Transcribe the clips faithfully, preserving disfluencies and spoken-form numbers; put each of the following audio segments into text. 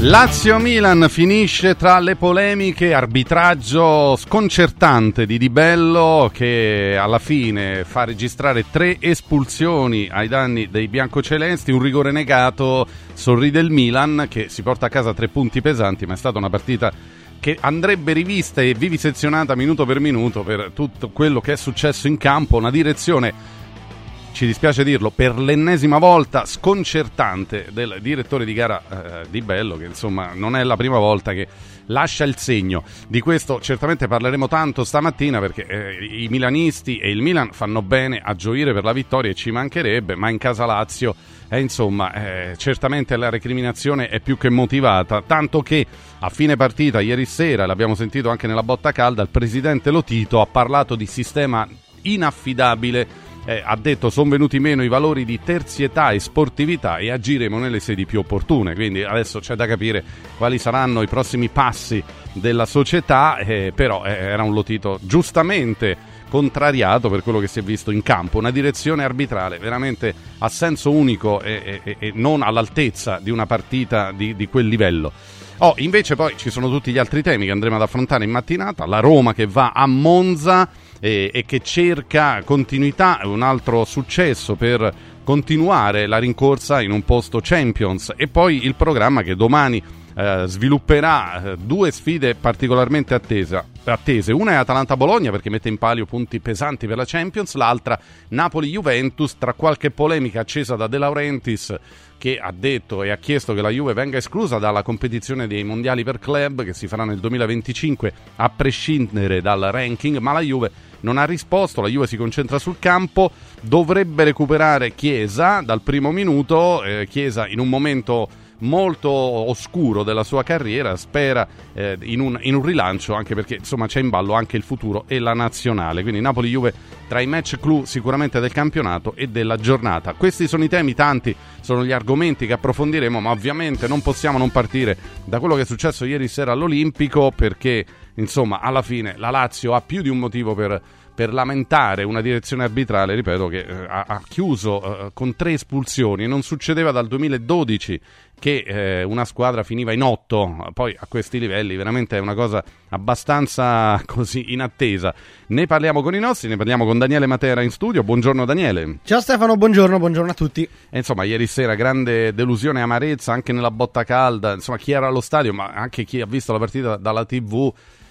Lazio-Milan finisce tra le polemiche, arbitraggio sconcertante di Di Bello che alla fine fa registrare tre espulsioni ai danni dei biancocelesti, un rigore negato, sorride il Milan che si porta a casa tre punti pesanti, ma è stata una partita che andrebbe rivista e vivisezionata minuto per minuto per tutto quello che è successo in campo, una direzione, ci dispiace dirlo, per l'ennesima volta sconcertante del direttore di gara eh, Di Bello, che insomma non è la prima volta che lascia il segno. Di questo certamente parleremo tanto stamattina perché eh, i milanisti e il Milan fanno bene a gioire per la vittoria e ci mancherebbe, ma in casa Lazio eh, insomma eh, certamente la recriminazione è più che motivata, tanto che a fine partita ieri sera, l'abbiamo sentito anche nella botta calda, il presidente Lotito ha parlato di sistema inaffidabile. Eh, ha detto sono venuti meno i valori di terzietà e sportività e agiremo nelle sedi più opportune, quindi adesso c'è da capire quali saranno i prossimi passi della società, eh, però eh, era un Lotito giustamente contrariato per quello che si è visto in campo, una direzione arbitrale veramente a senso unico e, e, e non all'altezza di una partita di, di quel livello. Oh, invece poi ci sono tutti gli altri temi che andremo ad affrontare in mattinata, la Roma che va a Monza e, e che cerca continuità, un altro successo per continuare la rincorsa in un posto Champions, e poi il programma che domani eh, svilupperà eh, due sfide particolarmente attesa, attese, una è Atalanta-Bologna perché mette in palio punti pesanti per la Champions, l'altra Napoli-Juventus, tra qualche polemica accesa da De Laurentiis che ha detto e ha chiesto che la Juve venga esclusa dalla competizione dei mondiali per club che si farà nel duemilaventicinque a prescindere dal ranking, ma la Juve non ha risposto, la Juve si concentra sul campo, dovrebbe recuperare Chiesa dal primo minuto, eh, Chiesa in un momento molto oscuro della sua carriera, spera eh, in, un, in un rilancio, anche perché insomma c'è in ballo anche il futuro e la nazionale, quindi Napoli-Juve tra i match clou sicuramente del campionato e della giornata. Questi sono i temi, tanti sono gli argomenti che approfondiremo, ma ovviamente non possiamo non partire da quello che è successo ieri sera all'Olimpico, perché insomma alla fine la Lazio ha più di un motivo per per lamentare una direzione arbitrale, ripeto, che eh, ha, ha chiuso eh, con tre espulsioni. Non succedeva dal duemiladodici che eh, una squadra finiva in otto, poi a questi livelli veramente è una cosa abbastanza così inattesa. Ne parliamo con i nostri, ne parliamo con Daniele Matera in studio. Buongiorno Daniele. Ciao Stefano, buongiorno, buongiorno a tutti. E insomma ieri sera grande delusione e amarezza anche nella botta calda, insomma chi era allo stadio ma anche chi ha visto la partita dalla tivù.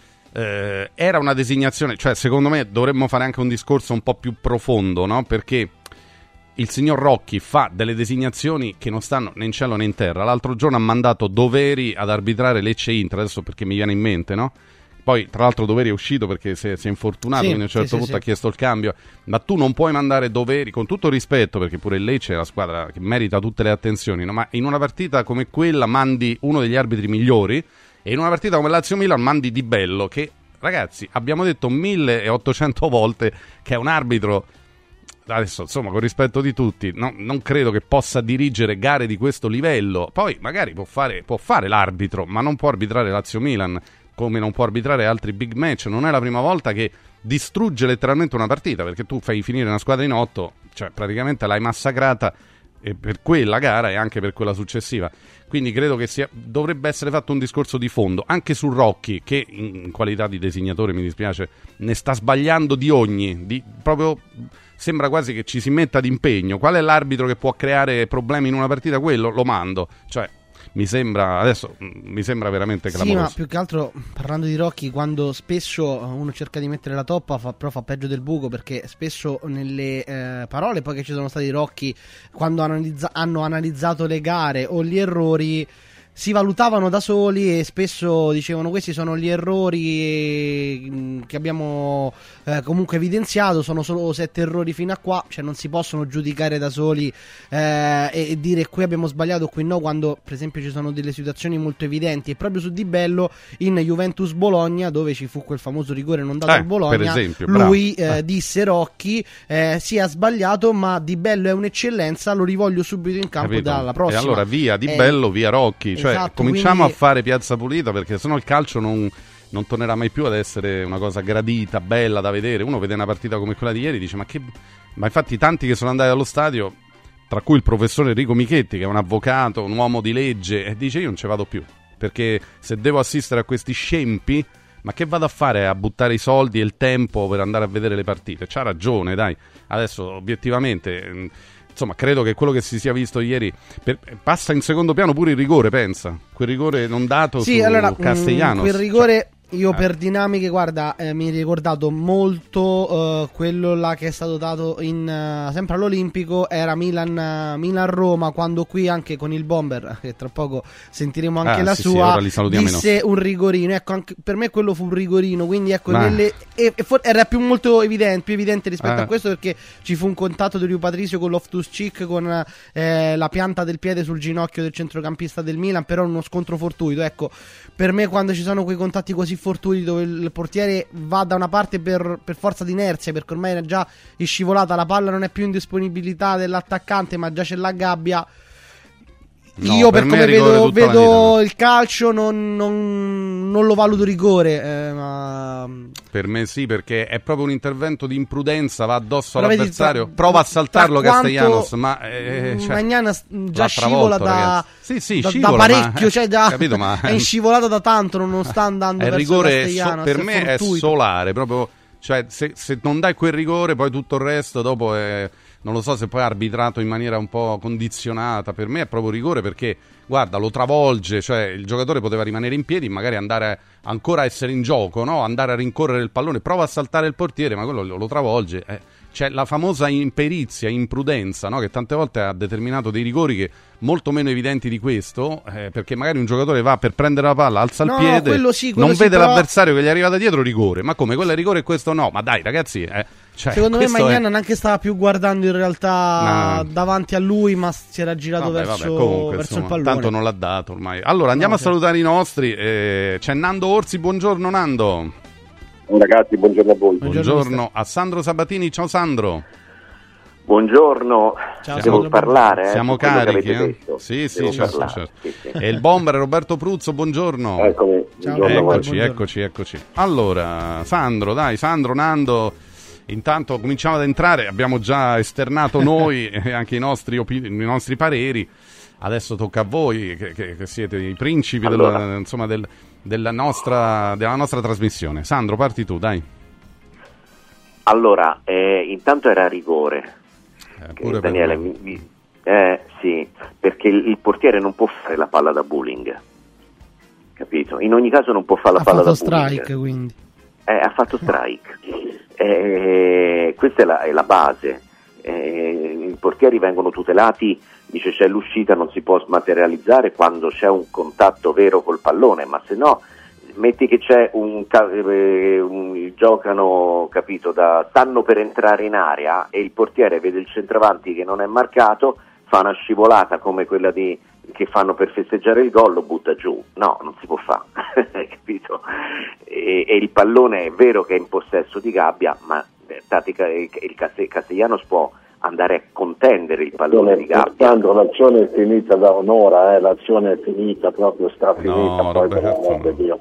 Eh, era una designazione, cioè secondo me dovremmo fare anche un discorso un po' più profondo, no? Perché il signor Rocchi fa delle designazioni che non stanno né in cielo né in terra. L'altro giorno ha mandato Doveri ad arbitrare Lecce-Inter, adesso perché mi viene in mente, no? Poi tra l'altro Doveri è uscito perché si è, si è infortunato, sì, quindi a un certo sì, punto sì, ha chiesto il cambio, ma tu non puoi mandare Doveri, con tutto rispetto, perché pure il Lecce è la squadra che merita tutte le attenzioni, no? Ma in una partita come quella mandi uno degli arbitri migliori, e in una partita come Lazio-Milan mandi Di Bello, che ragazzi abbiamo detto milleottocento volte che è un arbitro, adesso insomma con rispetto di tutti, no, non credo che possa dirigere gare di questo livello. Poi magari può fare, può fare l'arbitro, ma non può arbitrare Lazio-Milan come non può arbitrare altri big match. Non è la prima volta che distrugge letteralmente una partita, perché tu fai finire una squadra in otto, cioè praticamente l'hai massacrata, e per quella gara e anche per quella successiva. Quindi credo che sia, dovrebbe essere fatto un discorso di fondo anche su Rocchi, che in qualità di designatore, mi dispiace, ne sta sbagliando di ogni, di, proprio sembra quasi che ci si metta d'impegno. Qual è l'arbitro che può creare problemi in una partita? Quello lo mando, cioè mi sembra adesso mi sembra veramente clamoroso. Sì, ma più che altro parlando di Rocchi, quando spesso uno cerca di mettere la toppa fa, però fa peggio del buco, perché spesso nelle eh, parole poi che ci sono stati Rocchi quando analizza- hanno analizzato le gare o gli errori si valutavano da soli e spesso dicevano questi sono gli errori che abbiamo eh, comunque evidenziato, sono solo sette errori fino a qua, cioè non si possono giudicare da soli eh, e, e dire qui abbiamo sbagliato, qui no, quando per esempio ci sono delle situazioni molto evidenti. E proprio su Di Bello in Juventus-Bologna, dove ci fu quel famoso rigore non dato eh, al Bologna, per esempio, lui eh, eh. disse Rocchi eh, si è sbagliato, ma Di Bello è un'eccellenza, lo rivoglio subito in campo. Capito? Dalla prossima. E allora via Di Bello, eh, via Rocchi, cioè esatto, cominciamo quindi a fare piazza pulita, perché sennò il calcio non, non tornerà mai più ad essere una cosa gradita, bella da vedere. Uno vede una partita come quella di ieri e dice ma che... Ma infatti tanti che sono andati allo stadio, tra cui il professore Enrico Michetti, che è un avvocato, un uomo di legge, e dice io non ci vado più. perché se devo assistere a questi scempi, ma che vado a fare a buttare i soldi e il tempo per andare a vedere le partite? C'ha ragione, dai. Adesso obiettivamente, insomma, credo che quello che si sia visto ieri per, passa in secondo piano pure il rigore, pensa, quel rigore non dato sì, su allora, Castellanos, quel rigore, cioè, io eh. per dinamiche, guarda, eh, mi hai ricordato molto uh, quello là che è stato dato in uh, sempre all'Olimpico, era Milan uh, Milan-Roma, quando qui anche con il Bomber, che tra poco sentiremo anche ah, la sì, sua, sì, disse un rigorino. Ecco, anche per me quello fu un rigorino, quindi ecco, ah. nelle, e, e for- era più molto evidente, più evidente rispetto ah. a questo, perché ci fu un contatto di Rui Patricio con Loftus-Cheek, con eh, la pianta del piede sul ginocchio del centrocampista del Milan, però uno scontro fortuito. Ecco, per me quando ci sono quei contatti così fortuiti dove il portiere va da una parte per, per forza di inerzia, perché ormai era già scivolata, la palla non è più in disponibilità dell'attaccante ma già c'è la gabbia, no, io per, per come vedo, vedo il calcio non, non, non lo valuto rigore, eh, ma... per me sì, perché è proprio un intervento di imprudenza, va addosso però all'avversario, vedi, tra, prova a saltarlo quanto, Castellanos, ma eh, cioè, Magnana già scivola da, sì, sì, da, scivola, da parecchio, ma, cioè da, capito, ma, è inscivolato da tanto, non sta andando è verso rigore Castellanos, so, per è me fortuito. è solare, proprio, cioè se, se non dai quel rigore poi tutto il resto dopo è, non lo so se poi è arbitrato in maniera un po' condizionata, per me è proprio rigore perché guarda, lo travolge, cioè il giocatore poteva rimanere in piedi, magari andare ancora a essere in gioco, no? Andare a rincorrere il pallone, prova a saltare il portiere, ma quello lo, lo travolge. Eh. C'è la famosa imperizia, imprudenza, no? Che tante volte ha determinato dei rigori che molto meno evidenti di questo, eh, perché magari un giocatore va per prendere la palla, alza no, il piede, quello sì, quello non sì, vede però... l'avversario che gli arriva da dietro, rigore. Ma come, quello è rigore e questo no? Ma dai ragazzi, eh, cioè, secondo me Magnana è... neanche stava più guardando in realtà no. davanti a lui, ma si era girato vabbè, verso, vabbè, comunque, verso insomma, il pallone. Tanto non l'ha dato ormai. Allora andiamo no, a salutare sì. i nostri, eh, c'è Nando Orsi, buongiorno Nando. Ragazzi, buongiorno a voi. Buongiorno, buongiorno a Sandro Sabatini, ciao Sandro. Buongiorno, ciao, devo Sandro, parlare? Eh, siamo carichi, eh? Sì, sì, certo, certo. Sì, sì. E il bomber Roberto Pruzzo, buongiorno. Eccomi, ciao, buongiorno, eccoci, buongiorno. eccoci, eccoci. Allora, Sandro, dai, Sandro, Nando, intanto cominciamo ad entrare, abbiamo già esternato noi e anche i nostri, opin- i nostri pareri. Adesso tocca a voi, che, che, che siete i principi allora. della, insomma, del, della, nostra, della nostra trasmissione. Sandro, parti tu, dai. Allora, eh, intanto era rigore. Eh, pure Daniele, mi, mi, eh, sì, perché il, il portiere non può fare la palla da bowling, capito? In ogni caso non può fare la ha palla da strike, bowling. strike, quindi. Eh, ha fatto strike. Eh, questa è la, è la base. Eh, I portieri vengono tutelati, dice c'è l'uscita, non si può smaterializzare quando c'è un contatto vero col pallone, ma se no metti che c'è un, eh, un giocano, capito, da, stanno per entrare in area e il portiere vede il centravanti che non è marcato, fa una scivolata come quella di, che fanno per festeggiare il gol, lo butta giù. No, non si può fare, capito? E, e il pallone è vero che è in possesso di gabbia, ma eh, Tatica, il, il Castellanos può andare a contendere il pallone di gabbia. Sandro, l'azione è finita da un'ora, eh, l'azione è finita, proprio sta finita, no, poi Roberto, per l'amor di Dio.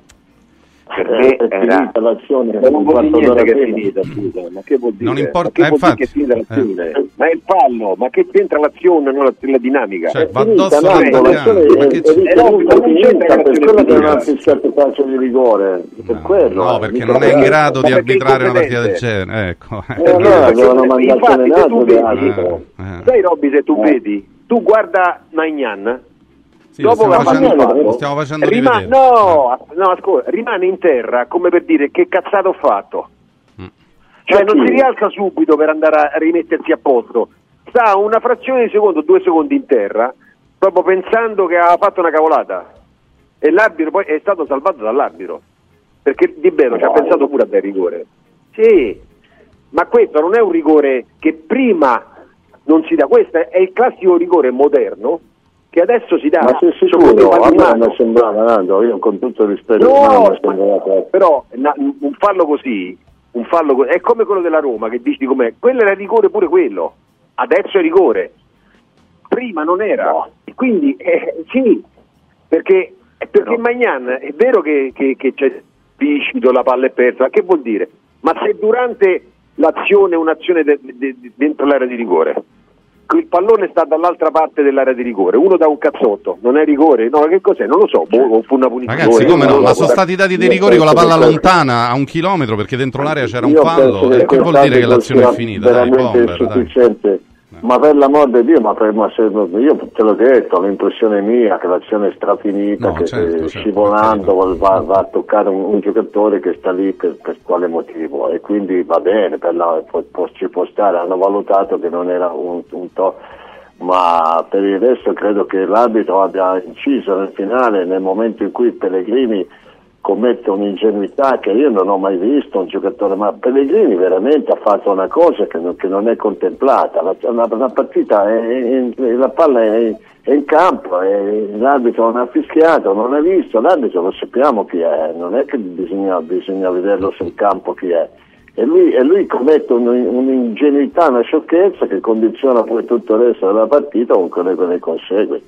Per me è era finita l'azione, ma non vuol dire niente che è finita, scusa, ma che vuol dire? Non importa, ma che eh, vuol infatti, dire che è finita l'azione? eh. Ma è il fallo, ma che c'entra l'azione, non la, la dinamica? Cioè, è va finita, addosso no, all'attaccante, l'azione ma è, che è, c'è? è, no, è finita, per quello che non ha finita. fischiato calcio di rigore, per No, quello. no, eh, perché mica non è in per- grado ma di perché arbitrare una partita del incompetente. genere, ecco. Eh, no, avevano mandato Infatti, in se tu alto vedi- di arbitro. Eh, eh. Sai Robby, se tu Eh. vedi, tu guarda Magnan, Sì, lo dopo stiamo che ha fatto facendo, il fallo, lo stiamo facendo rima- rivedere. no, no, ascolta, rimane in terra come per dire che cazzato ho fatto. Mm. Cioè Ma non chi? si rialza subito per andare a rimettersi a posto, sta una frazione di secondo, due secondi in terra, proprio pensando che aveva fatto una cavolata, e l'arbitro poi è stato salvato dall'arbitro, perché Di Bello ci ha pensato pure a dare rigore. Sì, ma questo non è un rigore che prima non si dà, questo è il classico rigore moderno che adesso si dà. Ma sei secondo sicuro? me, A me mano. non sembrava, Nando, io con tutto il rispetto, No, non sembrava. però na- un fallo così, un fallo co- è come quello della Roma che dici com'è, quello era rigore pure quello, adesso è rigore, prima non era, No. e quindi eh, sì, perché, perché No. Magnan è vero che, che, che c'è viscido, la palla è persa, che vuol dire? Ma se durante l'azione un'azione de- de- de- dentro l'area di rigore, il pallone sta dall'altra parte dell'area di rigore, uno dà un cazzotto, non è rigore? No, che cos'è? Non lo so, boh, fu una punizione. Ragazzi, come no? no, Ma sono stati dati dei rigori con la palla lontana a un chilometro perché dentro l'area c'era un fallo, e che vuol dire che l'azione è finita? Dai, bomber, dai. Ma per l'amor di Dio, ma, per, ma se, io te l'ho detto, l'impressione mia che l'azione è strafinita, no, che certo, scivolando certo. va, va a toccare un, un giocatore che sta lì per, per quale motivo, e quindi va bene, per la, può, può, ci può stare, hanno valutato che non era un, un to, ma per il resto credo che l'arbitro abbia inciso nel finale, nel momento in cui Pellegrini commette un'ingenuità che io non ho mai visto un giocatore, ma Pellegrini veramente ha fatto una cosa che non, che non è contemplata, la, la, la partita è, è, è, la palla è, è in campo, è, l'arbitro non ha fischiato, non ha visto, l'arbitro lo sappiamo chi è, non è che bisogna, bisogna vederlo sul campo chi è, e lui, e lui commette un, un'ingenuità, una sciocchezza che condiziona poi tutto il resto della partita con quello che ne consegue.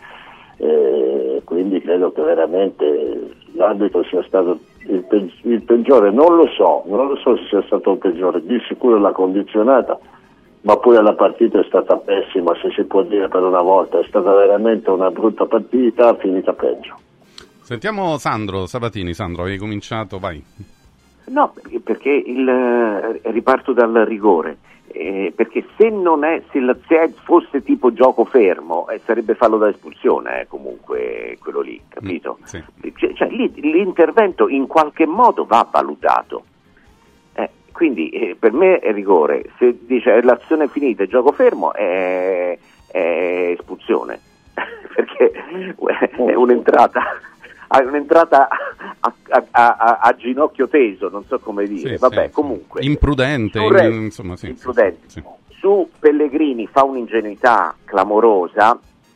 Eh, quindi credo che veramente l'arbitro sia stato il, pe- il peggiore, non lo so, non lo so se sia stato il peggiore, di sicuro l'ha condizionata, ma pure la partita è stata pessima, se si può dire per una volta, è stata veramente una brutta partita, finita peggio. Sentiamo Sandro Sabatini. Sandro, avevi cominciato, vai. No, perché il, riparto dal rigore. Eh, perché se non è se, la, se fosse tipo gioco fermo eh, sarebbe fallo da espulsione eh, comunque quello lì, capito? Mm, sì. Cioè, cioè, lì, l'intervento in qualche modo va valutato, eh, quindi eh, per me è rigore, se dice l'azione è finita, gioco fermo è, è espulsione perché è un'entrata ha un'entrata a, a, a, a ginocchio teso, non so come dire, sì, vabbè, sì, comunque imprudente, in, re, insomma, sì, imprudente. Sì, sì. Su Pellegrini fa un'ingenuità clamorosa,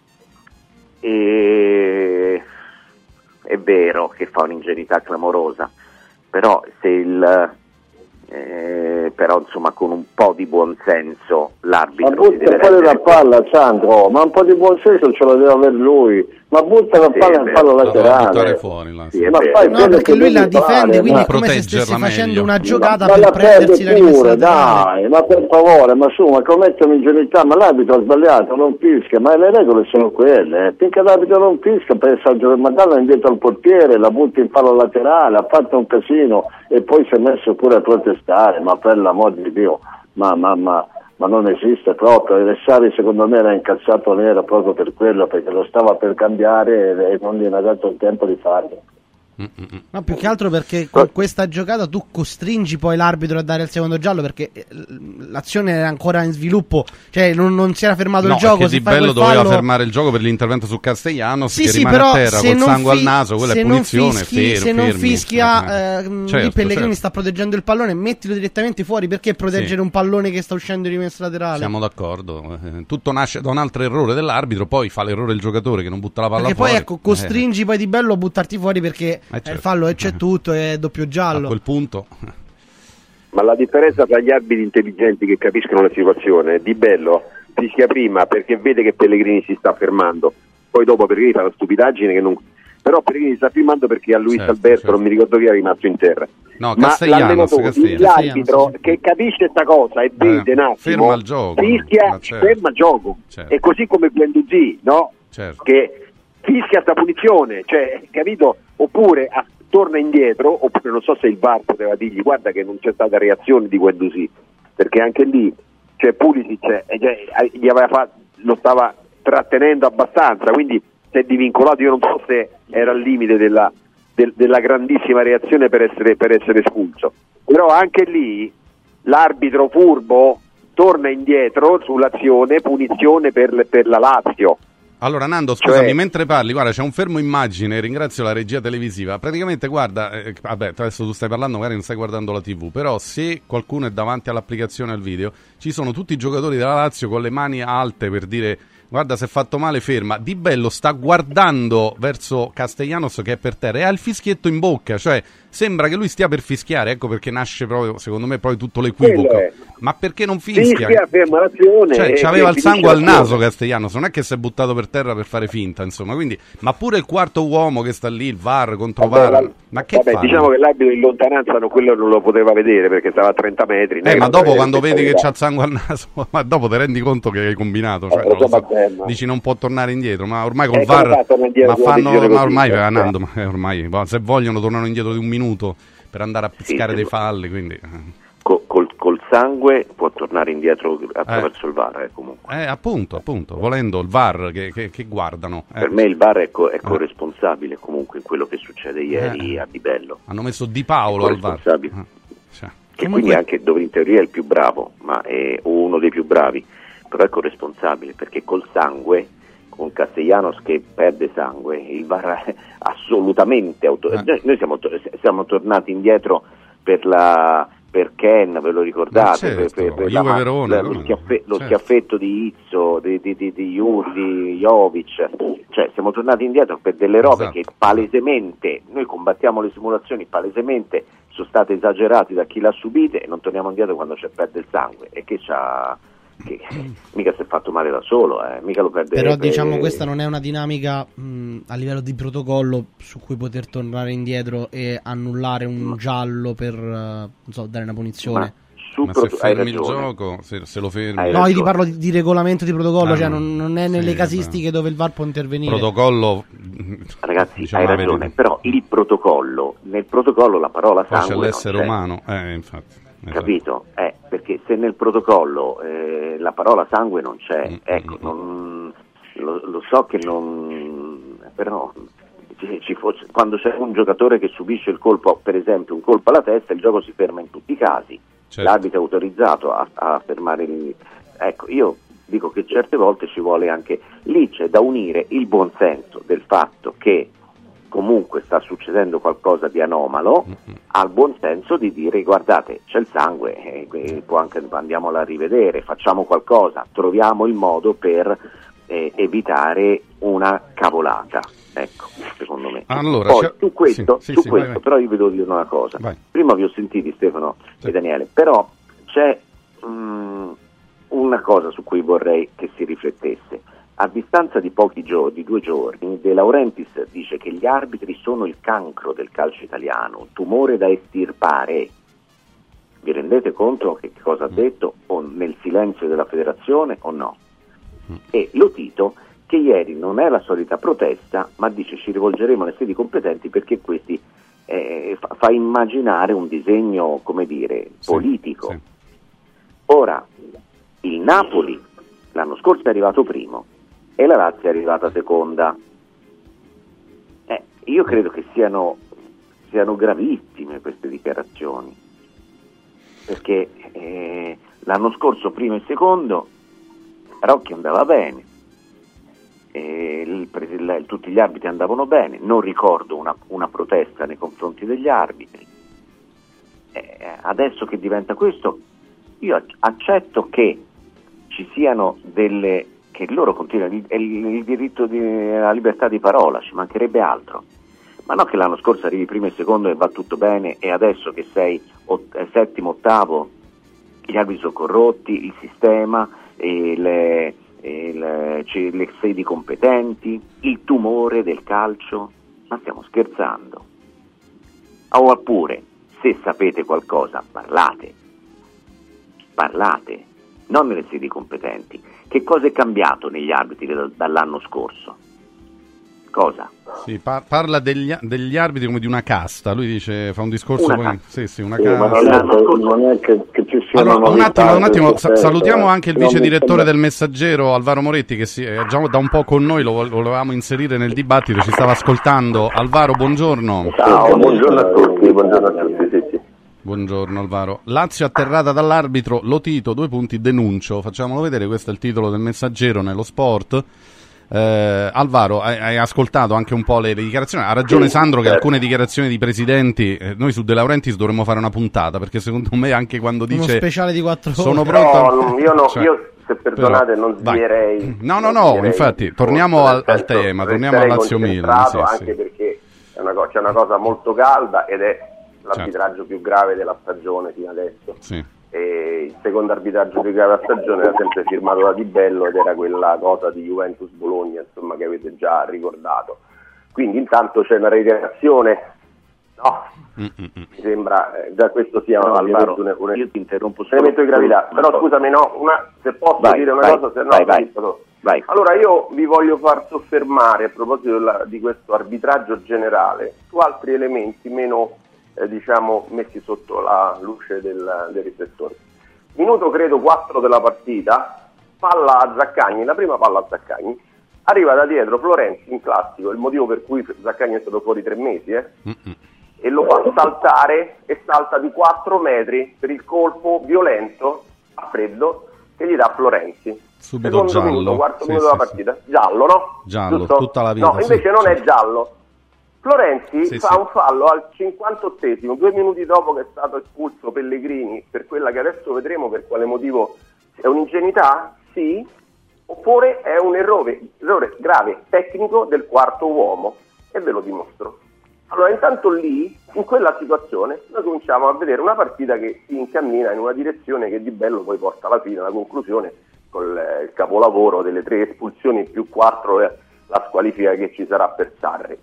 e è vero che fa un'ingenuità clamorosa, però se il Eh, però insomma con un po' di buonsenso l'arbitro ma butta fuori la palla, Sandro, ma un po' di buonsenso ce lo deve avere lui, ma butta la sì, palla nel fallo laterale fuori, là, sì, ma fai no, perché lui la difende, quindi è come se stesse facendo una giocata ma, per ma prendersi la rimessa dai, ma per favore, ma su, ma commette un'ingenuità, ma l'arbitro ha sbagliato, non fischia, ma le regole sono quelle, eh. Finché l'arbitro non fischia per ma dalla indietro al portiere, la butta in fallo laterale, ha fatto un casino e poi si è messo pure a protestare, ma per l'amor di Dio, ma, ma, ma, ma non esiste proprio. Il Ressari secondo me era incazzato nero proprio per quello, perché lo stava per cambiare e non gli era dato il tempo di farlo. No, più che altro perché con questa giocata tu costringi poi l'arbitro a dare il secondo giallo, perché l'azione era ancora in sviluppo, cioè non, non si era fermato no, il gioco. Che Di Bello doveva fallo... fermare il gioco per l'intervento su Castellanos, sì, che sì, rimane a terra col sangue fi- al naso, quella è punizione. Fischi, fermo, se non fermi, fischia eh, certo, lì Pellegrini certo. sta proteggendo il pallone, mettilo direttamente fuori, perché proteggere sì. un pallone che sta uscendo di rimessa laterale? Siamo d'accordo, tutto nasce da un altro errore dell'arbitro, poi fa l'errore il giocatore che non butta la palla perché fuori. Poi ecco, costringi eh. poi Di Bello a buttarti fuori perché eh, certo. il fallo è c'è tutto, è doppio giallo. A quel punto. Ma la differenza tra gli arbitri intelligenti che capiscono la situazione, Di Bello fischia prima perché vede che Pellegrini si sta fermando, poi dopo Pellegrini fa la stupidaggine che non... però Pellegrini si sta fermando perché a Luis certo, Alberto certo. non mi ricordo chi è rimasto in terra. No, ma Castellanos, Castellanos. L'arbitro sì. che capisce sta cosa e vede un attimo, ferma il gioco, fischia, certo. ferma il gioco. Certo. E così come Guendouzi, no? Certo. Che fischia sta punizione, cioè, capito? Oppure a, torna indietro, oppure non so se il V A R poteva dirgli guarda che non c'è stata reazione di Guendouzi, perché anche lì cioè Pulisic cioè, gli aveva fatto, lo stava trattenendo abbastanza, quindi si è divincolato, io non so se era al limite della, del, della grandissima reazione per essere, per essere espulso, però anche lì l'arbitro furbo torna indietro sull'azione, punizione per, per la Lazio. Allora Nando, scusami, cioè... mentre parli, guarda, c'è un fermo immagine, ringrazio la regia televisiva, praticamente guarda, eh, vabbè, adesso tu stai parlando, magari non stai guardando la tivù, però se qualcuno è davanti all'applicazione al video, ci sono tutti i giocatori della Lazio con le mani alte per dire guarda, si è fatto male, ferma. Di Bello sta guardando verso Castellanos che è per terra e ha il fischietto in bocca, cioè sembra che lui stia per fischiare, ecco perché nasce proprio, secondo me, poi tutto l'equivoco. Ma perché non fischia? Fischia, ferma l'azione. Cioè, c'aveva il sangue al naso Castellanos, non è che si è buttato per terra per fare finta, insomma, quindi, ma pure il quarto uomo che sta lì, il V A R contro vabbè, V A R, ma che vabbè, fa? Diciamo che l'arbitro in lontananza no, quello non lo poteva vedere perché stava a trenta metri. Eh, ma dopo quando vedi che c'ha il sangue al naso, ma dopo ti rendi conto che hai combinato, cioè, eh, non lo so, bene, dici non può tornare indietro, ma ormai col eh, V A R, ma fanno, ma ormai, così, Fernando, ma ormai, se vogliono tornano indietro di un minuto per andare a pescare sì, dei falli, quindi... Col, col, col sangue può tornare indietro attraverso eh. il V A R, eh, comunque. Eh, appunto, appunto, volendo il V A R che, che, che guardano. Eh. Per me il V A R è, co- è corresponsabile comunque in quello che succede ieri eh. a Di Bello. Hanno messo Di Paolo al V A R. Eh. Cioè. Che comunque... quindi anche dove in teoria è il più bravo, ma è uno dei più bravi, però è corresponsabile perché col sangue... con Castellanos che perde sangue, il V A R è assolutamente auto- eh. noi siamo, to- siamo tornati indietro per la per Ken, ve lo ricordate? Certo, per, per, per la, Verona, lo, schiaffe- lo certo. schiaffetto di Izzo, di, di, di, di, Jur, di Jovic, cioè siamo tornati indietro per delle robe esatto. che palesemente, noi combattiamo le simulazioni, palesemente sono state esagerate da chi l'ha subite e non torniamo indietro quando c'è perde il sangue e che c'ha che mica si è fatto male da solo, eh. mica lo perde. Però diciamo questa non è una dinamica mh, a livello di protocollo su cui poter tornare indietro e annullare un giallo per uh, non so, dare una punizione. Ma, Ma se fermi il gioco, se, se lo fermi. Hai no, ragione. Io ti parlo di, di regolamento di protocollo, ah, cioè non, non è nelle sì, casistiche dove il V A R può intervenire. Protocollo, ragazzi, diciamo hai ragione, però il protocollo, nel protocollo la parola poi sangue c'è l'essere non c'è. umano, eh, infatti. Capito? Eh, perché se nel protocollo eh, la parola sangue non c'è, mm-hmm. ecco, non, lo, lo so che non, però ci, ci fosse, quando c'è un giocatore che subisce il colpo, per esempio un colpo alla testa, il gioco si ferma in tutti i casi, certo. L'arbitro è autorizzato a, a fermare il... Ecco, io dico che certe volte ci vuole anche, lì c'è da unire il buonsenso del fatto che comunque sta succedendo qualcosa di anomalo, mm-hmm. al buon senso di dire guardate c'è il sangue, eh, può anche, andiamola a rivedere, facciamo qualcosa, troviamo il modo per eh, evitare una cavolata, ecco, secondo me. Allora, poi su questo, sì, su sì, questo vai, vai. però io vi devo dire una cosa, vai. Prima vi ho sentiti Stefano sì. e Daniele, però c'è mh, una cosa su cui vorrei che si riflettesse. A distanza di pochi giorni, di due giorni, De Laurentiis dice che gli arbitri sono il cancro del calcio italiano, un tumore da estirpare. Vi rendete conto che cosa ha detto? O nel silenzio della federazione o no? E Lotito, che ieri non è la solita protesta, ma dice ci rivolgeremo alle sedi competenti perché questi eh, fa, fa immaginare un disegno, come dire, politico. Sì, sì. Ora, il Napoli l'anno scorso è arrivato primo e la Lazio è arrivata seconda. Eh, io credo che siano, siano gravissime queste dichiarazioni, perché eh, l'anno scorso primo e secondo Rocchi andava bene, eh, il, il, tutti gli arbitri andavano bene, non ricordo una, una protesta nei confronti degli arbitri. Eh, adesso che diventa questo, io accetto che ci siano delle... che loro continuano, il, il, il diritto di, alla libertà di parola, ci mancherebbe altro, ma no che l'anno scorso arrivi primo e secondo e va tutto bene e adesso che sei ot- settimo, ottavo, gli arbitri sono corrotti, il sistema, il, il, le sedi competenti, il tumore del calcio, ma stiamo scherzando? Oppure, se sapete qualcosa, parlate, parlate, non nelle sedi competenti. Che cosa è cambiato negli arbitri da, dall'anno scorso? Cosa? Sì, par- parla degli, degli arbitri come di una casta, lui dice, fa un discorso una poi, casta. Sì, sì, una sì, casta. Ma non è, non è che, che ci siano allora, un attimo, un attimo sa- salutiamo eh, anche il vice direttore del Messaggero, Alvaro Moretti, che si, è già da un po' con noi, lo volevamo inserire nel dibattito, ci stava ascoltando. Alvaro, buongiorno. Ciao, buongiorno a tutti, buongiorno a tutti, sì, sì. Buongiorno Alvaro. Lazio atterrata dall'arbitro, Lotito, due punti, denuncio. Facciamolo vedere, questo è il titolo del Messaggero nello sport. Eh, Alvaro, hai, hai ascoltato anche un po' le, le dichiarazioni. Ha ragione sì, Sandro che certo. Alcune dichiarazioni di presidenti, eh, noi su De Laurentiis dovremmo fare una puntata, perché secondo me anche quando dice... Uno speciale di quattro ore. Sono pronto... No, io no, cioè, io se perdonate però, non direi... No, no, no, infatti, torniamo al, al tema, torniamo a Lazio Milan. Sì, anche sì. perché è una co- c'è una cosa molto calda ed è l'arbitraggio certo. più grave della stagione fino adesso. Sì. E il secondo arbitraggio più grave della stagione era sempre firmato da Di Bello ed era quella cosa di Juventus-Bologna, insomma, che avete già ricordato. Quindi intanto c'è una reiterazione, no? Mm-mm. Mi sembra eh, già questo sia no, un Alvaro, un, un, io ti interrompo un elemento di gravità. Però no. scusami, no, una, se posso vai, dire una vai, cosa, se no vai, vai, vai. Allora io vi voglio far soffermare a proposito della, di questo arbitraggio generale su altri elementi meno eh, diciamo messi sotto la luce del, del riflettore. Minuto credo quattro della partita, palla a Zaccagni, la prima palla a Zaccagni, arriva da dietro Florenzi in classico, il motivo per cui Zaccagni è stato fuori tre mesi, eh? E lo fa saltare e salta di quattro metri per il colpo violento a freddo che gli dà Florenzi. Subito Secondo giallo. minuto, quarto sì, minuto sì, della partita, sì. Giallo, no? Giallo, Giusto? tutta la vita. No, invece sì, non sì. è giallo. Florenzi sì, fa sì. un fallo al cinquantottesimo, due minuti dopo che è stato espulso Pellegrini, per quella che adesso vedremo per quale motivo. È un'ingenuità? Sì. Oppure è un errore, errore grave tecnico del quarto uomo, e ve lo dimostro. Allora, intanto lì, in quella situazione, noi cominciamo a vedere una partita che si incammina in una direzione che Di Bello poi porta alla fine, alla conclusione, con eh, il capolavoro delle tre espulsioni più quattro, eh, la squalifica che ci sarà per Sarri.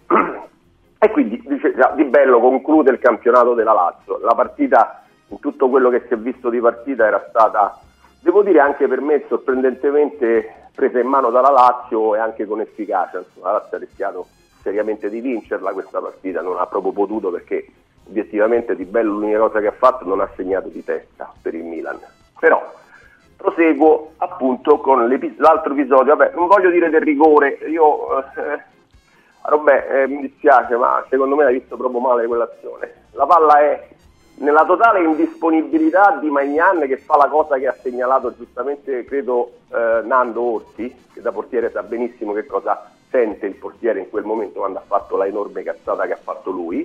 E quindi dice, già, Di Bello conclude il campionato della Lazio. La partita, in tutto quello che si è visto di partita, era stata, devo dire anche per me, sorprendentemente presa in mano dalla Lazio e anche con efficacia. Insomma, la Lazio ha rischiato seriamente di vincerla questa partita, non ha proprio potuto, perché obiettivamente Di Bello l'unica cosa che ha fatto, non ha segnato di testa per il Milan. Però proseguo appunto con l'altro episodio. Vabbè, non voglio dire del rigore, io eh, vabbè, eh, mi dispiace, ma secondo me hai visto proprio male quell'azione. La palla è nella totale indisponibilità di Maignan, che fa la cosa che ha segnalato giustamente, credo, eh, Nando Orsi, che da portiere sa benissimo che cosa sente il portiere in quel momento quando ha fatto la enorme cazzata che ha fatto lui,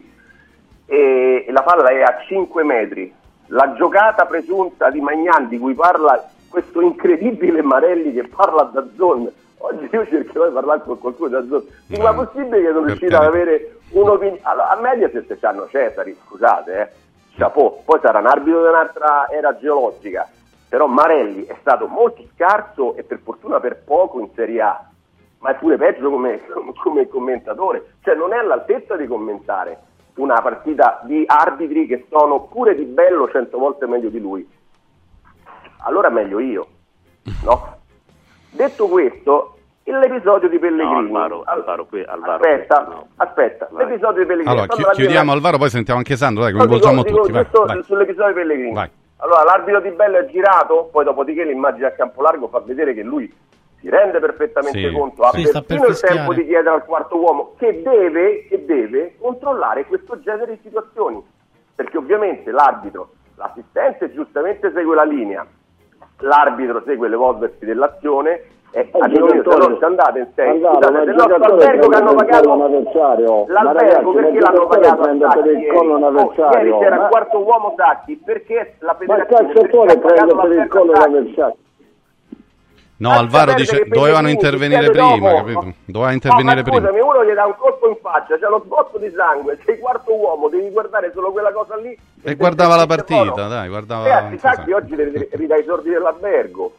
e, e la palla è a cinque metri. La giocata presunta di Maignan, di cui parla questo incredibile Marelli, che parla da Zon. Oggi io cercherò di parlare con qualcuno da Zon. No, ma è possibile che non riuscite ad avere un'opinione? Allora, a Mediaset c'hanno Cesari, scusate, eh. Chapeau. Poi sarà un arbitro di un'altra era geologica, però Marelli è stato molto scarso e per fortuna per poco in Serie A, ma è pure peggio come, come commentatore, cioè non è all'altezza di commentare una partita di arbitri che sono pure Di Bello cento volte meglio di lui. Allora meglio io, no? Detto questo, l'episodio di Pellegrini. No, Alvaro, Alvaro, qui, Alvaro, aspetta, qui, no. aspetta, Vai. l'episodio di Pellegrini. Allora, chi- chiudiamo Alvaro, poi sentiamo anche Sandro, dai, coinvolgiamo dico, tutti. dico, Vai, giusto vai. Sull'episodio di Pellegrini. Vai. Allora, l'arbitro Di Bello è girato, poi dopodiché l'immagine a campo largo fa vedere che lui si rende perfettamente Sì. conto, ha Sì, sta persino per il tempo fischiare. di chiedere al quarto uomo che deve, che deve controllare questo genere di situazioni, perché ovviamente l'arbitro, l'assistente giustamente segue la linea, l'arbitro segue l'evolversi dell'azione e a noi se non ci andate in sei, scusate, del nostro albergo che hanno pagato l'albergo, perché l'hanno pagato a Sacchi ieri? Oh, ieri c'era il quarto uomo Sacchi, perché la federazione perché ha pagato l'albergo a Sacchi? No, Alvaro dice dovevano intervenire prima, capito? Doveva intervenire no, ma prima. scusami, uno gli dà un colpo in faccia, c'è lo sbocco di sangue, sei quarto uomo, devi guardare solo quella cosa lì. E guardava la dice, partita, no, no. dai, guardava. Ragazzi, Sacchi oggi deve ridare i soldi dell'albergo.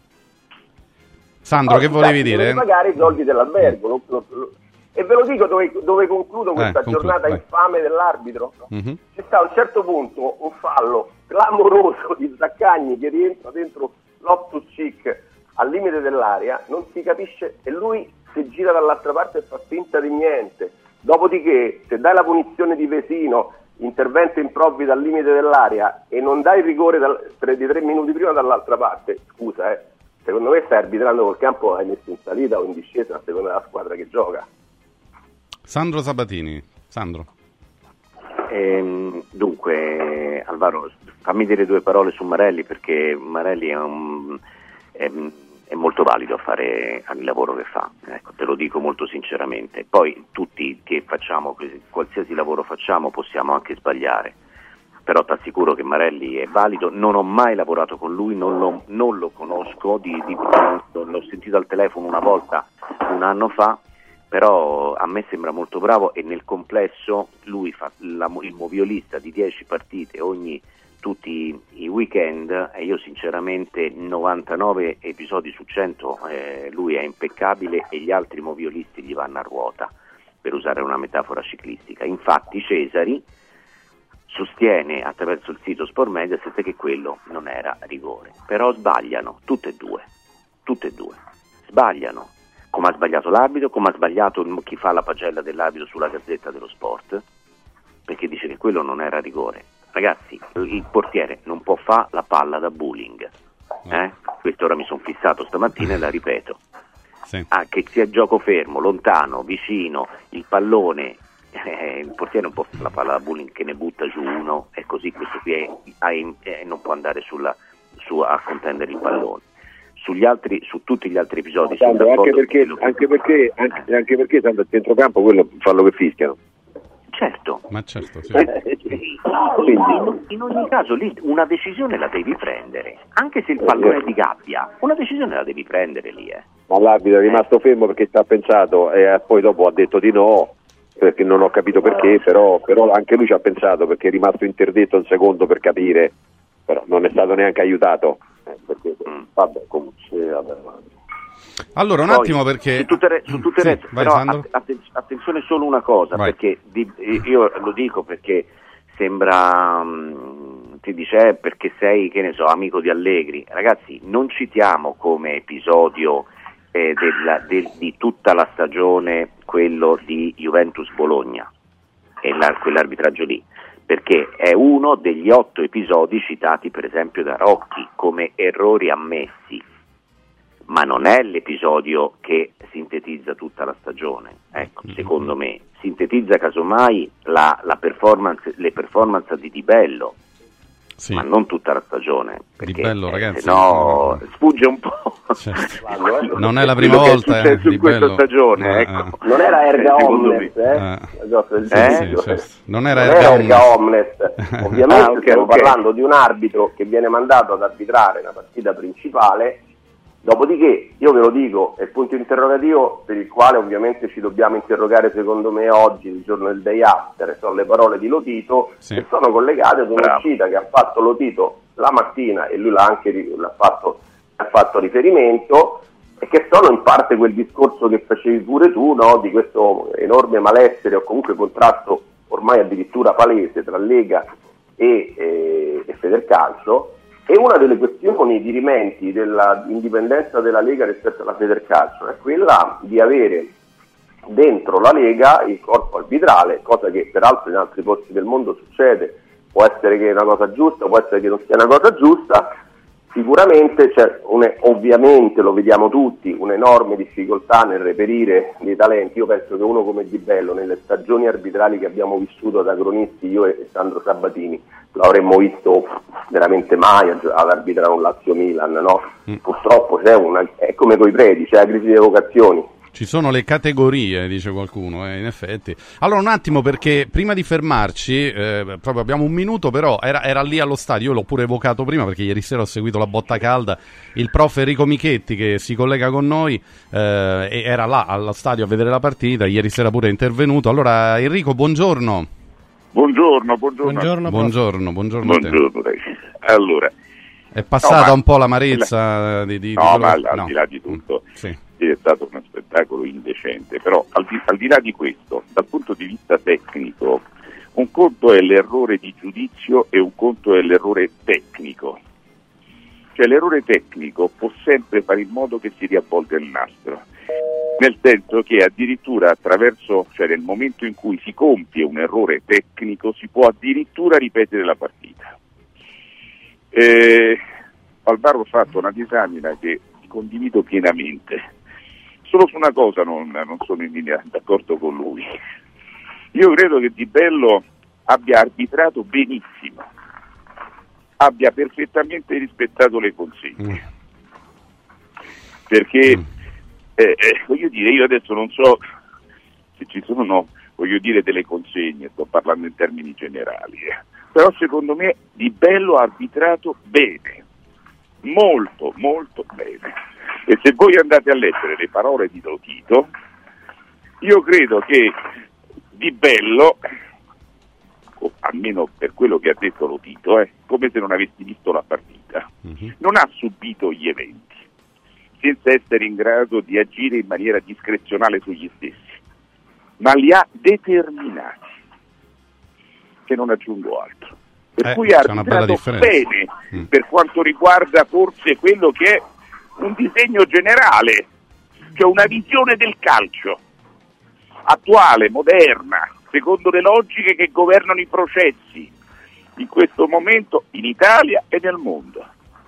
Sandro, che volevi Sacchi dire? deve pagare i soldi dell'albergo. Lo, lo, lo. E ve lo dico dove, dove concludo questa Eh, concludo, giornata vai. infame dell'arbitro. No? Mm-hmm. C'è stato a un certo punto un fallo clamoroso di Zaccagni che rientra dentro Loftus-Cheek al limite dell'area, non si capisce, e lui si gira dall'altra parte e fa finta di niente. Dopodiché, se dai la punizione di Vesino, intervento improvviso al limite dell'area, e non dai il rigore dal, tre, di tre minuti prima dall'altra parte, scusa, eh, secondo me stai arbitrando col campo, hai messo in salita o in discesa a seconda della squadra che gioca. Sandro Sabatini. Sandro. Ehm, dunque, Alvaro, fammi dire due parole su Marelli, perché Marelli è un... È, è molto valido a fare il lavoro che fa, ecco, te lo dico molto sinceramente. Poi tutti che facciamo, qualsiasi lavoro facciamo, possiamo anche sbagliare, però ti assicuro che Marelli è valido. Non ho mai lavorato con lui, non lo, non lo conosco, di, di, l'ho sentito al telefono una volta un anno fa, però a me sembra molto bravo e nel complesso lui fa la, il moviolista di dieci partite ogni tutti i weekend e io sinceramente novantanove episodi su cento eh, lui è impeccabile e gli altri moviolisti gli vanno a ruota, per usare una metafora ciclistica. Infatti Cesari sostiene attraverso il sito Sport Mediaset che quello non era rigore, però sbagliano tutte e due, tutte e due sbagliano, come ha sbagliato l'arbitro, come ha sbagliato chi fa la pagella dell'arbitro sulla Gazzetta dello Sport, perché dice che quello non era rigore. Ragazzi, il portiere non può fare la palla da bowling, eh? Questo ora mi sono fissato stamattina e la ripeto. Sì. Ah, che sia gioco fermo, lontano, vicino, il pallone, eh, il portiere non può fare la palla da bowling che ne butta giù uno e così questo qui è, è, è, non può andare sulla, su, a contendere il pallone. Sugli altri, su tutti gli altri episodi, no, Sandro, anche perché, anche perché, anche, anche perché tanto a centrocampo quello fanno che fischiano. Certo, ma certo, sì. in, in ogni caso lì una decisione la devi prendere, anche se il pallone è di gabbia, una decisione la devi prendere lì. Eh. Ma l'arbitro è rimasto fermo perché ci ha pensato e poi dopo ha detto di no, perché non ho capito perché, però, però anche lui ci ha pensato perché è rimasto interdetto un secondo per capire, però non è stato neanche aiutato. Eh, perché, mm. Vabbè, comunque, sì, vabbè, vabbè. Allora un Poi, attimo perché su tutte le, su tutte sì, le vai, però att- att- attenzione solo una cosa, vai. Perché di, io lo dico perché sembra mh, ti dice eh, perché sei, che ne so, amico di Allegri. Ragazzi, non citiamo come episodio eh, della, del, di tutta la stagione quello di Juventus Bologna e la, quell'arbitraggio lì, perché è uno degli otto episodi citati per esempio da Rocchi come errori ammessi, ma non è l'episodio che sintetizza tutta la stagione, ecco, secondo me sintetizza casomai la, la performance, le performance di Di Bello, sì. Ma non tutta la stagione, perché Di Bello, eh, ragazzi, se no sfugge un po'. Certo. Non è la prima volta eh, su Di questa Bello. stagione, Ma, ecco. Non era Erga Omnes, eh? eh. eh? Sì, sì, certo. Non era non Erga, Erga Omnes. Ovviamente ah, okay, stiamo okay. parlando di un arbitro che viene mandato ad arbitrare una partita principale. Dopodiché, io ve lo dico, è il punto interrogativo per il quale ovviamente ci dobbiamo interrogare secondo me oggi, il giorno del day after, sono le parole di Lotito, sì. Che sono collegate ad un'uscita che ha fatto Lotito la mattina, e lui l'ha anche l'ha fatto, ha fatto riferimento, e che sono in parte quel discorso che facevi pure tu, no? Di questo enorme malessere o comunque contrasto ormai addirittura palese tra Lega e, e, e Federcalcio. E una delle questioni dirimenti dell'indipendenza della Lega rispetto alla Federcalcio è quella di avere dentro la Lega il corpo arbitrale, cosa che peraltro in altri posti del mondo succede, può essere che è una cosa giusta, può essere che non sia una cosa giusta, sicuramente c'è un, ovviamente lo vediamo tutti, un'enorme difficoltà nel reperire dei talenti. Io penso che uno come Di Bello nelle stagioni arbitrali che abbiamo vissuto da cronisti, io e Sandro Sabatini, l'avremmo visto veramente mai ad arbitrare un Lazio-Milan, no? Mm. Purtroppo c'è una, è come coi preti, c'è la crisi delle vocazioni. Ci sono le categorie, dice qualcuno, eh, in effetti. Allora un attimo, perché prima di fermarci, eh, proprio abbiamo un minuto, però era, era lì allo stadio, io l'ho pure evocato prima perché ieri sera ho seguito la botta calda, il prof Enrico Michetti che si collega con noi, eh, e era là allo stadio a vedere la partita, ieri sera pure è intervenuto. Allora Enrico, buongiorno. Buongiorno, buongiorno. Buongiorno, buongiorno, buongiorno, buongiorno a te. Allora, è passata no, un po' l'amarezza la, di, di, no, di ma quello... al no. di là di tutto, sì. È stato uno spettacolo indecente, però al di, al di là di questo, dal punto di vista tecnico, un conto è l'errore di giudizio e un conto è l'errore tecnico. Cioè l'errore tecnico può sempre fare in modo che si riavvolga il nastro, nel senso che addirittura attraverso, cioè nel momento in cui si compie un errore tecnico, si può addirittura ripetere la partita. Eh, Alvaro ha fatto una disamina che condivido pienamente. Solo su una cosa non, non sono in linea d'accordo con lui. Io credo che Di Bello abbia arbitrato benissimo, abbia perfettamente rispettato le consegne. Mm. Perché, mm. Eh, eh, voglio dire, io adesso non so se ci sono, voglio dire, delle consegne, sto parlando in termini generali, eh. Però secondo me Di Bello ha arbitrato bene, molto, molto bene. E se voi andate a leggere le parole di Lotito, io credo che Di Bello, almeno per quello che ha detto Lotito, eh, come se non avessi visto la partita, uh-huh. non ha subito gli eventi, senza essere in grado di agire in maniera discrezionale sugli stessi, ma li ha determinati, che non aggiungo altro. Per eh, cui ha arbitrato bene mm. per quanto riguarda forse quello che è un disegno generale, cioè una visione del calcio attuale, moderna, secondo le logiche che governano i processi in questo momento in Italia e nel mondo.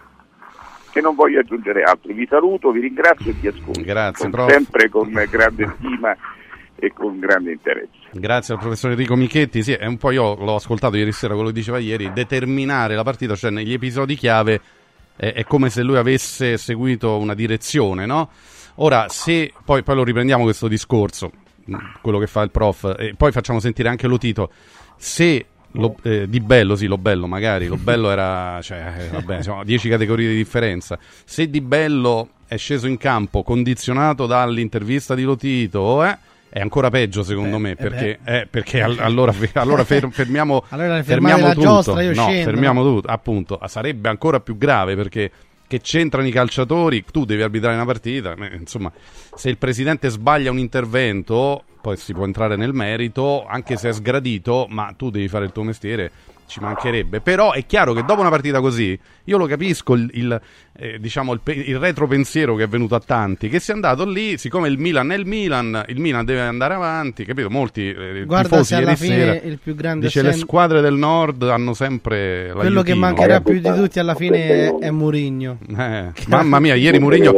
Che non voglio aggiungere altro. Vi saluto, vi ringrazio e vi ascolto. Grazie, con, sempre con grande stima e con grande interesse. Grazie al professor Enrico Michetti. Sì, è un po', io l'ho ascoltato ieri sera, quello che diceva ieri, determinare la partita, cioè negli episodi chiave è, è come se lui avesse seguito una direzione, no? Ora, se poi, poi lo riprendiamo questo discorso, quello che fa il prof, e poi facciamo sentire anche Lotito. Se lo, eh, Di Bello, sì, lo bello magari, lo bello era, cioè, eh, vabbè, sono dieci categorie di differenza. Se Di Bello è sceso in campo condizionato dall'intervista di Lotito, eh, è ancora peggio secondo beh, me, perché, eh, perché all- allora, allora fer- fermiamo, allora fermiamo tutto, giostra, io no, scendo, fermiamo no? tutto, appunto, sarebbe ancora più grave, perché che c'entrano i calciatori, tu devi arbitrare una partita, insomma, se il presidente sbaglia un intervento, poi si può entrare nel merito, anche se è sgradito, ma tu devi fare il tuo mestiere, ci mancherebbe. Però è chiaro che dopo una partita così, io lo capisco il, il eh, diciamo il, pe- il retropensiero che è venuto a tanti, che si è andato lì, siccome il Milan è il Milan, il Milan deve andare avanti, capito? Molti eh, Guarda, tifosi se alla ieri fine sera il più grande dice sem- le squadre del nord hanno sempre l'aiutino. Quello che mancherà più di tutti alla fine è, è Mourinho. Eh, mamma mia, ieri Mourinho,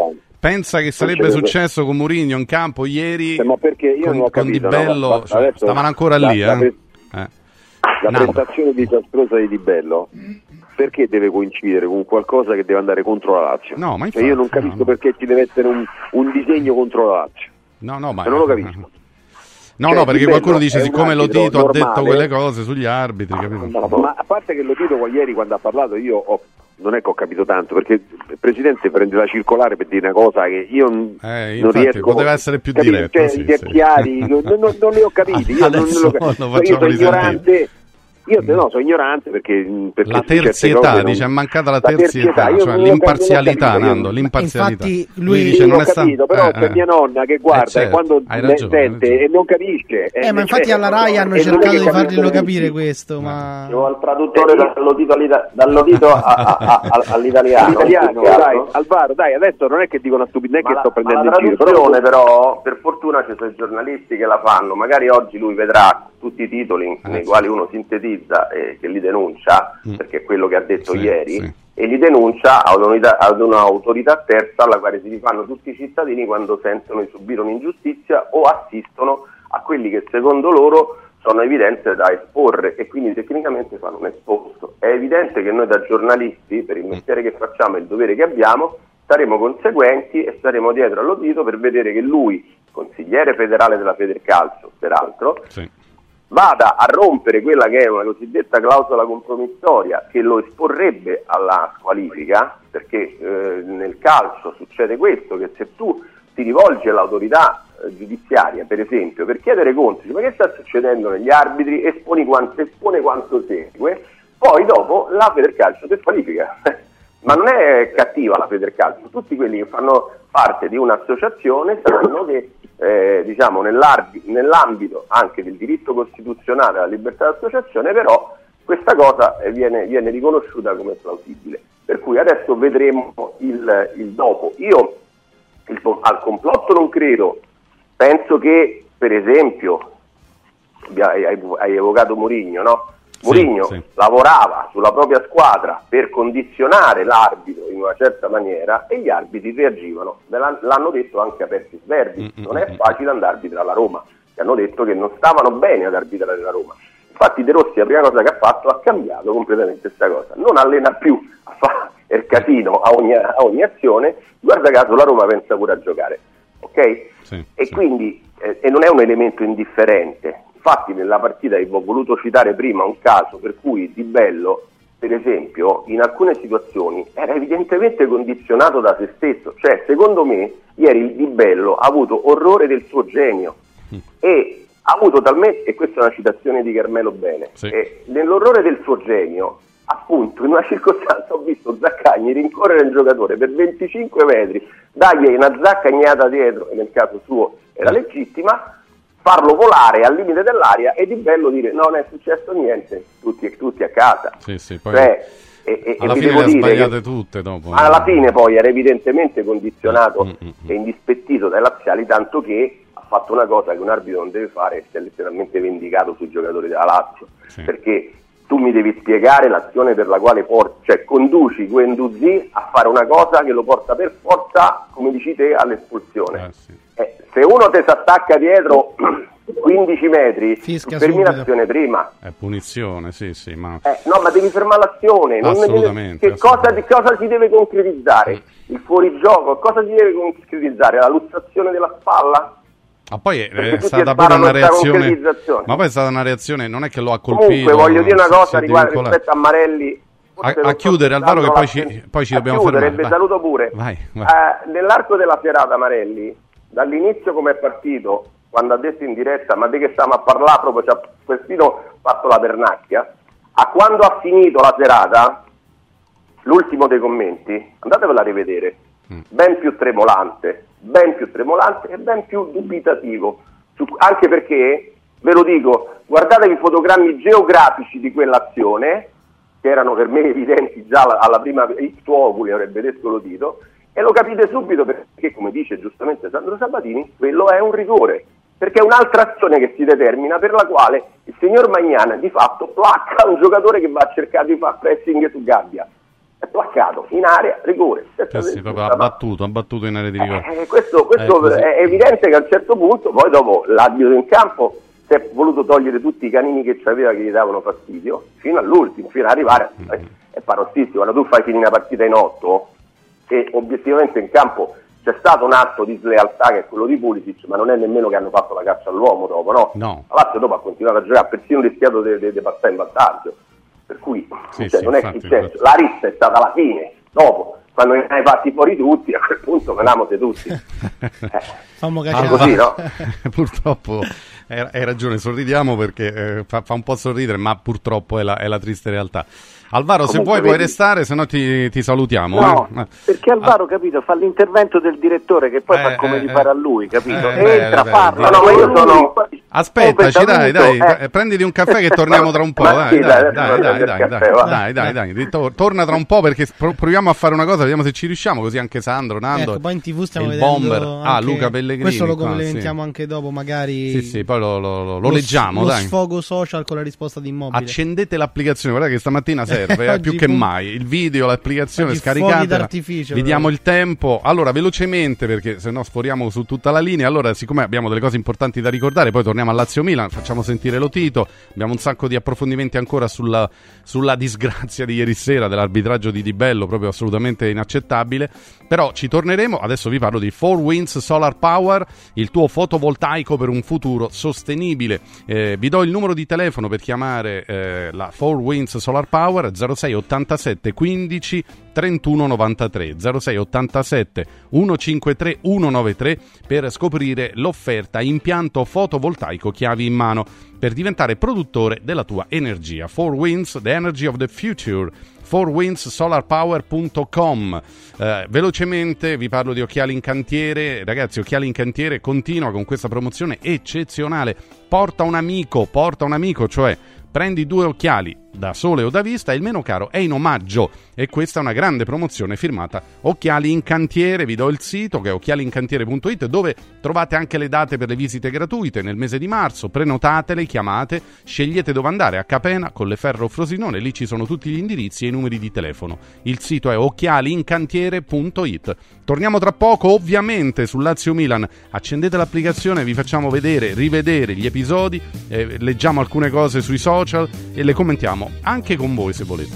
pensa che sarebbe successo con Mourinho in campo ieri, eh, ma perché io con, non ho con capito, Di Bello, no? cioè, stavano ancora la, lì la, eh. La, eh. la no. prestazione disastrosa di Di Bello perché deve coincidere con qualcosa che deve andare contro la Lazio? No, ma infatti, e io non capisco no, no. perché ci deve essere un, un disegno contro la Lazio. No, no, ma non lo capisco. No, cioè, no, perché qualcuno dice siccome Lotito normale, ha detto quelle cose sugli arbitri, capito? No, ma a parte che Lotito ieri quando ha parlato io ho, non è che ho capito tanto, perché il Presidente prende la circolare per dire una cosa che io eh, non infatti, riesco poteva essere più capito, diretto, cioè, sì, i sì. chiari, non, non, non li ho capiti, io, non, non lo, lo io sono ignorante. Io no, sono ignorante perché, perché la terzietà, non... dice, è mancata la, la terzietà, terzietà cioè l'imparzialità, Nando, l'imparzialità. Infatti lui, lui dice non non ho è capito, sta... però eh, c'è eh. mia nonna che guarda eh, certo, e quando ragione, sente e non capisce. Eh, ma infatti cioè, alla Rai hanno cercato di farglielo capire questo, ma... Io al traduttore dall'Odito, dall'Odito a, a, a, a, all'italiano. All'italiano, dai, Alvaro, dai, adesso non è che dico una stupidità, che sto prendendo in giro. La traduzione però, per fortuna ci sono i giornalisti che la fanno, magari oggi lui vedrà tutti i titoli eh, nei sì. quali uno sintetizza e che li denuncia, mm. perché è quello che ha detto sì, ieri, sì. e li denuncia ad un'autorità, ad un'autorità terza alla quale si rifanno tutti i cittadini quando sentono di subire un'ingiustizia o assistono a quelli che secondo loro sono evidenze da esporre e quindi tecnicamente fanno un esposto. È evidente che noi da giornalisti, per il mestiere che facciamo e il dovere che abbiamo, saremo conseguenti e staremo dietro all'Odito per vedere che lui, consigliere federale della Federcalcio, peraltro, Sì. vada a rompere quella che è una cosiddetta clausola compromissoria che lo esporrebbe alla squalifica, perché eh, nel calcio succede questo, che se tu ti rivolgi all'autorità eh, giudiziaria, per esempio, per chiedere conto, ma che sta succedendo negli arbitri, esponi quanto, espone quanto segue, poi dopo la Federcalcio ti squalifica. Ma non è cattiva la Federcalcio, tutti quelli che fanno parte di un'associazione sanno che eh, diciamo nell'ambito anche del diritto costituzionale alla libertà d'associazione, però questa cosa eh, viene, viene riconosciuta come plausibile. Per cui adesso vedremo il, il dopo. Io il, al complotto non credo, penso che per esempio hai, hai evocato Mourinho, no? Mourinho sì, sì. lavorava sulla propria squadra per condizionare l'arbitro in una certa maniera e gli arbitri reagivano. L'hanno detto anche aperti sverbi. Non è facile andare a arbitrare la Roma. Ti hanno detto che non stavano bene ad arbitrare la Roma. Infatti De Rossi la prima cosa che ha fatto ha cambiato completamente questa cosa. Non allena più a fare il casino a ogni, a ogni azione. Guarda caso la Roma pensa pure a giocare. Ok? Sì, e sì. quindi eh, e non è un elemento indifferente. Infatti nella partita che ho voluto citare prima un caso per cui Di Bello, per esempio, in alcune situazioni era evidentemente condizionato da se stesso, cioè secondo me ieri il Di Bello ha avuto orrore del suo genio, e ha avuto talmente, e questa è una citazione di Carmelo Bene, sì. e nell'orrore del suo genio, appunto in una circostanza ho visto Zaccagni rincorrere il giocatore per venticinque metri, dargli una zaccagnata dietro, e nel caso suo era legittima, farlo volare al limite dell'aria e Di Bello dire no, non è successo niente, tutti, tutti a casa. Sì, sì, poi cioè, e, e, alla e fine le ha sbagliate tutte dopo. Alla fine poi era evidentemente condizionato mm, mm, mm. e indispettito dai laziali, tanto che ha fatto una cosa che un arbitro non deve fare, e si è letteralmente vendicato sui giocatori della Lazio, sì. perché tu mi devi spiegare l'azione per la quale porti, cioè conduci Guendouzi a fare una cosa che lo porta per forza, come dici te, all'espulsione. Eh, sì. eh, se uno ti si attacca dietro quindici metri, fermi l'azione prima. È punizione, sì, sì, ma... Eh, no, ma devi fermare l'azione. Non assolutamente. Deve... Che assolutamente. Cosa, cosa si deve concretizzare? Il fuorigioco, cosa si deve concretizzare? La lussazione della spalla? Ma poi è, è stata pure una reazione, ma poi è stata una reazione, non è che lo ha colpito. Comunque voglio dire una cosa riguardo, rispetto a Marelli, a, a chiudere Alvaro, che poi ci, poi ci dobbiamo chiudere, fermare. Saluto pure. Vai, vai. Eh, nell'arco della serata Marelli, dall'inizio come è partito, quando ha detto in diretta ma di che stiamo a parlare, proprio ci ha persino fatto la pernacchia, a quando ha finito la serata, l'ultimo dei commenti, andatevela a rivedere, mm. ben più tremolante, ben più tremolante e ben più dubitativo, su, anche perché, ve lo dico, guardatevi i fotogrammi geografici di quell'azione, che erano per me evidenti già alla, alla prima ipso oculi, avrebbe detto lo dito, e lo capite subito perché, come dice giustamente Sandro Sabatini, quello è un rigore, perché è un'altra azione che si determina, per la quale il signor Maignan di fatto placca un giocatore che va a cercare di fare pressing su gabbia. È placcato in area, rigore. Eh sì, proprio ha battuto, ha battuto in area di rigore. Eh, questo questo è, è evidente che a un certo punto, poi dopo l'arbitro in campo si è voluto togliere tutti i canini che c'aveva che gli davano fastidio, fino all'ultimo, fino ad arrivare, mm-hmm. eh, è parossissimo. Quando tu fai finire una partita in otto, e obiettivamente in campo c'è stato un atto di slealtà che è quello di Pulisic, ma non è nemmeno che hanno fatto la caccia all'uomo dopo, no? No. La Lazio dopo ha continuato a giocare, ha persino rischiato di passare in vantaggio. Per cui sì, cioè, sì, non infatti, è successo, la rissa è stata alla fine, dopo, quando ne hai fatti fuori tutti, a quel punto menamose tutti. Eh, Fammo cacciare. Così, no? Purtroppo hai, hai ragione, sorridiamo perché eh, fa, fa un po' sorridere, ma purtroppo è la, è la triste realtà. Alvaro, comunque, se vuoi vedi... puoi restare, se no ti, ti salutiamo. No, eh. perché Alvaro, capito, fa l'intervento del direttore che poi eh, fa come eh, di fare a lui, capito? Eh, Entra, beh, parla. No, no, ma io sono... Aspettaci, dai, dai, eh. prenditi un caffè che torniamo tra un po', dai, sì, dai, dai, dai, dai, dai, caffè, dai, dai, dai, dai, dai, torna tra un po' perché proviamo a fare una cosa, vediamo se ci riusciamo, così anche Sandro, Nando, ecco, poi in TV stiamo il vedendo bomber, anche... ah, Luca Pellegrini. Questo lo qua, commentiamo sì. anche dopo, magari. Sì, sì, poi lo, lo, lo, lo lo leggiamo, lo dai. Lo sfogo social con la risposta di Immobile. Accendete l'applicazione, guarda che stamattina serve, eh, più che mai, il video, l'applicazione, scaricatela, vi diamo il tempo. Allora, velocemente, perché se no sforiamo su tutta la linea, allora, siccome abbiamo delle cose importanti da ricordare, poi torniamo a Lazio-Milan, facciamo sentire lo Tito, abbiamo un sacco di approfondimenti ancora sulla, sulla disgrazia di ieri sera dell'arbitraggio di Di Bello, proprio assolutamente inaccettabile, però ci torneremo. Adesso vi parlo di four winds Solar Power, il tuo fotovoltaico per un futuro sostenibile. Eh, vi do il numero di telefono per chiamare eh, la four winds Solar Power, zero sei ottantasette quindici trentuno novantatré, zero sei ottantasette centocinquantatré centonovantatré, per scoprire l'offerta impianto fotovoltaico chiavi in mano per diventare produttore della tua energia. four winds, the energy of the future. four winds solar power punto com. Eh, velocemente vi parlo di Occhiali in Cantiere. Ragazzi, Occhiali in Cantiere continua con questa promozione eccezionale. Porta un amico, porta un amico, cioè prendi due occhiali da sole o da vista e il meno caro è in omaggio, e questa è una grande promozione firmata Occhiali in Cantiere. Vi do il sito, che è occhiali in cantiere punto it, dove trovate anche le date per le visite gratuite nel mese di marzo. Prenotatele, chiamate, scegliete dove andare, a Capena, Colleferro o Frosinone, lì ci sono tutti gli indirizzi e i numeri di telefono. Il sito è occhiali in cantiere punto it. Torniamo tra poco, ovviamente, sul Lazio Milan. Accendete l'applicazione, vi facciamo vedere, rivedere gli episodi, eh, leggiamo alcune cose sui social e le commentiamo anche con voi se volete.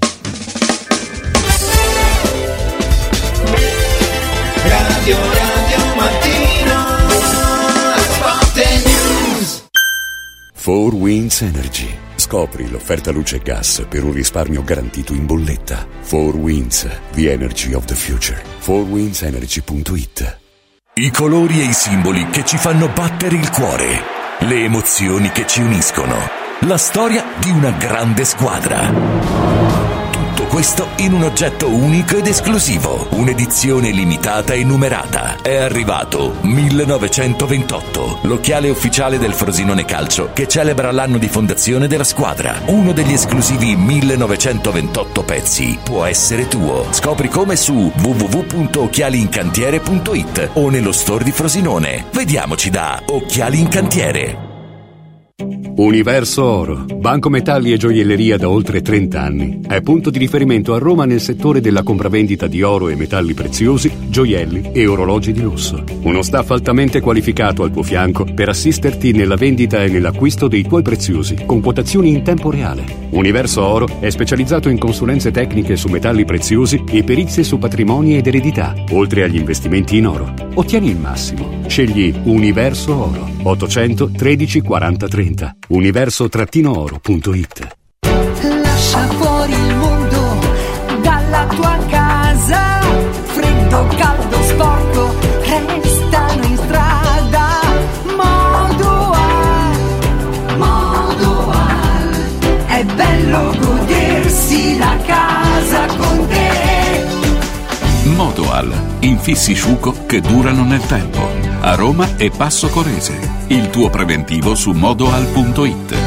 Radio Radio Mattino, Sport News. four winds Energy. Scopri l'offerta luce e gas per un risparmio garantito in bolletta. four winds, the energy of the future. four winds energy punto it. I colori e i simboli che ci fanno battere il cuore, le emozioni che ci uniscono, la storia di una grande squadra. Tutto questo in un oggetto unico ed esclusivo, un'edizione limitata e numerata. È arrivato millenovecentoventotto, l'occhiale ufficiale del Frosinone Calcio che celebra l'anno di fondazione della squadra. Uno degli esclusivi millenovecentoventotto pezzi può essere tuo. Scopri come su w w w punto occhiali in cantiere punto i t o nello store di Frosinone. Vediamoci da Occhiali in Cantiere. Universo Oro, banco metalli e gioielleria da oltre trenta anni. È punto di riferimento a Roma nel settore della compravendita di oro e metalli preziosi, gioielli e orologi di lusso. Uno staff altamente qualificato al tuo fianco per assisterti nella vendita e nell'acquisto dei tuoi preziosi, con quotazioni in tempo reale. Universo Oro è specializzato in consulenze tecniche su metalli preziosi e perizie su patrimoni ed eredità, oltre agli investimenti in oro. Ottieni il massimo. Scegli Universo Oro. ottocento tredici quaranta trenta. universo oro punto i t. Lascia fuori il mondo dalla tua casa. Freddo, caldo, sporco, restano in strada. Modoal, Modoal, è bello godersi la casa con te. Modoal, infissi Sciuco che durano nel tempo. A Roma e Passo Corese. Il tuo preventivo su modoal punto i t.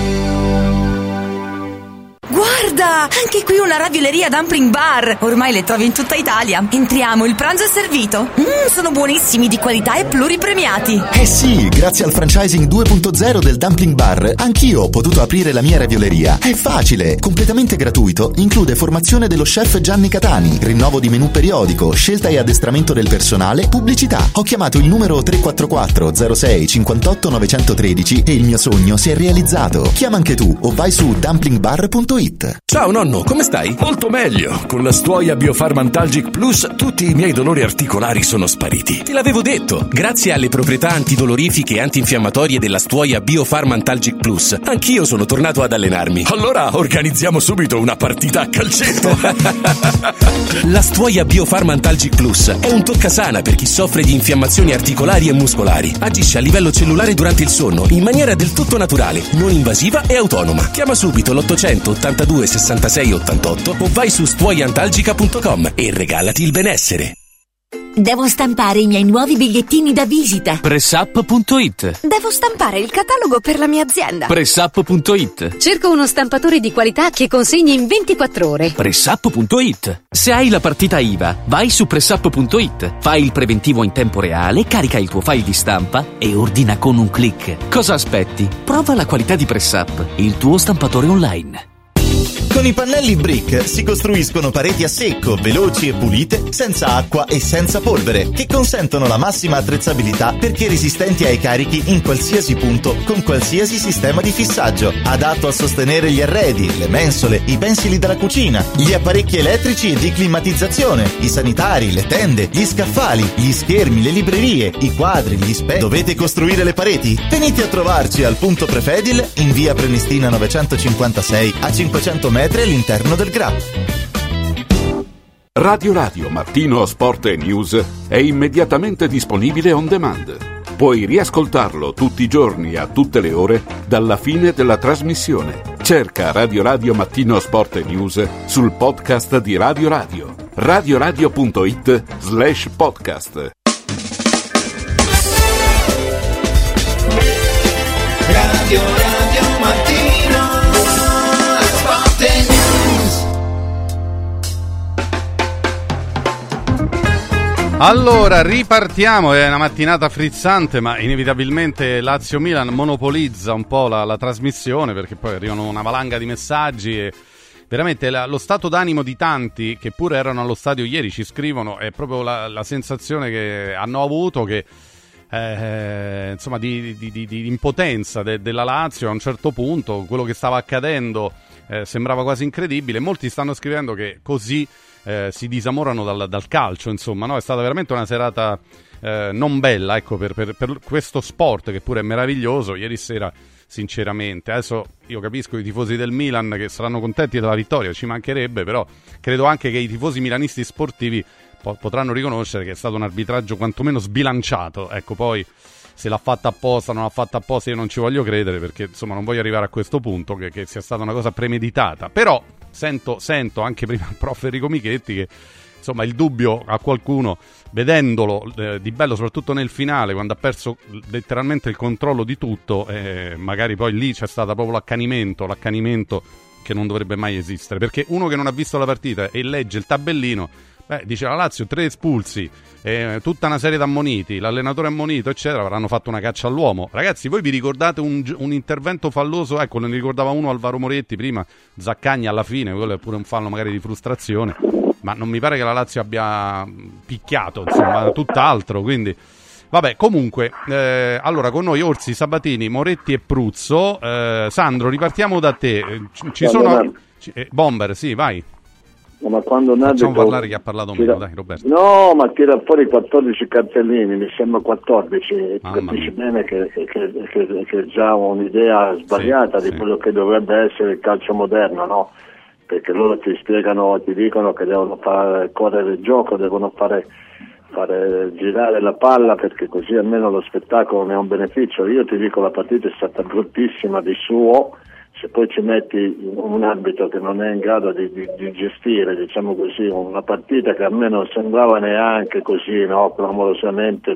Guarda, anche qui una ravioleria Dumpling Bar. Ormai le trovi in tutta Italia. Entriamo, il pranzo è servito. Mmm, sono buonissimi, di qualità e pluripremiati. Eh sì, grazie al franchising due punto zero del Dumpling Bar, anch'io ho potuto aprire la mia ravioleria. È facile, completamente gratuito, include formazione dello chef Gianni Catani, rinnovo di menù periodico, scelta e addestramento del personale, pubblicità. Ho chiamato il numero tre quattro quattro zero sei cinquantotto novecentotredici e il mio sogno si è realizzato. Chiama anche tu o vai su dumpling bar punto i t. Ciao nonno, come stai? Molto meglio. Con la Stuoia Biofarmantalgic Plus tutti i miei dolori articolari sono spariti. Te l'avevo detto. Grazie alle proprietà antidolorifiche e antinfiammatorie della Stuoia Biofarmantalgic Plus, anch'io sono tornato ad allenarmi. Allora organizziamo subito una partita a calcetto. La Stuoia Biofarmantalgic Plus è un toccasana per chi soffre di infiammazioni articolari e muscolari. Agisce a livello cellulare durante il sonno in maniera del tutto naturale, non invasiva e autonoma. Chiama subito l'ottocento ottantadue sessantasei ottantotto o vai su stuoiantalgica punto com e regalati il benessere. Devo stampare i miei nuovi bigliettini da visita. Pressup punto i t. Devo stampare il catalogo per la mia azienda. Pressup punto i t. Cerco uno stampatore di qualità che consegni in ventiquattro ore. Pressup punto i t. Se hai la partita I V A, vai su Pressup punto i t. Fai il preventivo in tempo reale, carica il tuo file di stampa e ordina con un click. Cosa aspetti? Prova la qualità di Pressup, il tuo stampatore online. Con i pannelli Brick si costruiscono pareti a secco, veloci e pulite, senza acqua e senza polvere, che consentono la massima attrezzabilità perché resistenti ai carichi in qualsiasi punto, con qualsiasi sistema di fissaggio, adatto a sostenere gli arredi, le mensole, i pensili della cucina, gli apparecchi elettrici e di climatizzazione, i sanitari, le tende, gli scaffali, gli schermi, le librerie, i quadri, gli specchi. Dovete costruire le pareti? Venite a trovarci al punto Prefedil in via Prenestina novecentocinquantasei a cinquecento metri all'interno del G R A P. Radio Radio Mattino Sport e News è immediatamente disponibile on demand. Puoi riascoltarlo tutti i giorni a tutte le ore dalla fine della trasmissione. Cerca Radio Radio Mattino Sport e News sul podcast di Radio Radio. radioradio punto i t slash podcast. Radio Radio Mattino Sport e News. Allora, ripartiamo, è una mattinata frizzante, ma inevitabilmente Lazio-Milan monopolizza un po' la, la trasmissione, perché poi arrivano una valanga di messaggi e veramente la, lo stato d'animo di tanti che pure erano allo stadio ieri, ci scrivono, è proprio la, la sensazione che hanno avuto che eh, insomma di, di, di, di impotenza de, della Lazio a un certo punto. Quello che stava accadendo eh, sembrava quasi incredibile. Molti stanno scrivendo che così eh, si disamorano dal, dal calcio, insomma, no? È stata veramente una serata eh, non bella, ecco, per, per, per questo sport che pure è meraviglioso. Ieri sera, sinceramente, adesso io capisco i tifosi del Milan che saranno contenti della vittoria, ci mancherebbe, però credo anche che i tifosi milanisti sportivi po- potranno riconoscere che è stato un arbitraggio quantomeno sbilanciato. Ecco, poi se l'ha fatta apposta, non l'ha fatta apposta, io non ci voglio credere, perché insomma non voglio arrivare a questo punto che, che sia stata una cosa premeditata. Però sento, sento anche prima il prof Enrico Michetti che insomma il dubbio a qualcuno, vedendolo eh, Di Bello soprattutto nel finale, quando ha perso letteralmente il controllo di tutto, eh, magari poi lì c'è stato proprio l'accanimento, l'accanimento che non dovrebbe mai esistere, perché uno che non ha visto la partita e legge il tabellino, beh, dice la Lazio tre espulsi, eh, tutta una serie di ammoniti, l'allenatore ammonito eccetera, avranno fatto una caccia all'uomo. Ragazzi, voi vi ricordate un, un intervento falloso? Ecco, ne ricordava uno Alvaro Moretti prima, Zaccagni alla fine, quello è pure un fallo magari di frustrazione, ma non mi pare che la Lazio abbia picchiato, insomma, tutt'altro, quindi vabbè. Comunque, eh, allora con noi Orsi, Sabatini, Moretti e Pruzzo. eh, Sandro, ripartiamo da te. Ci, ci sono ci, eh, Bomber, sì, vai. No, ma quando facciamo parlare chi ha parlato tira... meno, dai Roberto. No, ma tira fuori quattordici cartellini, mi sembra quattordici, e tu capisci bene che, che, che, che, che è già un'idea sbagliata sì, di sì. quello che dovrebbe essere il calcio moderno, no? Perché loro ti spiegano, ti dicono che devono fare correre il gioco, devono fare, fare girare la palla, perché così almeno lo spettacolo ne ha un beneficio. Io ti dico, la partita è stata bruttissima di suo, se poi ci metti un arbitro che non è in grado di, di, di gestire, diciamo così, una partita che a me non sembrava neanche così, no, clamorosamente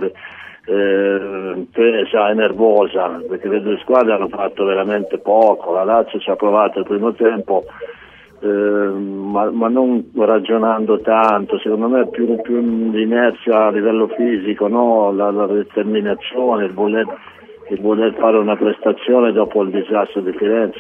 eh, tesa e nervosa, perché le due squadre hanno fatto veramente poco. La Lazio ci ha provato il primo tempo, Eh, ma, ma non ragionando tanto, secondo me più, più l'inerzia a livello fisico, no? la, la determinazione, il voler, il voler fare una prestazione dopo il disastro di Firenze,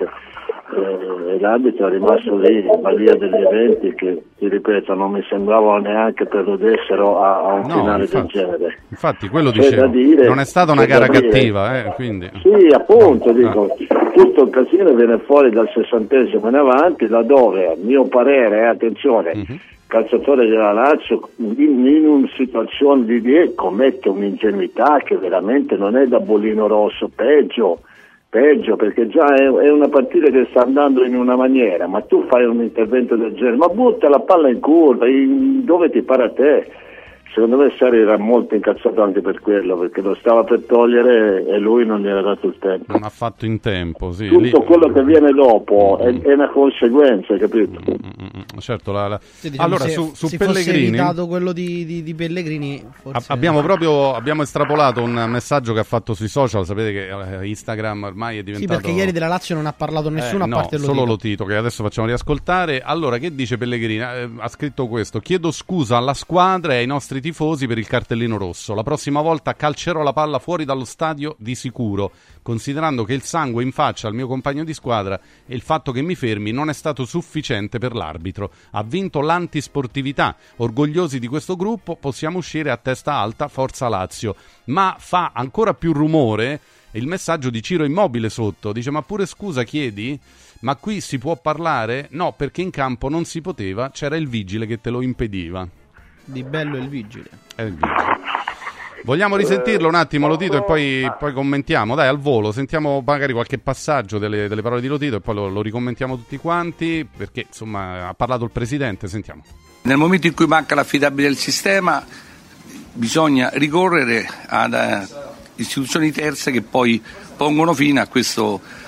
eh, e l'arbitro è rimasto lì in balia degli eventi che, ti ripeto, non mi sembravano neanche preludessero a, a un no, finale infatti, del genere. Infatti quello c'è dicevo, dire, non è stata una gara dire. cattiva, eh, quindi. Sì, appunto, no, dico, ah. tutto il casino viene fuori dal sessantesimo in avanti, laddove, a mio parere, eh, attenzione, uh-huh. calciatore della Lazio in, in una situazione di die commette un'ingenuità che veramente non è da bollino rosso, peggio, peggio, perché già è, è una partita che sta andando in una maniera, ma tu fai un intervento del genere, ma butta la palla in curva, in, dove ti pare a te? Secondo me Sarri era molto incazzato anche per quello, perché lo stava per togliere e lui non gli era dato il tempo. Non ha fatto in tempo, sì. Tutto lì... quello che viene dopo mm. è, è una conseguenza, capito? Mm, certo, la, la... Sì, diciamo, allora se, su, su se Pellegrini fosse quello di, di, di Pellegrini forse... abbiamo proprio abbiamo estrapolato un messaggio che ha fatto sui social. Sapete che Instagram ormai è diventato... Sì, perché ieri della Lazio non ha parlato nessuno eh, a no, parte Lotito. solo Lotito, che adesso facciamo riascoltare. Allora, che dice Pellegrini? Eh, ha scritto questo: chiedo scusa alla squadra e ai nostri tifosi per il cartellino rosso. La prossima volta calcerò la palla fuori dallo stadio di sicuro, considerando che il sangue in faccia al mio compagno di squadra e il fatto che mi fermi non è stato sufficiente per l'arbitro. Ha vinto l'antisportività. Orgogliosi di questo gruppo, possiamo uscire a testa alta, forza Lazio. Ma fa ancora più rumore il messaggio di Ciro Immobile sotto. Dice: ma pure scusa chiedi? Ma qui si può parlare? No, perché in campo non si poteva, c'era il vigile che te lo impediva. Di Bello il vigile. È il vigile. Vogliamo risentirlo un attimo Lotito e poi, poi commentiamo, dai, al volo, sentiamo magari qualche passaggio delle, delle parole di Lotito e poi lo, lo ricommentiamo tutti quanti, perché insomma ha parlato il presidente, sentiamo. Nel momento in cui manca l'affidabilità del sistema bisogna ricorrere ad uh, istituzioni terze che poi pongono fine a questa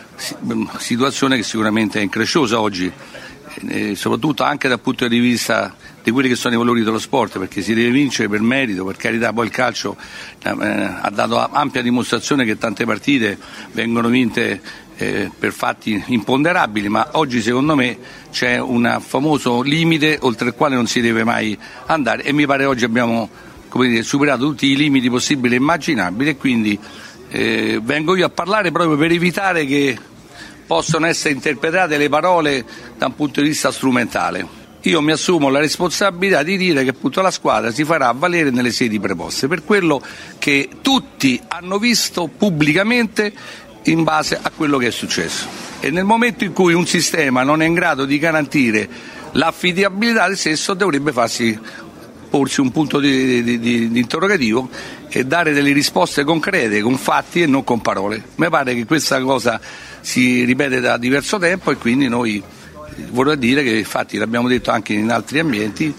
situazione che sicuramente è incresciosa oggi, eh, soprattutto anche dal punto di vista di quelli che sono i valori dello sport, perché si deve vincere per merito, per carità. Poi il calcio eh, ha dato ampia dimostrazione che tante partite vengono vinte eh, per fatti imponderabili, ma oggi secondo me c'è un famoso limite oltre il quale non si deve mai andare, e mi pare oggi abbiamo, come dire, superato tutti i limiti possibili e immaginabili, e quindi eh, vengo io a parlare proprio per evitare che possano essere interpretate le parole da un punto di vista strumentale. Io mi assumo la responsabilità di dire che appunto la squadra si farà valere nelle sedi preposte per quello che tutti hanno visto pubblicamente in base a quello che è successo, e nel momento in cui un sistema non è in grado di garantire l'affidabilità del stesso dovrebbe farsi porsi un punto di, di, di, di interrogativo e dare delle risposte concrete con fatti e non con parole. Mi pare che questa cosa si ripete da diverso tempo, e quindi noi vorrei dire che, infatti l'abbiamo detto anche in altri ambienti,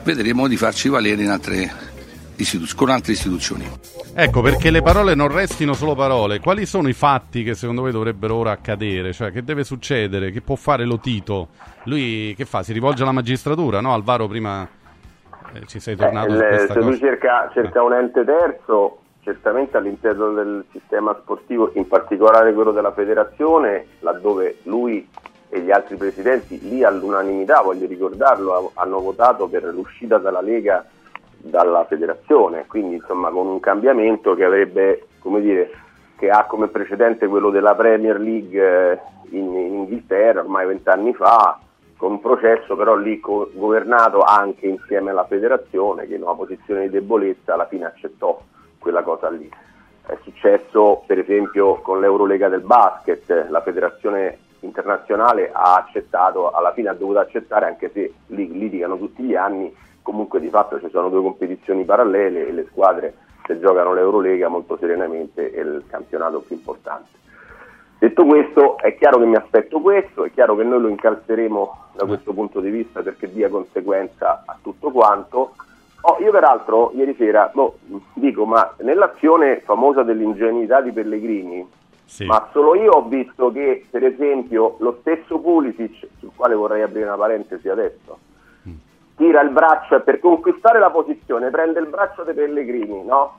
vedremo di farci valere in altre istituz- con altre istituzioni. Ecco, perché le parole non restino solo parole, quali sono i fatti che secondo voi dovrebbero ora accadere? Cioè, che deve succedere? Che può fare Lotito? Lui che fa? Si rivolge alla magistratura, no? Alvaro, prima eh, ci sei tornato eh, su questa se cosa. lui cerca, cerca eh. un ente terzo, certamente all'interno del sistema sportivo, in particolare quello della federazione, laddove lui e gli altri presidenti, lì all'unanimità, voglio ricordarlo, hanno votato per l'uscita dalla Lega dalla federazione, quindi insomma con un cambiamento che avrebbe, come dire, che ha come precedente quello della Premier League in, in Inghilterra ormai vent'anni fa, con un processo però lì co- governato anche insieme alla federazione, che in una posizione di debolezza alla fine accettò quella cosa lì. È successo per esempio con l'Eurolega del basket, la federazione internazionale ha accettato, alla fine ha dovuto accettare, anche se lì litigano tutti gli anni, comunque di fatto ci sono due competizioni parallele e le squadre se giocano l'Eurolega molto serenamente è il campionato più importante. Detto questo, è chiaro che mi aspetto questo, è chiaro che noi lo incalzeremo da questo punto di vista perché dia conseguenza a tutto quanto. Oh, io peraltro ieri sera boh, dico, ma nell'azione famosa dell'ingenuità di Pellegrini, sì. ma solo io ho visto che per esempio lo stesso Pulisic, sul quale vorrei aprire una parentesi adesso, tira il braccio e per conquistare la posizione prende il braccio dei Pellegrini, no?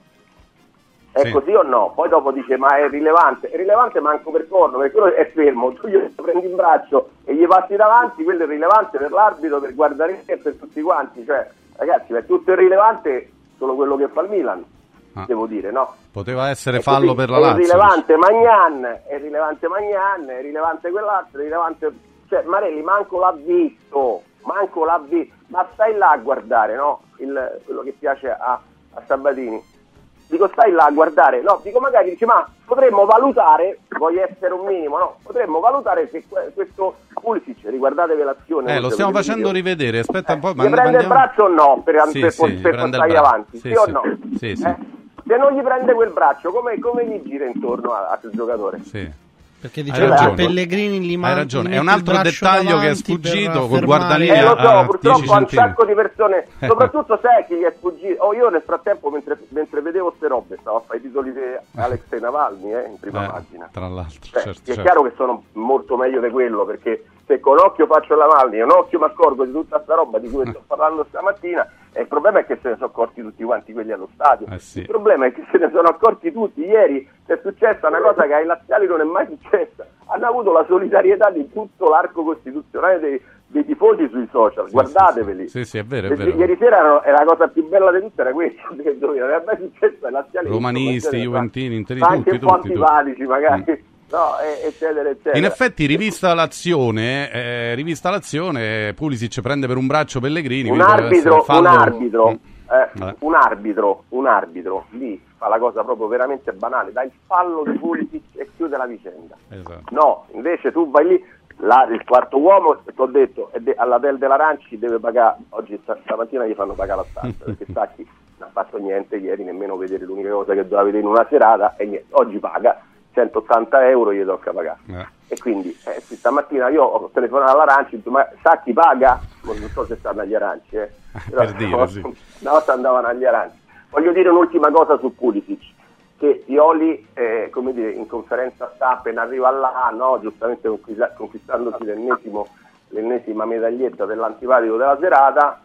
È sì. così o no? Poi dopo dice ma è rilevante, è rilevante manco per corno, perché quello è fermo, tu gli prendi in braccio e gli passi davanti, quello è rilevante per l'arbitro, per guardare e per tutti quanti, cioè ragazzi è tutto irrilevante solo quello che fa il Milan, ah. devo dire, no? Poteva essere è fallo così. per la Lazio. È rilevante Magnan, è rilevante Magnan, è rilevante quell'altro, è rilevante, cioè Marelli manco l'ha visto, manco l'ha visto, ma stai là a guardare, no? Il, quello che piace a, a Sabatini. Dico stai là a guardare, no? Dico magari dice ma potremmo valutare, voglio essere un minimo, no? Potremmo valutare se questo Pulisic, riguardatevi l'azione. Eh, lo stiamo facendo video. rivedere, aspetta eh, un po'. Gli prende mandiamo... il braccio o no? Per, sì, per, sì, per portargli avanti, sì, sì o no? Sì, sì. Eh? Se non gli prende quel braccio, come, come gli gira intorno al giocatore? Sì. Perché diceva che Pellegrini gli manca. Hai ragione, è un altro dettaglio che è sfuggito col guardalinea. Eh lo so, purtroppo a un sacco di persone, soprattutto sai chi gli è sfuggito. Oh, io nel frattempo mentre, mentre vedevo ste robe stavo a fare i titoli di Alexei Navalny eh, in prima eh, pagina. Tra l'altro, cioè, certo, è certo. chiaro che sono molto meglio di quello, perché se con occhio faccio Navalny e un occhio mi accorgo di tutta sta roba di cui sto parlando stamattina, e il problema è che se ne sono accorti tutti quanti quelli allo stadio. Eh sì. Il problema è che se ne sono accorti tutti. Ieri è successa una cosa che ai laziali non è mai successa. Hanno avuto la solidarietà di tutto l'arco costituzionale dei, dei tifosi sui social, sì, guardateveli. Sì, sì, sì, è vero, è vero. Ieri sera erano, la cosa più bella di tutte era questa, che non era mai successo ai laziali. Romanisti, juventini, interi, anche tutti, un po' tutti, antipatici tutti. magari. Mm. No, eccetera, eccetera. In effetti, rivista l'azione, eh, rivista l'azione, Pulisic prende per un braccio Pellegrini. Un arbitro, un arbitro, mm. eh, un arbitro, un arbitro lì fa la cosa proprio veramente banale, dà il fallo di Pulisic e chiude la vicenda. Esatto. No, invece tu vai lì, là, il quarto uomo, ti ho detto, è de- alla Del dell'Aranci deve pagare, oggi st- stamattina gli fanno pagare la stanza, perché Sacchi non ha fatto niente ieri, nemmeno vedere l'unica cosa che doveva vedere in una serata, e niente, oggi paga centottanta euro, gli tocca pagare. Eh. E quindi eh, stamattina io ho telefonato all'Aranci, ma Sacchi paga? Non so se stanno agli Aranci, eh. per dire, sì. Una volta andavano agli Aranci. Voglio dire un'ultima cosa su Pulisic, che Pioli, eh, come dire, in conferenza stampa appena arriva là, no, giustamente conquista- conquistandosi l'ennesimo, l'ennesima medaglietta dell'antipatico della serata,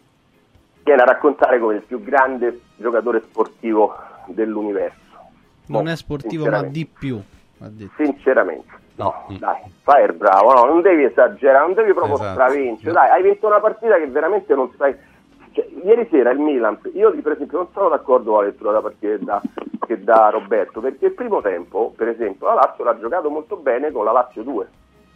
viene a raccontare come il più grande giocatore sportivo dell'universo. Non è sportivo, ma di più. Ha detto. Sinceramente, no, mm. dai, fai il bravo, no, non devi esagerare, non devi proprio esatto. stravincere, dai, hai vinto una partita che veramente non sai. Cioè, ieri sera il Milan, io per esempio non sono d'accordo con la lettura da partita che dà, che dà Roberto, perché il primo tempo, per esempio, la Lazio l'ha giocato molto bene con la Lazio due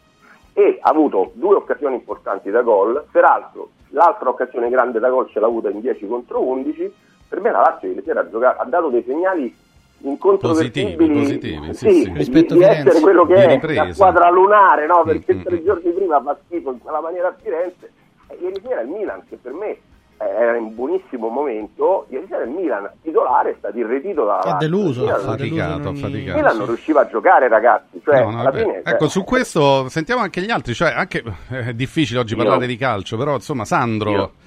e ha avuto due occasioni importanti da gol, peraltro l'altra occasione grande da gol ce l'ha avuta in dieci contro undici. Per me la Lazio ieri sera ha, giocato, ha dato dei segnali incontrovertibili, positivi, positivi, sì, sì, sì. Rispetto di, di essere quello che è la squadra lunare, no? Perché mm, tre mm. giorni prima fa schifo in quella maniera a Firenze, e ieri sera il Milan, che per me era in buonissimo momento, ieri sera il Milan titolare è stato irretito da ha deluso, ha faticato, ha faticato. Il Milan non riusciva a giocare, ragazzi, cioè no, no, alla fine, ecco, cioè, su questo sentiamo anche gli altri, cioè anche è difficile oggi io, parlare di calcio, però insomma Sandro io.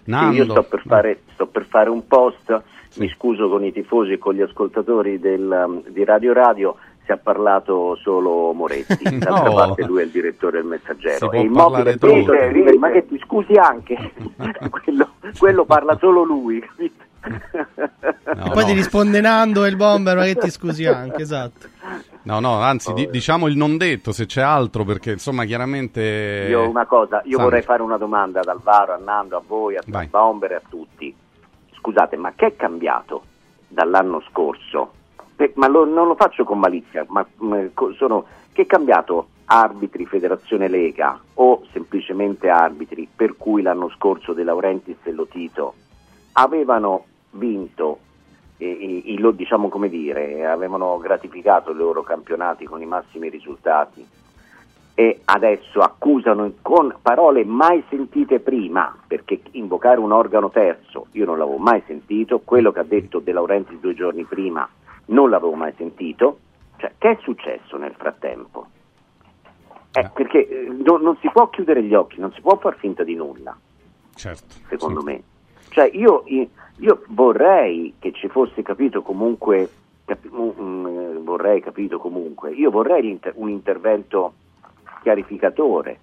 Nando. Sì, io sto per fare, sto per fare un post, sì. Mi scuso con i tifosi e con gli ascoltatori del, di Radio Radio, si è parlato solo Moretti, d'altra no. parte lui è il direttore del Messaggero. E Immobile Prete, ma che ti scusi anche, quello, quello parla solo lui, capito? No, poi no. Ti risponde Nando e il Bomber, ma che ti scusi anche, esatto. No, no, anzi, oh, di, diciamo il non detto, se c'è altro, perché insomma chiaramente... Io una cosa, io Sandro. vorrei fare una domanda ad Alvaro, a Nando, a voi, a Bomber e a tutti. Scusate, ma che è cambiato dall'anno scorso? Per, ma lo, non lo faccio con malizia, ma mh, sono... Che è cambiato arbitri, Federazione Lega o semplicemente arbitri per cui l'anno scorso De Laurentiis e Lotito avevano vinto e, e, e lo diciamo come dire, avevano gratificato i loro campionati con i massimi risultati e adesso accusano con parole mai sentite prima, perché invocare un organo terzo io non l'avevo mai sentito, quello che ha detto De Laurentiis due giorni prima non l'avevo mai sentito, cioè che è successo nel frattempo? Eh, perché eh, no, non si può chiudere gli occhi, non si può far finta di nulla, certo, secondo certo. me. Cioè io, io vorrei che ci fosse capito comunque, capi, um, vorrei capito comunque, io vorrei inter- un intervento chiarificatore,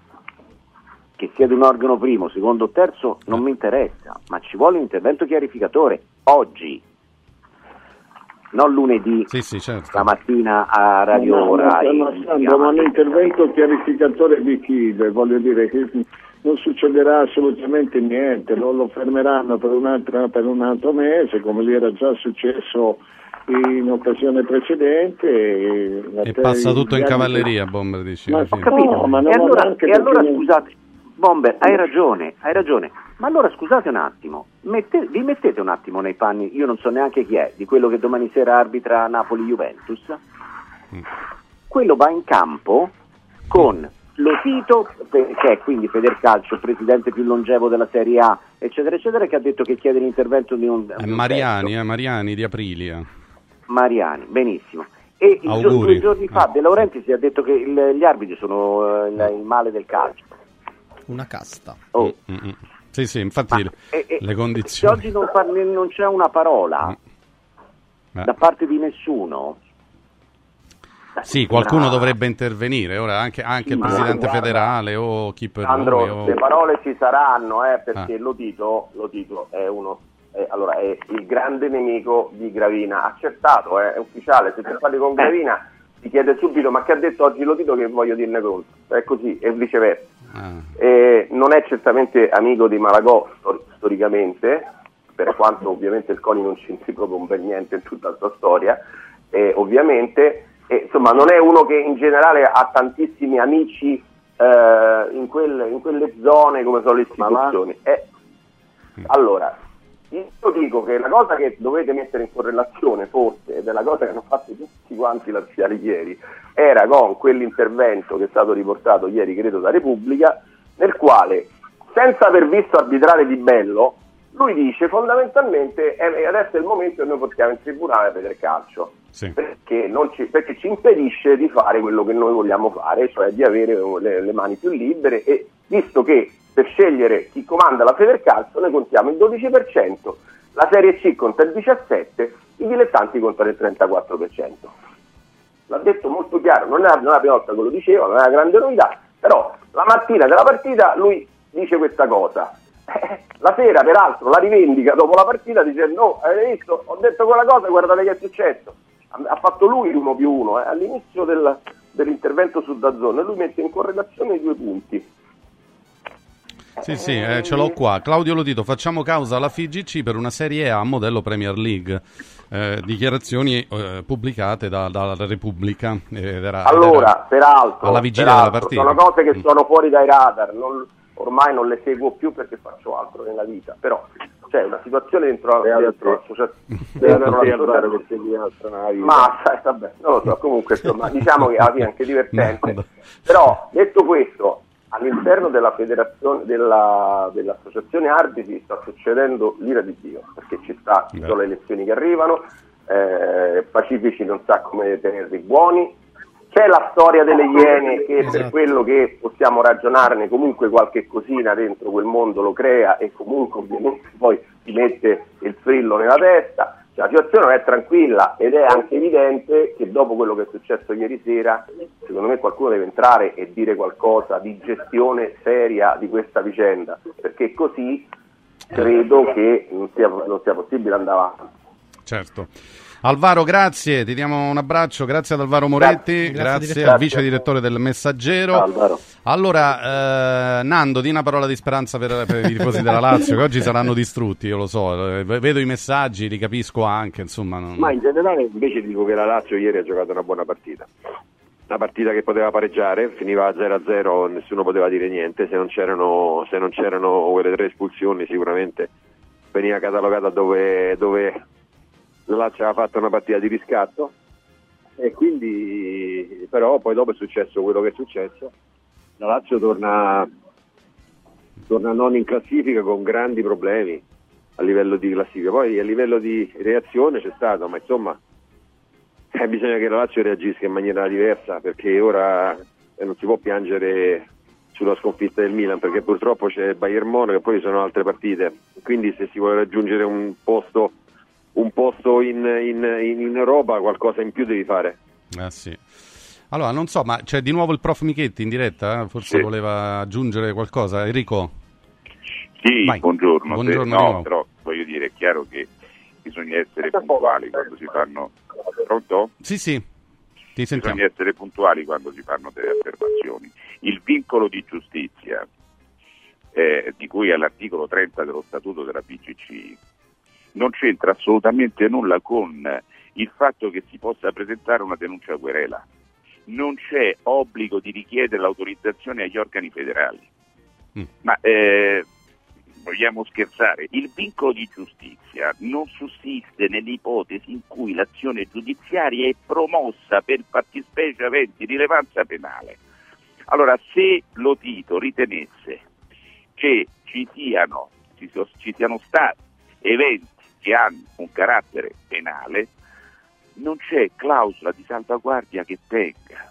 che sia di un organo primo, secondo o terzo, non mi interessa, ma ci vuole un intervento chiarificatore oggi, non lunedì, sì, sì, certo. la mattina a Radio no, Rai. No, no, no, ma l'intervento chiarificatore di chi? Voglio dire che non succederà assolutamente niente, non lo fermeranno per un altro, per un altro mese, come gli era già successo in occasione precedente. E, e passa tutto in cavalleria, Bomber, dici. Ma, ho capito, no, ma non e allora, e allora scusate, Bomber, hai ragione, hai ragione, ma allora scusate un attimo, mette, vi mettete un attimo nei panni, io non so neanche chi è, di quello che domani sera arbitra Napoli-Juventus, mm. quello va in campo con Lotito, che è quindi Federcalcio, presidente più longevo della Serie A, eccetera, eccetera, che ha detto che chiede l'intervento di un... È Mariani, eh, Mariani di Aprilia. Mariani, benissimo. E il gio- due giorni fa De Laurentiis ha detto che il, gli arbitri sono uh, il, il male del calcio. Una casta. Oh. Mm-hmm. Sì, sì, infatti Ma, le, e, le condizioni... Se oggi non, par- non c'è una parola mm. da parte di nessuno... Sì, qualcuno dovrebbe intervenire, ora anche, anche sì, il presidente guarda, federale o chi per Sandro, noi. O... le parole ci saranno, eh, perché ah. Lotito, Lotito è uno, è, allora, è il grande nemico di Gravina, accertato, eh, è ufficiale, se ti parli con Gravina ti chiede subito ma che ha detto oggi Lotito che voglio dirne contro, è così, e viceversa. Ah. E non è certamente amico di Malagò stor- storicamente, per quanto ovviamente il Coni non c'entri proprio un bel niente in tutta la sua storia, e ovviamente... E, insomma, non è uno che in generale ha tantissimi amici eh, in, quelle, in quelle zone come sono le istituzioni. Eh, allora, io dico che la cosa che dovete mettere in correlazione, forse, ed è la cosa che hanno fatto tutti quanti laziali ieri, era con quell'intervento che è stato riportato ieri, credo, da Repubblica, nel quale, senza aver visto arbitrare Di Bello, lui dice fondamentalmente eh, adesso è il momento che noi portiamo in tribunale a vedere calcio. Sì. Perché, non ci, perché ci impedisce di fare quello che noi vogliamo fare, cioè di avere le, le mani più libere, e visto che per scegliere chi comanda la Federcalcio noi contiamo il dodici per cento, la Serie C conta il diciassette per cento, i dilettanti contano il trentaquattro per cento. L'ha detto molto chiaro, non è la, non è la prima volta che lo diceva, non è una grande novità, però la mattina della partita lui dice questa cosa. La sera peraltro la rivendica dopo la partita dicendo no, avete visto, ho detto quella cosa, guardate che è successo. Ha fatto lui l'uno più uno eh, all'inizio del, dell'intervento su DAZN, e lui mette in correlazione i due punti. Sì, sì, eh, ce l'ho qua. Claudio Lotito, facciamo causa alla F I G C per una Serie A modello Premier League. Eh, dichiarazioni eh, pubblicate da, dalla Repubblica. Ed era, allora, ed era peraltro, alla vigilia peraltro, della partita. Sono cose che sono fuori dai radar, non, ormai non le seguo più perché faccio altro nella vita, però c'è una situazione dentro, dentro l'associazione, ma sai, vabbè, non lo so, comunque insomma diciamo che alla fine è anche divertente. No, però detto questo, all'interno della federazione della, dell'associazione arbitri sta succedendo l'ira di Dio, perché ci sta, ci sono le elezioni che arrivano, eh, Pacifici non sa come tenerli buoni, c'è la storia delle Iene che Esatto. per quello che possiamo ragionarne comunque qualche cosina dentro quel mondo lo crea e comunque ovviamente poi ti mette il frillo nella testa. La situazione non è tranquilla ed è anche evidente che dopo quello che è successo ieri sera, secondo me qualcuno deve entrare e dire qualcosa di gestione seria di questa vicenda, perché così credo che non sia, non sia possibile andare avanti. Certo. Alvaro, grazie, ti diamo un abbraccio, grazie ad Alvaro Moretti, grazie, grazie, grazie al vice direttore del Messaggero. Alvaro. Allora, eh, Nando, di una parola di speranza per, per i tifosi della Lazio, che oggi saranno distrutti, io lo so, eh, vedo i messaggi, li capisco anche, insomma. Non... Ma in generale invece dico che la Lazio ieri ha giocato una buona partita. Una partita che poteva pareggiare, finiva zero a zero, nessuno poteva dire niente, se non c'erano, se non c'erano quelle tre espulsioni sicuramente veniva catalogata dove... dove la Lazio aveva fatto una partita di riscatto e quindi però poi dopo è successo quello che è successo, la Lazio torna torna non in classifica con grandi problemi a livello di classifica, poi a livello di reazione c'è stato, ma insomma eh, bisogna che la Lazio reagisca in maniera diversa, perché ora eh, non si può piangere sulla sconfitta del Milan, perché purtroppo c'è il Bayern Monaco e poi ci sono altre partite, quindi se si vuole raggiungere un posto un posto in, in, in Europa, qualcosa in più devi fare. Ah sì. Allora, non so, ma c'è di nuovo il prof Michetti in diretta? Forse sì. voleva aggiungere qualcosa. Enrico? Sì, Vai. buongiorno. Buongiorno Se, no, però voglio dire, è chiaro che bisogna essere puntuali quando si fanno... Pronto? Sì, sì, ti sentiamo. Bisogna essere puntuali quando si fanno delle affermazioni. Il vincolo di giustizia, eh, di cui all'articolo trenta dello Statuto della B G C, non c'entra assolutamente nulla con il fatto che si possa presentare una denuncia a querela. Non c'è obbligo di richiedere l'autorizzazione agli organi federali. Mm. Ma eh, vogliamo scherzare? Il vincolo di giustizia non sussiste nell'ipotesi in cui l'azione giudiziaria è promossa per fattispecie aventi rilevanza penale. Allora, se lo Tito ritenesse che ci siano, ci, ci siano stati eventi che hanno un carattere penale, non c'è clausola di salvaguardia che tenga.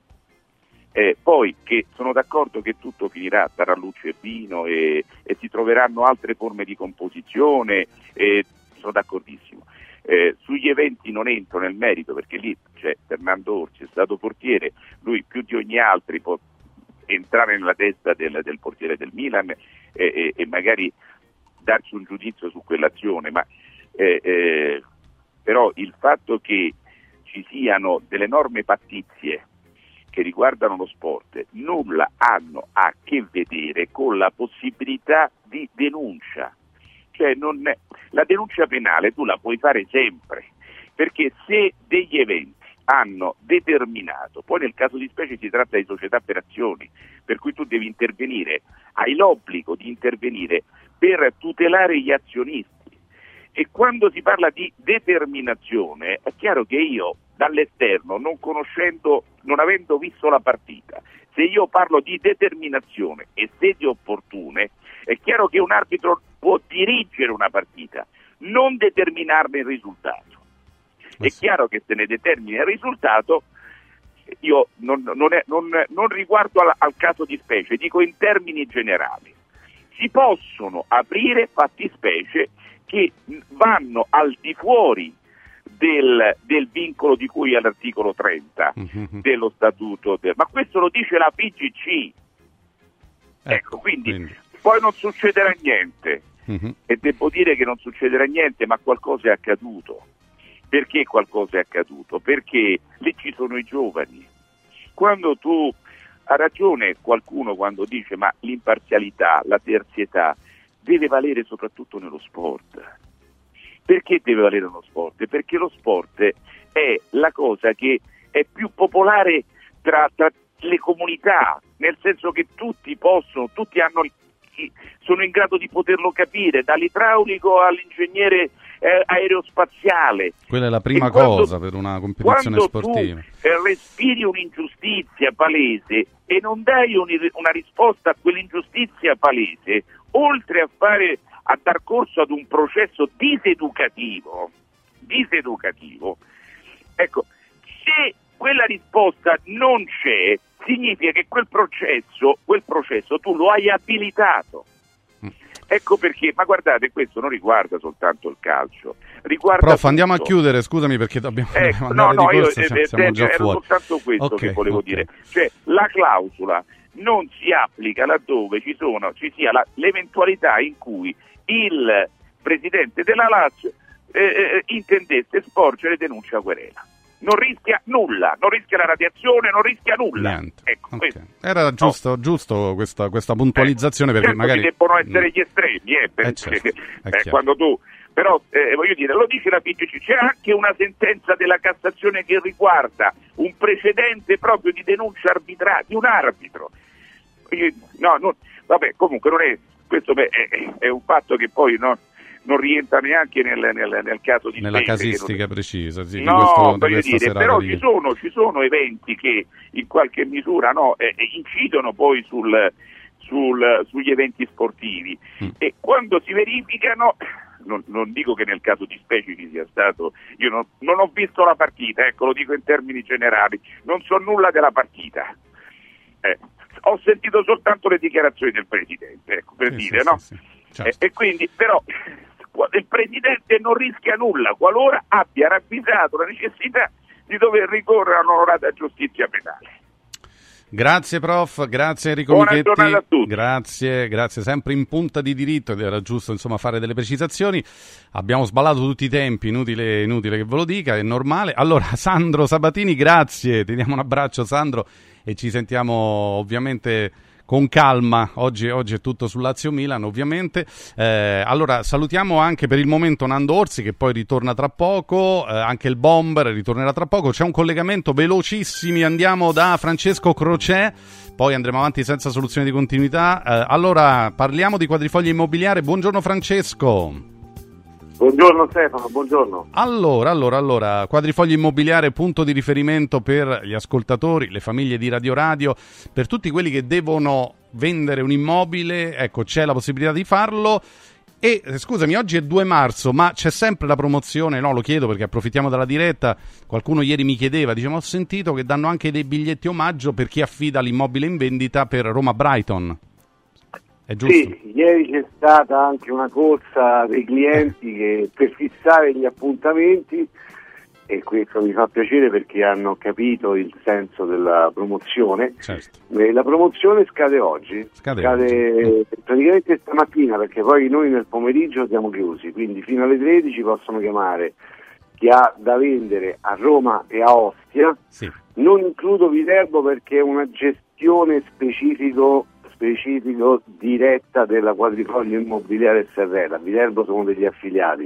Eh, poi che sono d'accordo che tutto finirà tra luce e vino e, e si troveranno altre forme di composizione, eh, sono d'accordissimo. Eh, sugli eventi non entro nel merito, perché lì c'è Fernando Orsi, è stato portiere, lui più di ogni altro può entrare nella testa del, del portiere del Milan e, e, e magari darci un giudizio su quell'azione, ma eh, eh, però il fatto che ci siano delle norme pattizie che riguardano lo sport nulla hanno a che vedere con la possibilità di denuncia. Cioè non è, la denuncia penale tu la puoi fare sempre, perché se degli eventi hanno determinato, poi nel caso di specie si tratta di società per azioni, per cui tu devi intervenire, hai l'obbligo di intervenire per tutelare gli azionisti, e quando si parla di determinazione è chiaro che io dall'esterno, non conoscendo, non avendo visto la partita, se io parlo di determinazione e sedi opportune, è chiaro che un arbitro può dirigere una partita, non determinarne il risultato. È chiaro che se ne determina il risultato, io non, non, è, non, non riguardo al, al caso di specie, dico in termini generali, si possono aprire fattispecie che vanno al di fuori del, del vincolo di cui all'articolo trenta mm-hmm. dello statuto, del, ma questo lo dice la B G C. Ecco, ecco quindi, quindi poi non succederà niente, mm-hmm. e devo dire che non succederà niente, ma qualcosa è accaduto. Perché qualcosa è accaduto? Perché lì ci sono i giovani. Quando tu, ha ragione qualcuno quando dice ma l'imparzialità, la terzietà deve valere soprattutto nello sport. Perché deve valere nello sport? Perché lo sport è la cosa che è più popolare tra, tra le comunità, nel senso che tutti possono, tutti hanno, sono in grado di poterlo capire, dall'idraulico all'ingegnere eh, aerospaziale. Quella è la prima quando, cosa per una competizione quando sportiva. Tu eh, respiri un'ingiustizia palese e non dai un, una risposta a quell'ingiustizia palese, oltre a fare a dar corso ad un processo diseducativo, diseducativo, ecco, se quella la risposta non c'è, significa che quel processo, quel processo tu lo hai abilitato. Ecco perché, ma guardate, questo non riguarda soltanto il calcio, riguarda Prof, tutto. andiamo a chiudere, scusami perché dobbiamo Ecco, andare no, no, di corsa, io siamo, eh, siamo eh, già era fuori. soltanto questo Okay, che volevo okay. dire, cioè la clausola non si applica laddove ci sono, ci sia la, l'eventualità in cui il presidente della Lazio eh, eh, intendesse sporgere denuncia a querela. Non rischia nulla, non rischia la radiazione, non rischia nulla. Ecco, Okay. Era giusto, no. giusto questa, questa puntualizzazione eh, perché certo magari ci debbono essere gli estremi, eh, perché, eh, certo, eh, quando tu però eh, voglio dire, lo dice la P C C, c'è anche una sentenza della Cassazione che riguarda un precedente proprio di denuncia arbitrale di un arbitro. Io, no, no, vabbè, comunque non è questo beh, è, è un fatto che poi no, non rientra neanche nel, nel, nel caso di nella specie, casistica non... precisa, sì, no, di questo, voglio di dire, però ci sono, ci sono eventi che in qualche misura no, eh, incidono poi sul, sul, sugli eventi sportivi mm. e quando si verificano, non, non dico che nel caso di specie ci sia stato, io non, non ho visto la partita, ecco, lo dico in termini generali, non so nulla della partita, eh, ho sentito soltanto le dichiarazioni del presidente, ecco, per sì, dire, sì, no? Sì, sì. Certo. E, e quindi però il presidente non rischia nulla qualora abbia ravvisato la necessità di dover ricorrere a un'onorata giustizia penale. Grazie prof, grazie Enrico Buona Michetti, giornata a tutti. grazie, grazie, sempre in punta di diritto ed era giusto insomma fare delle precisazioni, abbiamo sballato tutti i tempi, inutile, inutile che ve lo dica, è normale. Allora Sandro Sabatini, grazie, ti diamo un abbraccio Sandro e ci sentiamo ovviamente con calma, oggi, oggi è tutto sul Lazio-Milan ovviamente. Eh, allora salutiamo anche per il momento Nando Orsi che poi ritorna tra poco, eh, anche il Bomber ritornerà tra poco, c'è un collegamento velocissimi, andiamo da Francesco Crocè, poi andremo avanti senza soluzione di continuità. Eh, allora parliamo di Quadrifoglia Immobiliare, buongiorno Francesco. Buongiorno Stefano, buongiorno. Allora, allora, allora, Quadrifoglia Immobiliare, punto di riferimento per gli ascoltatori, le famiglie di Radio Radio, per tutti quelli che devono vendere un immobile, ecco, c'è la possibilità di farlo. E scusami, oggi è due marzo, ma c'è sempre la promozione, no, lo chiedo perché approfittiamo della diretta, qualcuno ieri mi chiedeva, diciamo, ho sentito che danno anche dei biglietti omaggio per chi affida l'immobile in vendita per Roma Brighton. È giusto? Sì, ieri c'è stata anche una corsa dei clienti che per fissare gli appuntamenti, e questo mi fa piacere perché hanno capito il senso della promozione. Certo. La promozione scade oggi, scade, scade oggi. praticamente stamattina, perché poi noi nel pomeriggio siamo chiusi, quindi fino alle tredici possono chiamare chi ha da vendere a Roma e a Ostia. Sì. Non includo Viterbo perché è una gestione specifico specifico diretta della Quadrifoglia Immobiliare Serrera. Viterbo sono degli affiliati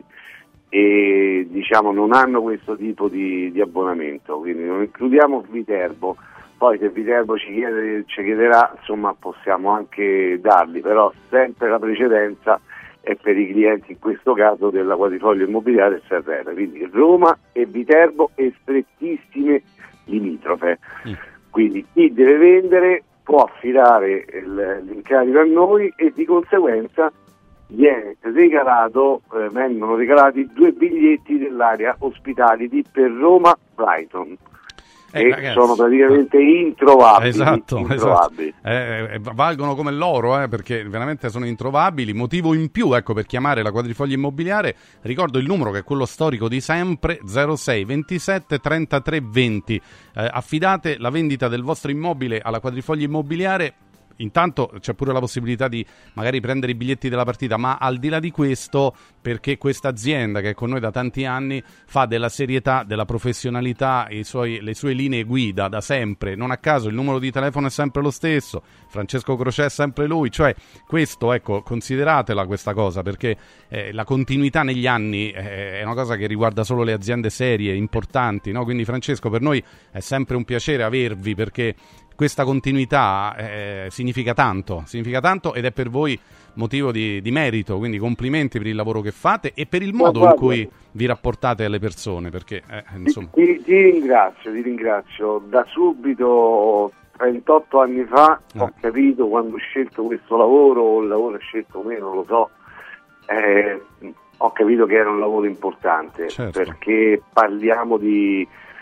e diciamo non hanno questo tipo di, di abbonamento, quindi non includiamo Viterbo. Poi se Viterbo ci, chiede, ci chiederà, insomma, possiamo anche darli, però sempre la precedenza è per i clienti, in questo caso della Quadrifoglia Immobiliare Serrera, quindi Roma e Viterbo e strettissime limitrofe. Mm. Quindi chi deve vendere può affidare il, l'incarico a noi e di conseguenza viene regalato, eh, vengono regalati due biglietti dell'area hospitality per Roma Brighton. Eh, e ragazzi, sono praticamente introvabili, esatto, introvabili. esatto. Eh, eh, valgono come l'oro eh, perché veramente sono introvabili, motivo in più ecco per chiamare la Quadrifoglia Immobiliare. Ricordo il numero che è quello storico di sempre, zero sei ventisette trentatré venti. Eh, affidate la vendita del vostro immobile alla Quadrifoglia Immobiliare. Intanto c'è pure la possibilità di magari prendere i biglietti della partita, ma al di là di questo, perché questa azienda che è con noi da tanti anni fa della serietà, della professionalità, i suoi, le sue linee guida da sempre, non a caso il numero di telefono è sempre lo stesso, Francesco Crocè è sempre lui, cioè questo, ecco, consideratela questa cosa, perché eh, la continuità negli anni eh, è una cosa che riguarda solo le aziende serie, importanti, no? Quindi Francesco, per noi è sempre un piacere avervi, perché questa continuità eh, significa tanto, significa tanto ed è per voi motivo di, di merito, quindi complimenti per il lavoro che fate e per il modo in cui vi rapportate alle persone, perché eh, insomma... Ti, ti ringrazio, ti ringrazio. Da subito, trentotto anni fa, eh. ho capito quando ho scelto questo lavoro, o il lavoro scelto o meno, non lo so, eh, ho capito che era un lavoro importante, certo. perché parliamo di...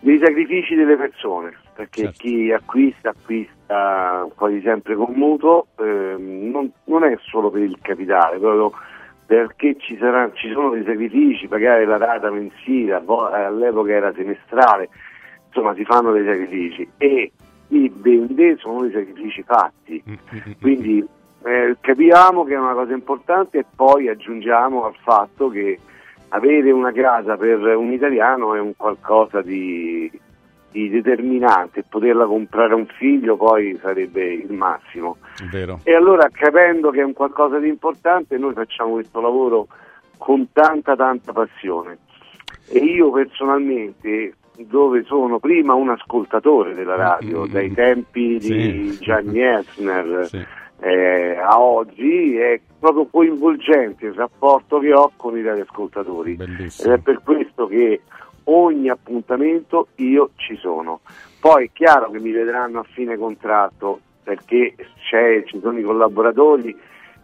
dei sacrifici delle persone, perché certo. chi acquista acquista quasi sempre con mutuo, eh, non, non è solo per il capitale, proprio perché ci, sarà, ci sono dei sacrifici, pagare la rata mensile, all'epoca era semestrale, insomma si fanno dei sacrifici e i vendite sono dei sacrifici fatti, quindi eh, capiamo che è una cosa importante e poi aggiungiamo al fatto che avere una casa per un italiano è un qualcosa di, di determinante, poterla comprare a un figlio poi sarebbe il massimo. Vero. E allora, capendo che è un qualcosa di importante, noi facciamo questo lavoro con tanta tanta passione. E io personalmente, dove sono prima un ascoltatore della radio, mm-hmm. dai tempi di sì. Gianni Esner sì. eh, a oggi, è proprio coinvolgente il rapporto che ho con i radioascoltatori. Bellissimo. Ed è per questo che ogni appuntamento io ci sono. Poi è chiaro che mi vedranno a fine contratto, perché c'è, ci sono i collaboratori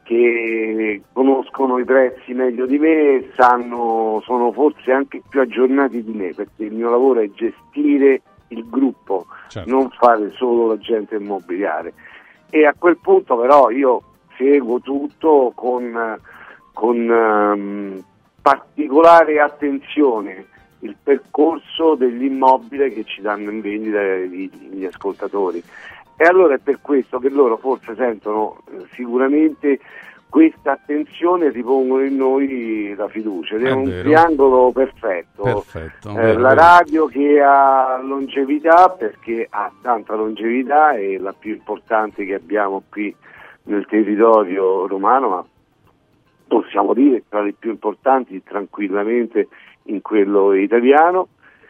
che conoscono i prezzi meglio di me, sanno, sono forse anche più aggiornati di me, perché il mio lavoro è gestire il gruppo, certo. non fare solo l'agente immobiliare. E a quel punto però io seguo tutto con, con um, particolare attenzione il percorso dell'immobile che ci danno in vendita gli, gli ascoltatori. E allora è per questo che loro forse sentono eh, sicuramente questa attenzione, ripongono in noi la fiducia ed è, è un vero. triangolo perfetto, perfetto eh, vero, la vero. radio che ha longevità, perché ha tanta longevità, è la più importante che abbiamo qui nel territorio romano, ma possiamo dire tra le più importanti tranquillamente in quello italiano,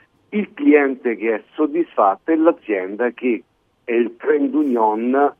il cliente che è soddisfatto e l'azienda che è il trade union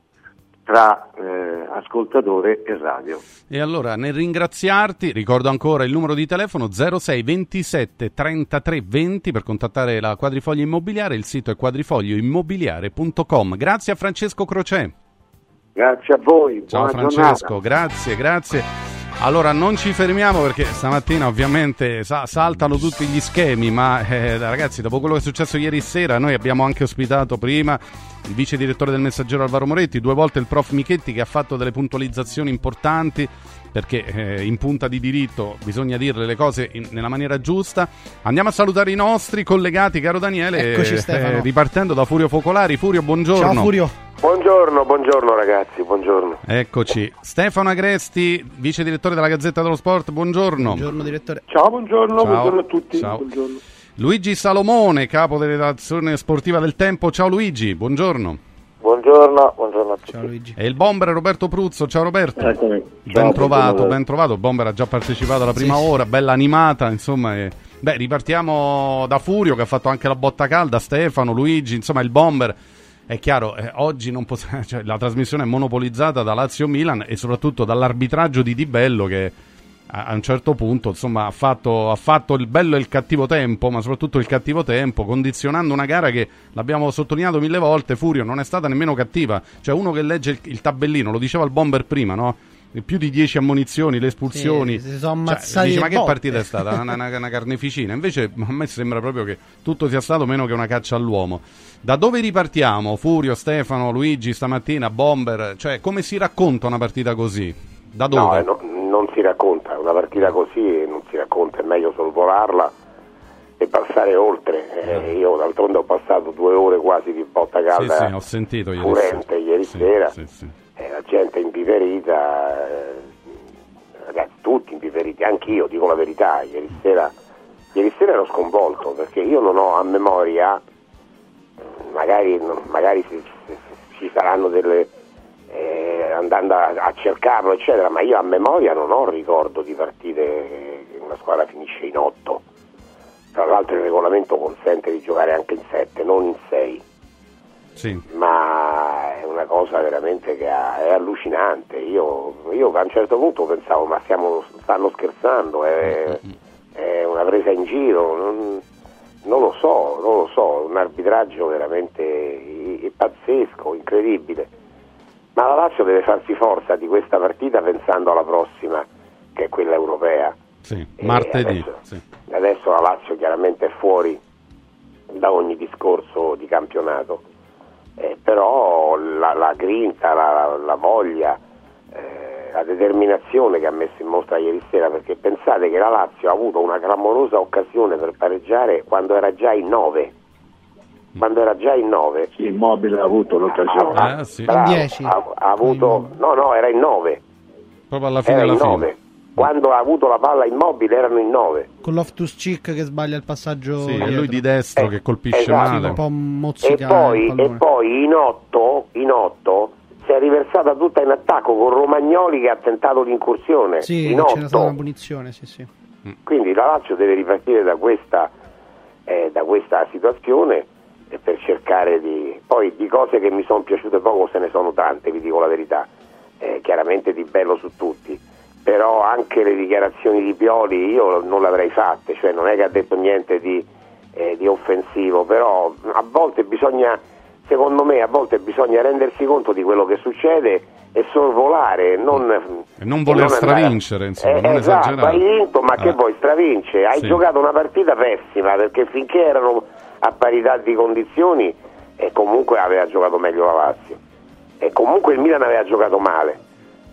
tra eh, ascoltatore e radio. E allora, nel ringraziarti, ricordo ancora il numero di telefono zero sei ventisette trentatré venti per contattare la Quadrifoglio Immobiliare, il sito è quadrifoglio immobiliare punto com. Grazie a Francesco Crocè. Grazie a voi. Ciao Francesco, giornata. grazie, grazie. Allora non ci fermiamo perché stamattina ovviamente sa- saltano tutti gli schemi, ma eh, ragazzi, dopo quello che è successo ieri sera noi abbiamo anche ospitato prima il vice direttore del Messaggero Alvaro Moretti, due volte il prof Michetti che ha fatto delle puntualizzazioni importanti, perché eh, in punta di diritto bisogna dirle le cose in, nella maniera giusta. Andiamo a salutare i nostri collegati, caro Daniele. Eccoci, Stefano. Eh, ripartendo da Furio Focolari. Furio, buongiorno. Ciao Furio. Buongiorno, buongiorno ragazzi, buongiorno. Eccoci. Stefano Agresti, vice direttore della Gazzetta dello Sport, buongiorno. Buongiorno direttore. Ciao, buongiorno, Ciao. buongiorno a tutti. Ciao. Buongiorno. Luigi Salomone, capo della redazione sportiva del Tempo. Ciao Luigi, buongiorno. Buongiorno, buongiorno a tutti. Ciao Luigi. E il bomber Roberto Pruzzo. Ciao Roberto. Eccomi. Ben Ciao, trovato, buongiorno. ben trovato. Il bomber ha già partecipato alla prima Sì, ora, bella animata, insomma. E... Beh, ripartiamo da Furio che ha fatto anche la botta calda, Stefano, Luigi, insomma il bomber. È chiaro, eh, oggi non poss- cioè, la trasmissione è monopolizzata da Lazio Milan e soprattutto dall'arbitraggio di Di Bello che a, a un certo punto insomma ha fatto, ha fatto il bello e il cattivo tempo, ma soprattutto il cattivo tempo, condizionando una gara che, l'abbiamo sottolineato mille volte, Furio, non è stata nemmeno cattiva. Cioè uno che legge il, il tabellino, lo diceva il bomber prima, no? Più di dieci ammonizioni, le espulsioni, sì, si sono cioè, ammazzati dice, ma le che botte. partita è stata? Una, una, una carneficina. Invece a me sembra proprio che tutto sia stato meno che una caccia all'uomo. Da dove ripartiamo? Furio, Stefano, Luigi, stamattina, bomber, cioè come si racconta una partita così? Da dove? No, eh, no, non si racconta una partita così, non si racconta, è meglio sorvolarla e passare oltre. Eh, io d'altronde ho passato due ore quasi di botta calda, sì, sì, ho sentito ieri furente sera. ieri Sì, sera, sì, sì. Eh, la gente impiperita, eh, ragazzi, tutti impiperiti, anch'io dico la verità, ieri sera, ieri sera ero sconvolto perché io non ho a memoria, magari, magari ci, ci saranno delle, eh, andando a, a cercarlo eccetera, ma io a memoria non ho ricordo di partite che una squadra finisce in otto. Tra l'altro il regolamento consente di giocare anche in sette, non in sei. Sì. Ma è una cosa veramente che ha, è allucinante. Io, io a un certo punto pensavo, ma stiamo, stanno scherzando, è, è una presa in giro, non, non lo so, non lo so, un arbitraggio veramente pazzesco, incredibile. Ma la Lazio deve farsi forza di questa partita pensando alla prossima, che è quella europea. Sì, martedì. Adesso, sì. adesso la Lazio chiaramente è fuori da ogni discorso di campionato. Eh, però la, la grinta, la, la voglia, eh, la determinazione che ha messo in mostra ieri sera, perché pensate che la Lazio ha avuto una clamorosa occasione per pareggiare quando era già in nove. Quando era già in nove. Sì, Immobile ha avuto l'occasione. Ha, eh, sì. bravo, in dieci. ha, ha avuto, no, no, era in nove. Proprio alla fine Era alla in fine. nove. Quando ha avuto la palla Immobile erano in nove. Con Loftus-Cheek che sbaglia il passaggio Sì, dietro. e lui di destro Eh, che colpisce esatto. male. Un po' E mozzica poi, il e pallone. poi in otto, in otto si è riversata tutta in attacco con Romagnoli che ha tentato l'incursione. Sì, in c'era stata una otto. punizione, sì, sì. Quindi la Lazio deve ripartire da questa, eh, da questa situazione e per cercare di... Poi di cose che mi sono piaciute poco se ne sono tante, vi dico la verità. Eh, chiaramente di bello su tutti. Però anche le dichiarazioni di Pioli io non le avrei fatte, cioè non è che ha detto niente di, eh, di offensivo, però a volte bisogna, secondo me, a volte bisogna rendersi conto di quello che succede e sorvolare, non, E non voler non stravincere, insomma, eh, non esatto, esagerare. hai vinto, ma Eh. che vuoi, stravince? Hai Sì. giocato una partita pessima, perché finché erano a parità di condizioni e comunque aveva giocato meglio la Lazio. E comunque il Milan aveva giocato male.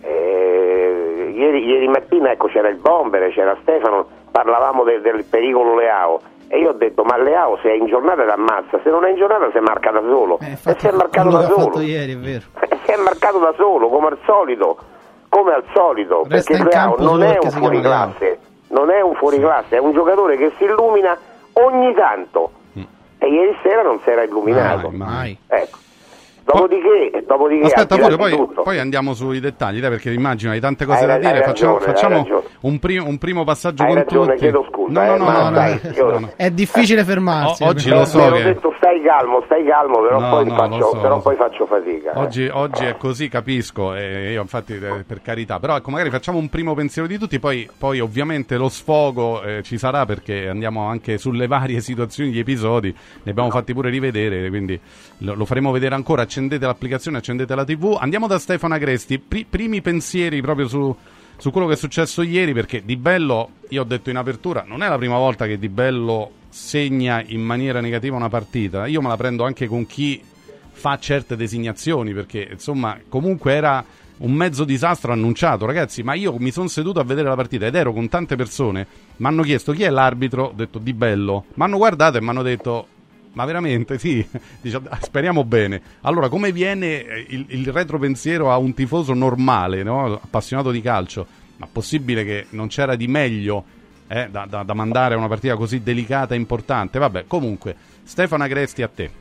Eh, ieri, ieri mattina ecco, c'era il Bomber, c'era Stefano, parlavamo del, del pericolo Leao e io ho detto ma Leao se è in giornata ti ammazza, se non è in giornata si marca da solo Eh, e infatti, si è marcato quello da che ha solo fatto ieri, è vero. si è marcato da solo come al solito, come al solito, Resta perché in Leao campo non solo è perché un si chiama fuoriclasse, non è un fuoriclasse, è un giocatore che si illumina ogni tanto e ieri sera non si era illuminato. Mai, mai. Ecco. Dopodiché, dopodiché Aspetta, al di là pure, di poi, tutto, poi andiamo sui dettagli, dai, perché immagino hai tante cose Hai da ra- dire. hai Facciamo, ragione, facciamo hai ragione. un, primo, un primo passaggio hai con ragione, tutti. chiedo scusa, No, eh, no, ma no, no, dai, no, io- no, no. È difficile fermarsi. O- oggi eh, lo Eh, so me l'ho che- detto stai calmo, stai calmo, però, No, poi, no, faccio, lo so, però lo poi so. faccio fatica. eh. Oggi, oggi è così, capisco, e io infatti eh, per carità, però ecco, magari facciamo un primo pensiero di tutti, poi, poi ovviamente lo sfogo eh, ci sarà perché andiamo anche sulle varie situazioni, gli episodi, ne abbiamo fatti pure rivedere, quindi lo, lo faremo vedere ancora. Accendete l'applicazione, accendete la tivù. Andiamo da Stefano Agresti, Pri- primi pensieri proprio su, su quello che è successo ieri, perché Di Bello, io ho detto in apertura, non è la prima volta che Di Bello segna in maniera negativa una partita, io me la prendo anche con chi fa certe designazioni, perché insomma comunque era un mezzo disastro annunciato, ragazzi, ma io mi sono seduto a vedere la partita ed ero con tante persone, mi hanno chiesto chi è l'arbitro, ho detto Di Bello, mi hanno guardato e mi hanno detto ma veramente sì, Dice, speriamo bene. Allora come viene il, il retropensiero a un tifoso normale, no? Appassionato di calcio? Ma possibile che non c'era di meglio eh, da, da, da mandare a una partita così delicata e importante? Vabbè, comunque Stefano Agresti, a te.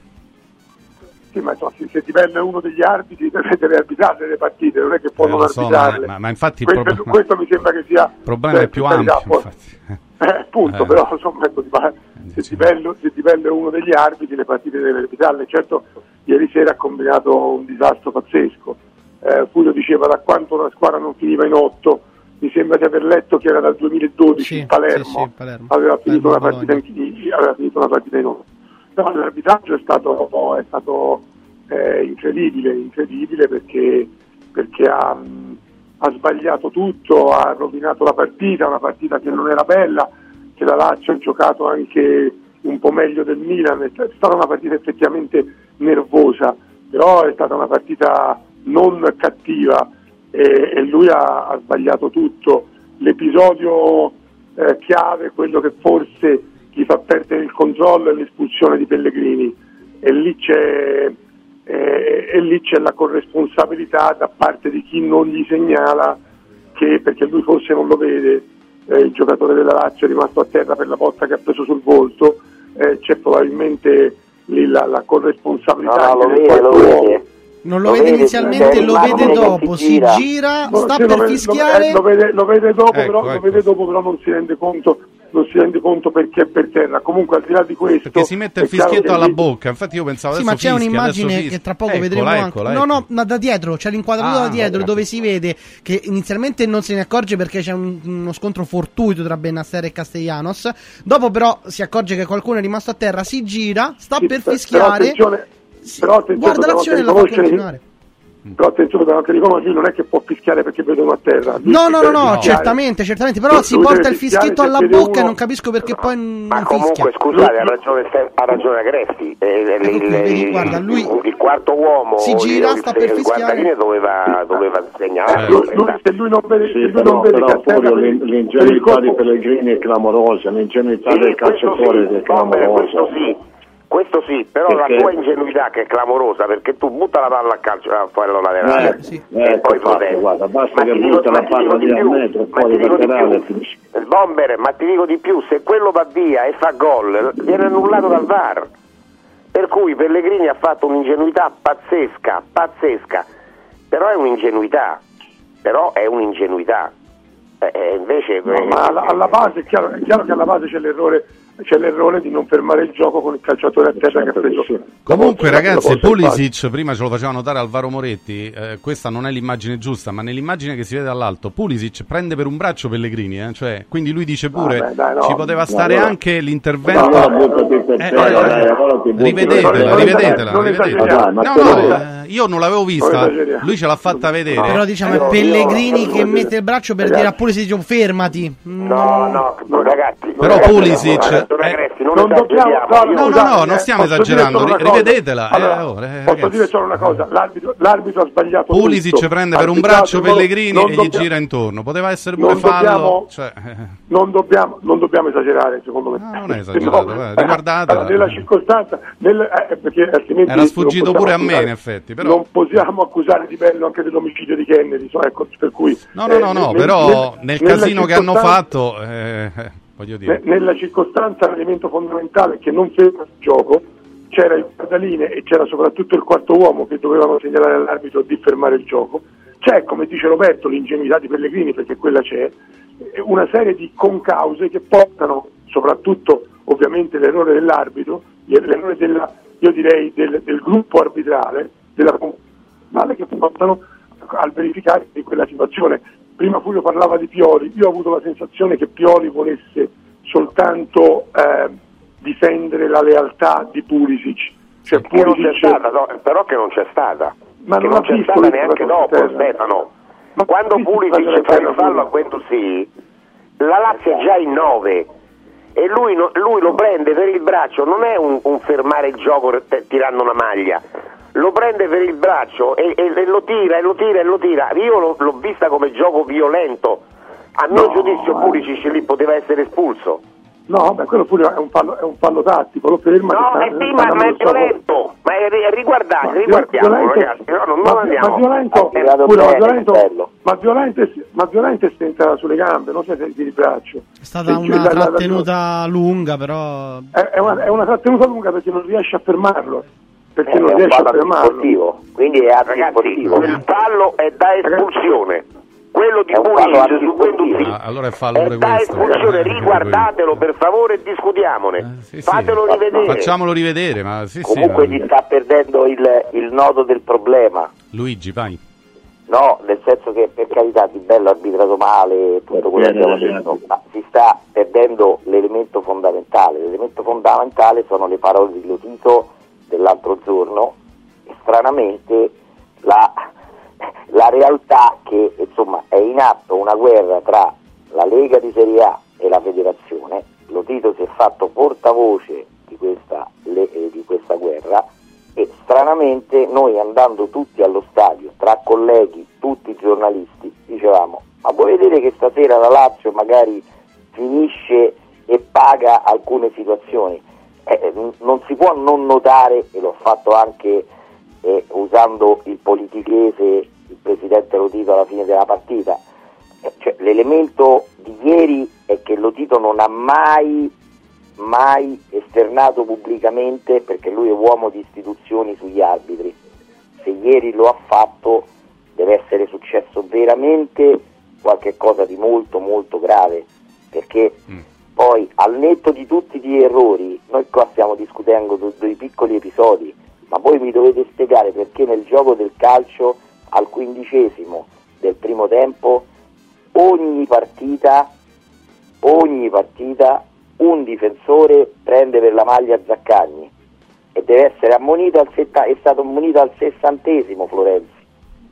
Sì, ma insomma, se Di Bello è uno degli arbitri deve, deve arbitrare le partite, non è che può Eh, non lo so, arbitrarle. ma, ma, ma infatti il questo, problema, questo mi sembra che sia il problema cioè, è più per carità, ampio, poi- infatti. Eh, appunto, Eh. però insomma, ecco, ma se, Di Bello, se Di Bello è uno degli arbitri le partite deve arbitrarle. Certo, ieri sera ha combinato un disastro pazzesco. Eh, Fulvio diceva da quanto una squadra non finiva in otto, mi sembra di aver letto che era dal duemiladodici Sì, in Palermo, sì, sì, Palermo. aveva finito una Palermo, partita in, aveva finito una partita in otto. No, l'arbitraggio è stato, è stato eh, incredibile, incredibile perché, perché ha, mh, ha sbagliato tutto, ha rovinato la partita, una partita che non era bella, che la Lazio ha giocato anche un po' meglio del Milan, è stata una partita effettivamente nervosa, però è stata una partita non cattiva e, e lui ha, ha sbagliato tutto. L'episodio eh, chiave, quello che forse gli fa perdere il controllo, è l'espulsione di Pellegrini e lì c'è, eh, e lì c'è la corresponsabilità da parte di chi non gli segnala, che perché lui forse non lo vede, eh, il giocatore della Lazio è rimasto a terra per la botta che ha preso sul volto, eh, c'è probabilmente lì la, la corresponsabilità. No, no, lo che vede, lo qualcuno- vede. Non lo Lo vede vede, inizialmente, c'è lo l'immagine vede che dopo, si si gira. gira, No, sta sì, per lo vede- fischiare. Lo, lo vede, lo vede dopo, Ecco, però, lo ecco. vede dopo, però non si rende conto, non si rende conto perché è per terra. Comunque, al di là di questo, Perché si mette il è chiaro fischietto che alla lì- bocca, infatti io pensavo Sì, adesso ma c'è fischia, un'immagine adesso che fischia. tra poco Eccola, vedremo anche. eccola, No, eccola. no, ma da dietro, c'è l'inquadratura Ah, da dietro ho dove capito. si vede che inizialmente non se ne accorge perché c'è un- uno scontro fortuito tra Bennaster e Castellanos. Dopo, però, si accorge che qualcuno è rimasto a terra, si gira, sta Sì, per però fischiare. attenzione, Sì, però attenzione, guarda dobbiamo l'azione e la fa riconoscere che- continuare. però attenzione, dobbiamo anche riconoscere, non è che può fischiare perché vede uno a terra. Lui No, no, no, no, fischiare. certamente, certamente, però Lui si porta deve il fischietto fischiare alla se vede bocca uno- e non capisco perché poi non Ma comunque, fischia. scusate, ha ragione, Ste- ha ragione Agresti. Eh, il, Ecco qui, vedi, il- guarda, lui il quarto uomo, si gira, il, sta il, per il fischiare. guardaline doveva, doveva segnare. Lui- lui- se lui non vede, se Sì, lui però, non vede però che a terra Furio, per- l'in- per il l'ingenuità di colpo- Pellegrini è clamorosa, l'ingenuità Sì, del questo calciatore sì, è Bomber, questo clamorosa. sì, questo sì, però Perché? la tua ingenuità che è clamorosa, perché tu butta la palla a calcio a fallo laterale Eh, sì. e Ecco poi fatto, protesti. guarda, basta Ma che ti dico- butta la ma ti palla dico di lì a più, metro e ma poi ti dico di laterale più. finisce. Il Bomber, ma ti dico di più, se quello va via e fa gol viene annullato dal V A R, per cui Pellegrini ha fatto un'ingenuità pazzesca, pazzesca, però è un'ingenuità, però è un'ingenuità. Eh, invece No, ma alla, alla base è chiaro, è chiaro che alla base c'è l'errore, c'è l'errore di non fermare il gioco con il calciatore a terra che ha preso. Comunque, la ragazzi, forza del Pulisic, prima ce lo faceva notare Alvaro Moretti, eh, questa non è l'immagine giusta, ma nell'immagine che si vede dall'alto, Pulisic prende per un braccio Pellegrini, eh, cioè, quindi lui dice pure, Vabbè, dai, no. ci poteva No, stare allora- anche l'intervento... No, allora buttati per Eh, terra, eh, dai, allora ti butti rivedetela, per terra. rivedetela, non rivedetela. esageriamo. No, Ma no, te lo- eh, io non l'avevo vista, Non esageriamo. lui ce l'ha fatta vedere. Però diciamo Io- è Pellegrini io- che mette il braccio per dire a Pulisic fermati. No, no, ragazzi. Però ragazzi, Pulisic, ha ragione eh, Agresti, non, non dobbiamo- esageriamo. no, Io- No, no, Scusate, no, non eh, stiamo posso dire esagerando, solo ri- una cosa? rivedetela. Allora, eh, oh, eh, posso ragazzi. dire solo una cosa, l'arbitro, l'arbitro ha sbagliato Pulisic tutto. prende per un Arbitrato, braccio non- Pellegrini non e gli dobbiamo- gira intorno. Poteva essere pure non fallo. dobbiamo- Cioè, non dobbiamo, non dobbiamo esagerare, secondo me. No, non è esagerato, eh, riguardatela. allora, nella circostanza, nel, eh, perché altrimenti era sfuggito non pure a possiamo me, in accusare- effetti. Però... Non possiamo accusare Di Bello anche dell'omicidio di Kennedy, so, ecco, per cui... No, no, no, eh, no, nel- però nel- nel nella casino che hanno circostanza- fatto, eh, eh, voglio dire. ne- Nella circostanza l'elemento fondamentale è che non ferma il gioco, c'era il guardaline e c'era soprattutto il quarto uomo che dovevano segnalare all'arbitro di fermare il gioco. C'è, come dice Roberto, l'ingenuità di Pellegrini, perché quella c'è, e una serie di concause che portano, soprattutto ovviamente l'errore dell'arbitro, l'errore della, io direi del, del gruppo arbitrale, della male che portano al verificare di quella situazione. Prima Furio parlava di Pioli, io ho avuto la sensazione che Pioli volesse soltanto eh, difendere la lealtà di Pulisic, cioè Che non c'è Pulisic, stata, no, però che non c'è stata. ma che non non ha c'è visto stata le neanche cose dopo, interne. Stefano. Ma Quando visto Pulisic le fa il cose fallo a interne. Guendouzi, la Lazio è già in nove e lui, no- lui lo prende per il braccio, non è un, un fermare il gioco t- tirando una maglia, lo prende per il braccio e, e- e lo tira e lo tira e lo tira. Io l'ho, l'ho vista come gioco violento, a mio No, giudizio eh. Pulisic lì poteva essere espulso. No, beh, quello pure è un fallo, è un fallo tattico, lo ferma. No, che è sta- sì, sta ma, ma andando è sopra. violento, ma è, è riguardate, Ma riguardiamo violento- ragazzi, no, non, ma, non andiamo. ma violento, Ha tirato pure, ma bene, violento, bello. ma violento, è- ma violento è se entra sulle gambe, non se senti il braccio. È stata Perché una la- la- la- trattenuta lunga, però È, è una, è una trattenuta lunga perché non riesce a fermarlo, perché Eh, non è un riesce a fallo fermarlo. sportivo, quindi è antisportivo. Il fallo è da espulsione. Quello di Pulisic su Guendouzi Ah, allora è fallo è pure da questo. espulsione, Eh, riguardatelo per favore e discutiamone. Eh, sì, sì. Fatelo rivedere. Facciamolo rivedere, ma sì, Comunque sì. gli ma- sta perdendo il, il nodo del problema. Luigi, vai. No, nel senso che per carità Di Bello ha arbitrato male, tutto quello che abbiamo detto, ma si sta perdendo l'elemento fondamentale. L'elemento fondamentale sono le parole di Lotito dell'altro giorno e stranamente la, la realtà che insomma è in atto una guerra tra la Lega di Serie A e la Federazione. Lotito si è fatto portavoce di questa, le, eh, di questa guerra e stranamente noi andando tutti allo stadio, tra colleghi, tutti i giornalisti, dicevamo ma vuoi vedere che stasera la Lazio magari finisce e paga alcune situazioni? Eh, non si può non notare, e l'ho fatto anche eh, usando il politichese, il presidente Lotito alla fine della partita, eh, cioè, l'elemento di ieri è che Lotito non ha mai mai esternato pubblicamente, perché lui è uomo di istituzioni, sugli arbitri. Se ieri lo ha fatto deve essere successo veramente qualche cosa di molto molto grave, perché mm. poi al netto di tutti gli errori, noi qua stiamo discutendo di dei piccoli episodi, ma voi mi dovete spiegare perché nel gioco del calcio al quindicesimo del primo tempo ogni partita ogni partita un difensore prende per la maglia Zaccagni e deve essere ammonito al setta- è stato ammonito al sessantesimo Florenzi,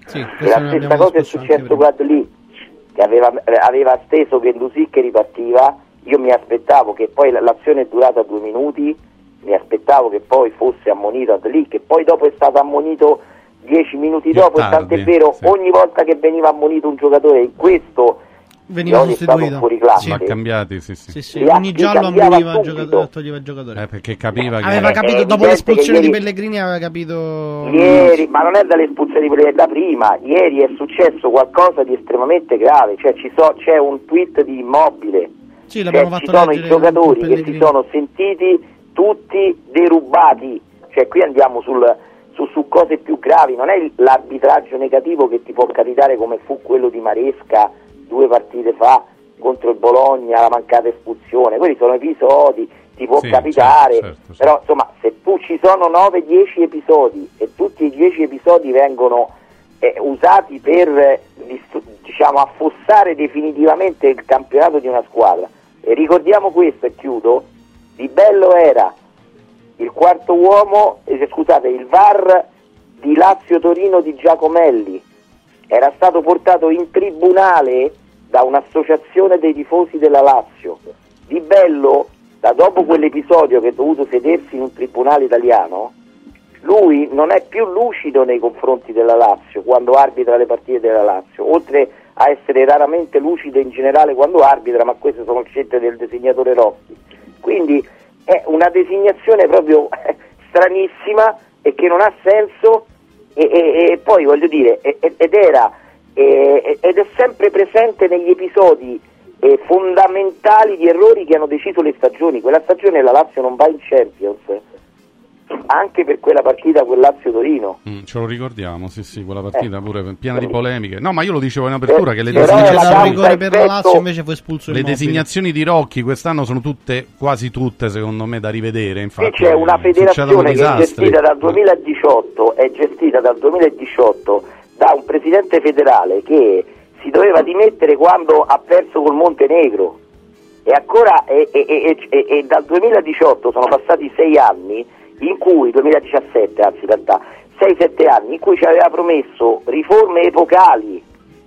Sì, e la stessa cosa è successo con lì, che aveva, aveva steso Guendouzi che ripartiva. Io mi aspettavo che poi l'azione è durata due minuti, mi aspettavo che poi fosse ammonito Adli, che poi dopo è stato ammonito dieci minuti dopo, tardi, e tant'è vero, sì. Ogni volta che veniva ammonito un giocatore in questo veniva sostituito, fuori classe. Sì. cambiati, sì, sì. Sì, sì. Ogni giallo ammoniva il giocatore, toglieva il giocatore. Eh, perché capiva che aveva era... capito dopo l'espulsione ieri, di Pellegrini, aveva capito ieri, ma non è dall'espulsione di Pellegrini, da prima. Ieri è successo qualcosa di estremamente grave, cioè ci so, c'è un tweet di Immobile. Sì, l'abbiamo cioè, fatto ci sono i giocatori che si sono sentiti tutti derubati, cioè qui andiamo sul, su, su cose più gravi, non è l'arbitraggio negativo che ti può capitare come fu quello di Maresca due partite fa contro il Bologna, la mancata espulsione, quelli sono episodi, ti può sì, capitare, certo, certo, certo. Però insomma se tu ci sono nove dieci episodi e tutti i dieci episodi vengono eh, usati per diciamo affossare definitivamente il campionato di una squadra. E ricordiamo questo e chiudo, Di Bello era il quarto uomo, eh, scusate, il V A R di Lazio-Torino di Giacomelli, era stato portato in tribunale da un'associazione dei tifosi della Lazio. Di Bello, da dopo quell'episodio che è dovuto sedersi in un tribunale italiano, lui non è più lucido nei confronti della Lazio quando arbitra le partite della Lazio, oltre a essere raramente lucido in generale quando arbitra, ma queste sono scelte del disegnatore Rossi. Quindi è una designazione proprio stranissima e che non ha senso e, e, e poi voglio dire ed era e, ed è sempre presente negli episodi eh, fondamentali di errori che hanno deciso le stagioni. Quella stagione la Lazio non va in Champions anche per quella partita, quel Lazio-Torino. Mm, ce lo ricordiamo, sì sì, quella partita eh. pure piena di polemiche. No, ma io lo dicevo in apertura eh, che le designazioni rigore per la Lazio invece fu espulso. Le designazioni di Rocchi quest'anno sono tutte, quasi tutte, secondo me, da rivedere. Infatti, qui c'è una federazione che è gestita dal duemiladiciotto, è gestita dal duemiladiciotto da un presidente federale che si doveva dimettere quando ha perso col Montenegro. E ancora e, e, e, e, e dal duemiladiciotto sono passati sei anni in cui, duemiladiciassette anzi in realtà, sei sette anni in cui ci aveva promesso riforme epocali.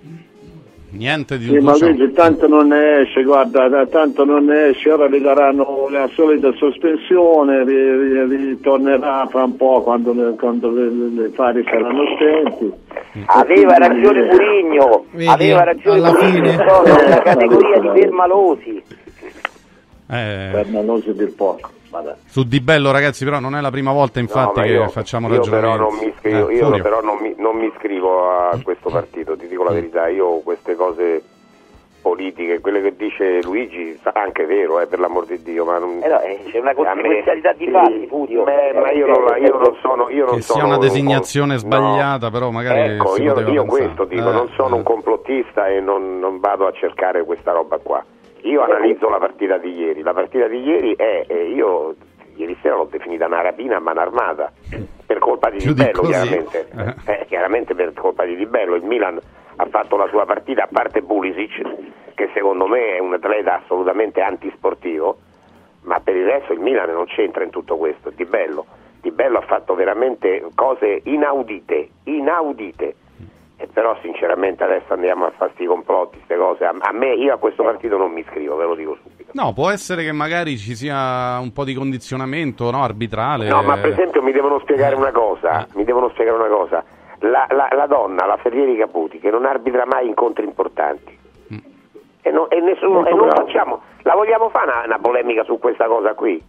Niente di sì, tutto ma ciò. Luigi, tanto non ne esce, guarda, tanto non ne esce, ora gli daranno la solita sospensione, ritornerà fra un po' quando le, quando le, le fari saranno spenti. Aveva ragione Mourinho, aveva ragione Mourinho, sono una categoria di permalosi. Eh... Permalosi del poco. Vabbè. Su Di Bello, ragazzi, però non è la prima volta infatti no, che io, facciamo io ragionamenti. Però non mi iscrivo, eh, io però non mi, non mi iscrivo a questo partito, ti dico la verità. Io queste cose politiche, quelle che dice Luigi, sarà anche vero, eh, per l'amor di Dio, ma non, eh no, eh, c'è una conseguenzialità di fatti, Furio. Beh, ma io non, io non sono io non che sono sia una designazione un, sbagliata, no. però magari ecco, si io, io pensare. questo dico, eh, non sono eh. un complottista e non, non vado a cercare questa roba qua. Io analizzo la partita di ieri. La partita di ieri è, è io ieri sera l'ho definita una rapina a mano armata per colpa di Di Bello, chiaramente. Eh, chiaramente per colpa di Di Bello. Il Milan ha fatto la sua partita, a parte Pulisic, che secondo me è un atleta assolutamente antisportivo, ma per il resto il Milan non c'entra in tutto questo. Di Bello, Di Bello ha fatto veramente cose inaudite, inaudite. E però sinceramente adesso andiamo a fare sti complotti, queste cose. A, a me, io a questo partito non mi iscrivo, ve lo dico subito. No, può essere che magari ci sia un po' di condizionamento, no, arbitrale. No, ma per esempio mi devono spiegare una cosa, mi devono spiegare una cosa. La, la, la donna, la Ferrieri Caputi, che non arbitra mai incontri importanti. Mm. E, no, e nessuno e non facciamo, la vogliamo fare una, una polemica su questa cosa qui?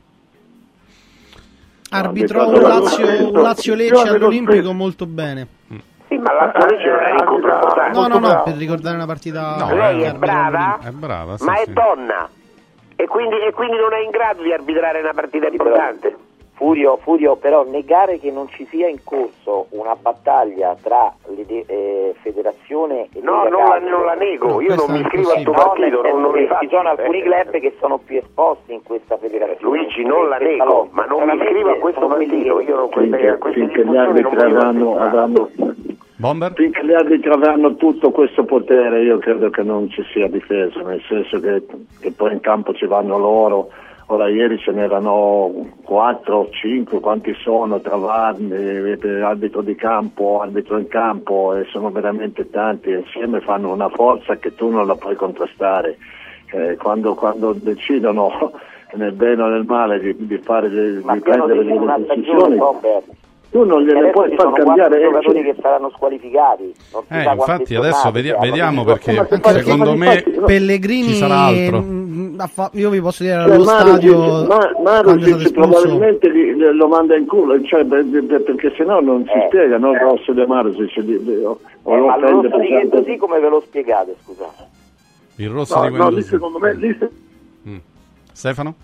Arbitrò un Lazio, un Lazio Lecce all'Olimpico molto bene. Mm. Sì, ma la Lazio Lecce non era incontro importante. No, no, no, per ricordare una partita. No, lei è brava, è brava sì, ma sì. è donna. E quindi, e quindi non è in grado di arbitrare una partita importante. Furio, Furio, però negare che non ci sia in corso una battaglia tra le de- eh, federazione e no, non la, non la nego, io non mi iscrivo a questo partito, non, non mi ci sono alcuni club che sono più esposti in questa federazione. Luigi, non la nego, ma non mi iscrivo a questo partito, io non queste, queste finché gli arbitri avranno, avranno Bomber? finché gli arbitri avranno tutto questo potere, io credo che non ci sia difesa, nel senso che, che poi in campo ci vanno loro. ancora ieri ce n'erano quattro o cinque, quanti sono, tra V A R, arbitro di campo, arbitro in campo, e sono veramente tanti, e insieme fanno una forza che tu non la puoi contrastare. Eh, quando, quando decidono nel bene o nel male di, di fare di, di prendere delle decisioni, tu non gliele puoi far cambiare. Ci sono giocatori che saranno squalificati. Non si eh, sa infatti adesso vedi- vediamo perché, Anche secondo me Pellegrini ci sarà altro. mh, ha fa- io vi posso dire Cioè, allo Mario, stadio ma, Mario quando è stato ci- espulso. probabilmente li- li- lo manda in culo, cioè, per- per- perché sennò non si Eh, spiega, no? Il eh. rosso di Mario se ci di- o, o Eh, lo ma il prende rosso di pesante. Gendouzi come ve lo spiegate, scusate? il rosso No, di no, Guendouzi. lì secondo me lì se- Mm. Stefano?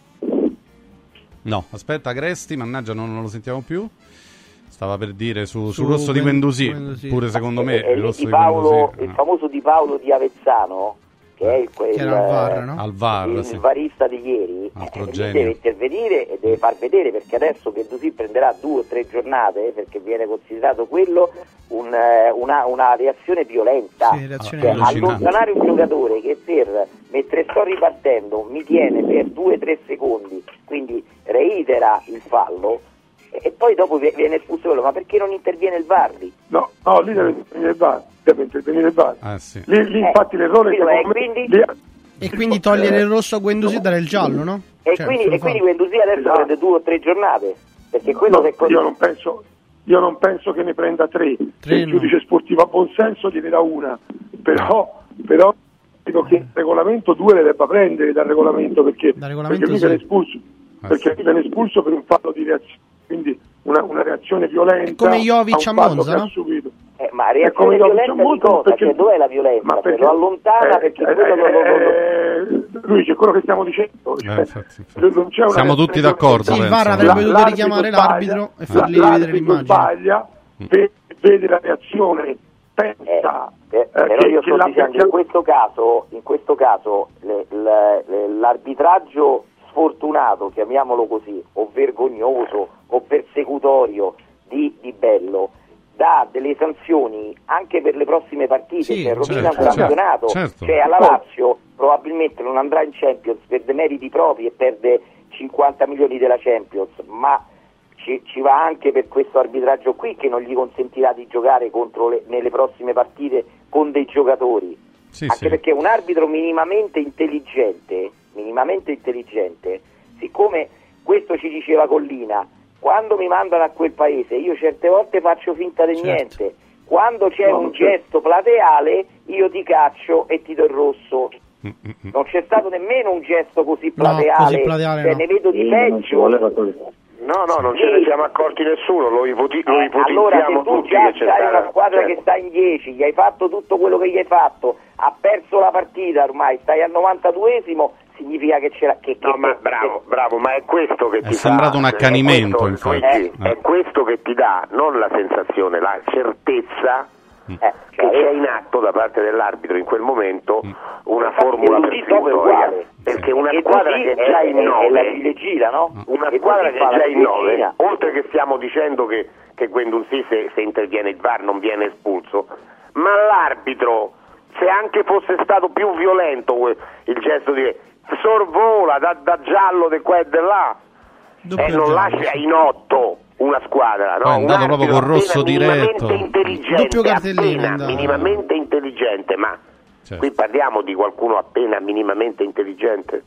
No, aspetta, Agresti, mannaggia, non, non lo sentiamo più. Stava per dire su, Su sul rosso di Guen- Guendouzi, Guendouzi. pure secondo me E il lì rosso di di Paolo, Guendouzi il famoso Di Paolo di Avezzano, che è il, que- Che era al V A R, no? al V A R, il sì. varista di ieri, Altro eh, lì genio. deve intervenire e deve far vedere, perché adesso Gendouzi prenderà due o tre giornate, perché viene considerato quello un, eh, una, una reazione violenta. Sì, reazione Cioè, allucinante. allontanare un giocatore che per mentre sto ripartendo mi tiene per due o tre secondi, quindi reitera il fallo, e poi dopo vi- viene espulso quello. Ma perché non interviene il V A R lì? no, no, lì deve intervenire il V A R, deve intervenire il V A R. Ah, sì. Lì, lì Eh, infatti l'errore quindi- che e quindi? lì- E quindi togliere il rosso a Guendouzi e dare il giallo, no? E Cioè, quindi, se lo e quindi fa. Guendouzi adesso Esatto. prende due o tre giornate, perché quello no, che io non penso io non penso che ne prenda tre, Tre se il no. giudice sportivo ha buon senso gliene dà una, però, però dico che il regolamento due le debba prendere dal regolamento, perché, Dal regolamento perché lui sì. viene espulso Ah, perché sì. lui viene espulso per un fallo di reazione, quindi una, una reazione violenta È come Jovic a un a fallo Monza, che no? ha subito. Eh, ma È come reazione Jovic a violenta di Monza, cosa? perché- Cioè, dov'è la violenza? ma Se perché- lo allontana eh, perché eh, quello lo, lo, lo, lo- eh, Luigi, è quello che stiamo dicendo, cioè, Eh, infatti, infatti. non c'è una Siamo reazione tutti d'accordo, Sì, il penso. V A R avrebbe La- dovuto l'arbitro richiamare sbaglia, l'arbitro e la- fargli vedere l'arbitro l'immagine. sbaglia, ve- vede la reazione, pensa Eh, eh, però che, io che sto l'abbia dicendo in questo caso, in questo caso le- le- le- l'arbitraggio sfortunato, chiamiamolo così, o vergognoso o persecutorio di, di Bello dà delle sanzioni anche per le prossime partite, Sì, cioè rovina certo, un campionato, certo. cioè alla Lazio probabilmente non andrà in Champions per demeriti propri e perde cinquanta milioni della Champions, ma ci, ci va anche per questo arbitraggio qui che non gli consentirà di giocare contro le, nelle prossime partite con dei giocatori, Sì, anche sì. perché un arbitro minimamente intelligente, minimamente intelligente, siccome questo ci diceva Collina, quando mi mandano a quel paese io certe volte faccio finta di Certo. niente, quando c'è No, un certo. gesto plateale io ti caccio e ti do il rosso. Mm, mm, mm. Non c'è stato nemmeno un gesto così No, plateale, così plateale cioè, no. ne vedo di Sì, non ci peggio. voleva così. No, no, Non ce ne siamo accorti nessuno, lo, ipoti- lo Eh, allora se ipotizziamo tu tutti già che c'è hai stata- una squadra certo. che sta in dieci, gli hai fatto tutto quello che gli hai fatto, ha perso la partita ormai, stai al novantaduesimo, significa che c'era che, No, che- ma che- bravo, bravo, ma è questo che È ti sembrato fa, un accanimento, è questo, infatti. Luigi, Eh. è questo che ti dà non la sensazione, la certezza eh, che cioè, c'è in atto da parte dell'arbitro in quel momento una infatti formula Gendouzi dopo è persecutoria, uguale. perché una Gendouzi squadra che è già in è la nove, ciliegina, no? una Gendouzi squadra che fa è la già in nove, ciliegina. oltre che stiamo dicendo che, che Guendouzi se, se interviene il V A R non viene espulso, ma l'arbitro, se anche fosse stato più violento que- il gesto di sorvola da, da giallo di qua e di là Doppio e non giallo, lascia sì. in otto una squadra, Poi è no? andato Un proprio arbitro col rosso appena diretto. minimamente intelligente, Doppio cartellino è appena andato. minimamente intelligente, ma Certo. qui parliamo di qualcuno appena minimamente intelligente.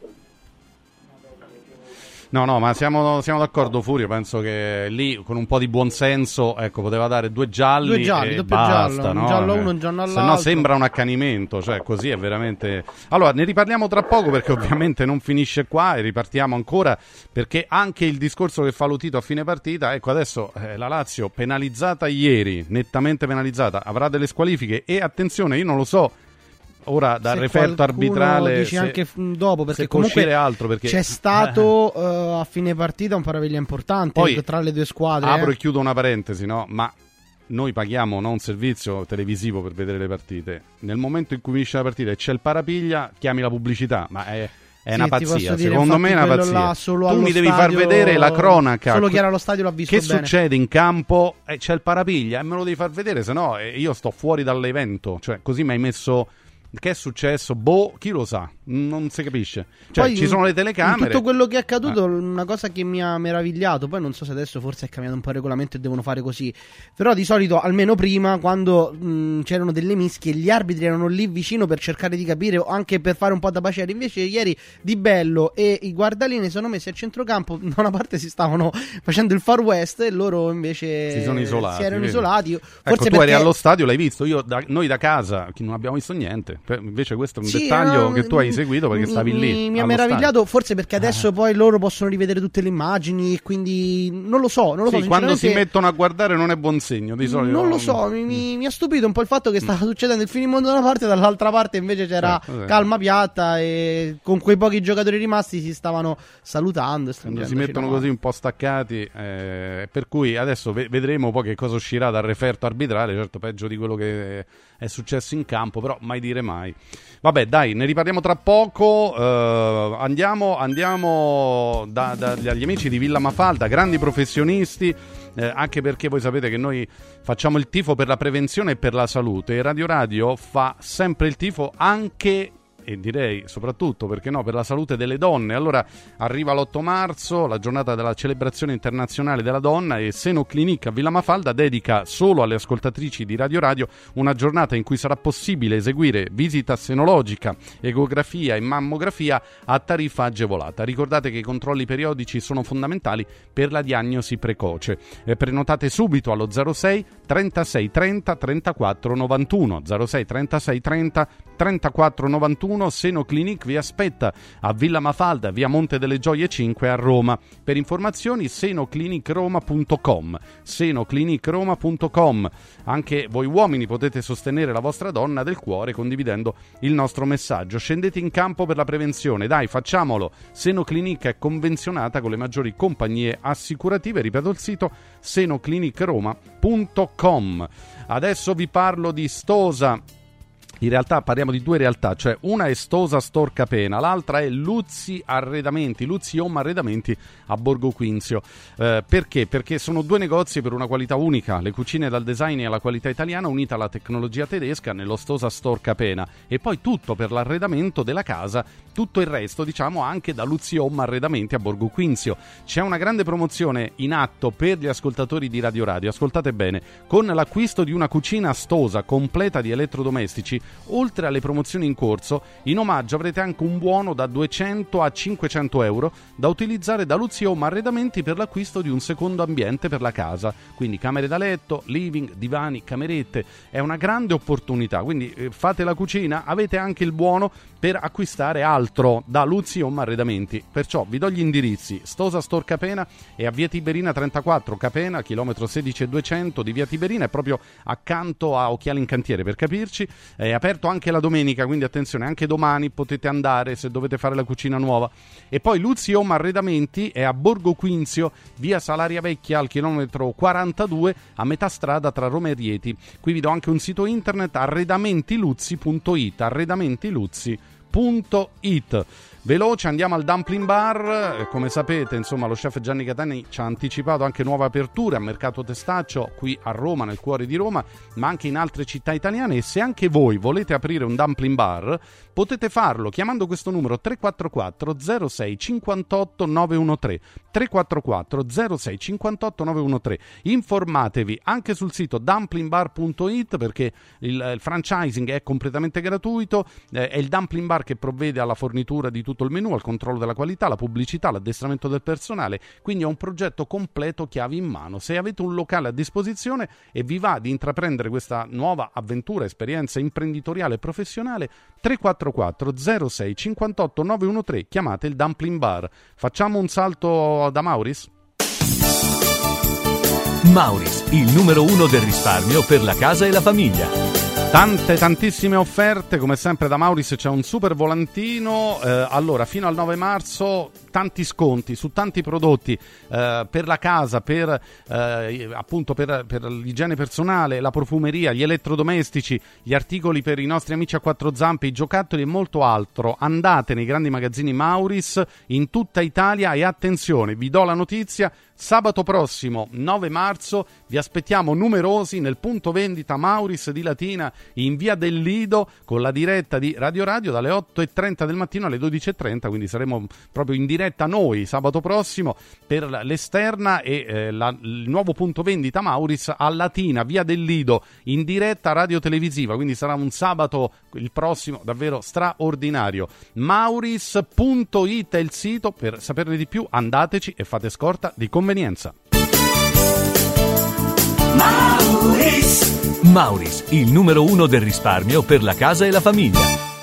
No, no, ma siamo, siamo d'accordo, Furio. Penso che lì con un po' di buonsenso, ecco, poteva dare due gialli, Due gialli, e doppio basta, giallo, un no? giallo a Eh, uno, un giallo Se no all'altro. sembra un accanimento, cioè così è veramente. Allora, ne riparliamo tra poco perché ovviamente non finisce qua e ripartiamo ancora perché anche il discorso che fa Lotito a fine partita, ecco, adesso eh, la Lazio penalizzata ieri, nettamente penalizzata, avrà delle squalifiche e attenzione, io non lo so. Ora dal Se referto qualcuno arbitrale dici se- anche f- dopo, perché se può comunque uscire altro perché c'è stato eh, a fine partita un paraviglia importante Poi tra le due squadre. apro eh. e chiudo una parentesi, no? Ma noi paghiamo no, un servizio televisivo per vedere le partite. Nel momento in cui finisce la partita e c'è il parapiglia, chiami la pubblicità, ma è, è Sì, una ti posso pazzia. dire, Secondo me è una infatti, quello pazzia. là solo Tu allo mi devi stadio- far vedere la cronaca. Solo chi era allo stadio l'ha visto Che bene. succede in campo? Eh, c'è il parapiglia e me lo devi far vedere, se no eh, io sto fuori dall'evento. Cioè, così mi hai messo. Che è successo? Boh, chi lo sa? non si capisce. Cioè, poi ci sono le telecamere. In tutto quello che è accaduto, eh. una cosa che mi ha meravigliato, poi non so se adesso forse è cambiato un po' il regolamento e devono fare così, però di solito, almeno prima, quando mh, c'erano delle mischie, gli arbitri erano lì vicino per cercare di capire, o anche per fare un po' da bacere. Invece ieri Di Bello e i guardalini sono messi a centrocampo, da una parte si stavano facendo il Far West e loro invece si sono isolati. Si erano vedi? isolati. Ecco, Forse tu perché... eri allo stadio, l'hai visto, io da, noi da casa non abbiamo visto niente. Invece questo è un sì, dettaglio no, che tu hai seguito perché stavi mi, lì. Mi ha meravigliato, stadio. Forse perché adesso eh. poi loro possono rivedere tutte le immagini e quindi non lo so, non lo sì, so quando si mettono a guardare non è buon segno di solito. Non lo so, mi, mi, mi ha stupito un po' il fatto che stava succedendo il finimondo da una parte e dall'altra parte invece c'era eh, calma piatta e con quei pochi giocatori rimasti si stavano salutando. Quando si mettono così un po' staccati, eh, per cui adesso ve- vedremo poi che cosa uscirà dal referto arbitrale, certo peggio di quello che è successo in campo, però mai dire mai. Vabbè, dai, ne riparliamo tra poco. Uh, andiamo andiamo da, da, dagli amici di Villa Mafalda, grandi professionisti, eh, anche perché voi sapete che noi facciamo il tifo per la prevenzione e per la salute, e Radio Radio fa sempre il tifo anche, e direi soprattutto, perché no, per la salute delle donne. Allora arriva l'otto marzo, la giornata della celebrazione internazionale della donna, e Seno Clinic a Villa Mafalda dedica solo alle ascoltatrici di Radio Radio una giornata in cui sarà possibile eseguire visita senologica, ecografia e mammografia a tariffa agevolata. Ricordate che i controlli periodici sono fondamentali per la diagnosi precoce. Eh, prenotate subito allo zero sei trentasei trenta trentaquattro novantuno, zero sei trentasei trenta trentaquattro novantuno. Seno Clinic vi aspetta a Villa Mafalda, via Monte delle Gioie cinque a Roma. Per informazioni senoclinicroma punto com, senoclinicroma punto com. Anche voi uomini potete sostenere la vostra donna del cuore condividendo il nostro messaggio. Scendete in campo per la prevenzione, dai, facciamolo. Seno Clinic è convenzionata con le maggiori compagnie assicurative, ripeto il sito senoclinicroma punto com. Adesso vi parlo di Stosa. In realtà parliamo di due realtà, cioè una è Stosa Storca Pena, l'altra è Luzzi Arredamenti, Luzzi Home Arredamenti a Borgo Quinzio. Eh, perché? Perché sono due negozi per una qualità unica, le cucine dal design e alla qualità italiana unita alla tecnologia tedesca nello Stosa Storca Pena, e poi tutto per l'arredamento della casa, tutto il resto diciamo anche da Luzzi Home Arredamenti a Borgo Quinzio. C'è una grande promozione in atto per gli ascoltatori di Radio Radio, ascoltate bene, con l'acquisto di una cucina Stosa completa di elettrodomestici. Oltre alle promozioni in corso, in omaggio avrete anche un buono da duecento a cinquecento euro da utilizzare da Luzzi Home Arredamenti per l'acquisto di un secondo ambiente per la casa, quindi camere da letto, living, divani, camerette. È una grande opportunità, quindi eh, fate la cucina, avete anche il buono per acquistare altro da Luzzi Home Arredamenti. Perciò vi do gli indirizzi: Stosa Stor Capena è a via Tiberina trentaquattro, Capena, chilometro sedici e duecento di via Tiberina, è proprio accanto a Occhiali in Cantiere, per capirci. È aperto anche la domenica, quindi attenzione, anche domani potete andare se dovete fare la cucina nuova. E poi Luzzi Home Arredamenti è a Borgo Quinzio, via Salaria Vecchia, al chilometro quarantadue, a metà strada tra Roma e Rieti. Qui vi do anche un sito internet: arredamentiluzzi punto it, arredamentiluzzi punto it. Veloce, andiamo al Dumpling Bar. Come sapete, insomma, lo chef Gianni Catani ci ha anticipato anche nuove aperture a Mercato Testaccio qui a Roma, nel cuore di Roma, ma anche in altre città italiane. E se anche voi volete aprire un Dumpling Bar, potete farlo chiamando questo numero tre quattro quattro zero sei cinquantotto novecentotredici, tre quattro quattro zero sei cinquantotto novecentotredici. Informatevi anche sul sito dumpling bar punto it, perché il, il franchising è completamente gratuito. Eh, è il Dumpling Bar che provvede alla fornitura di tutto il menù, al controllo della qualità, la pubblicità, l'addestramento del personale, quindi è un progetto completo chiavi in mano. Se avete un locale a disposizione e vi va di intraprendere questa nuova avventura, esperienza imprenditoriale e professionale, tre quattro quattro zero sei cinquantotto novecentotredici, chiamate il Dumpling Bar. Facciamo un salto da Mauris? Mauris, il numero uno del risparmio per la casa e la famiglia. Tante, tantissime offerte, come sempre da Mauris c'è un super volantino. Eh, allora, fino al nove marzo tanti sconti su tanti prodotti eh, per la casa, per eh, appunto per, per l'igiene personale, la profumeria, gli elettrodomestici, gli articoli per i nostri amici a quattro zampe, i giocattoli e molto altro. Andate nei grandi magazzini Mauris in tutta Italia e attenzione, vi do la notizia: Sabato prossimo, nove marzo, vi aspettiamo numerosi nel punto vendita Mauris di Latina in via del Lido, con la diretta di Radio Radio dalle otto e trenta del mattino alle dodici e trenta, quindi saremo proprio in diretta noi sabato prossimo per l'esterna e eh, la, il nuovo punto vendita Mauris a Latina, via del Lido, in diretta radio televisiva, quindi sarà un sabato il prossimo davvero straordinario. Mauris punto it è il sito, per saperne di più andateci e fate scorta di convenienza. Mauris. Mauris, il numero uno del risparmio per la casa e la famiglia.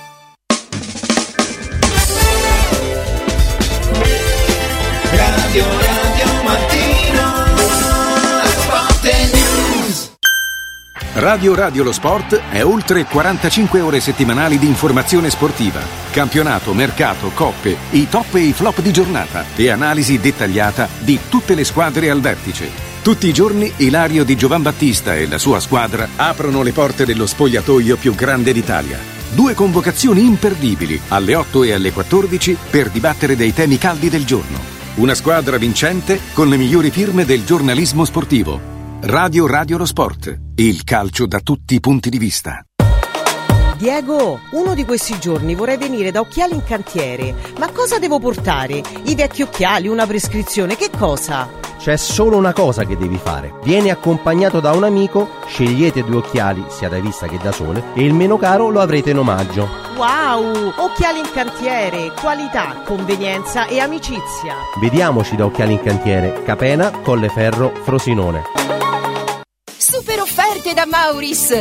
Radio Radio Mattino, Sport e News. Radio Radio lo Sport è oltre quarantacinque ore settimanali di informazione sportiva, campionato, mercato, coppe, i top e i flop di giornata e analisi dettagliata di tutte le squadre al vertice. Tutti i giorni Ilario Di Giovan Battista e la sua squadra aprono le porte dello spogliatoio più grande d'Italia. Due convocazioni imperdibili alle otto e alle quattordici per dibattere dei temi caldi del giorno. Una squadra vincente con le migliori firme del giornalismo sportivo. Radio Radio lo Sport, il calcio da tutti i punti di vista. Diego, uno di questi giorni vorrei venire da Occhiali in Cantiere. Ma cosa devo portare? I vecchi occhiali, una prescrizione, che cosa? C'è solo una cosa che devi fare. Vieni accompagnato da un amico, scegliete due occhiali, sia da vista che da sole, e il meno caro lo avrete in omaggio. Wow! Occhiali in Cantiere, qualità, convenienza e amicizia. Vediamoci da Occhiali in Cantiere, Capena, Colleferro, Frosinone. Super offerte da Mauris!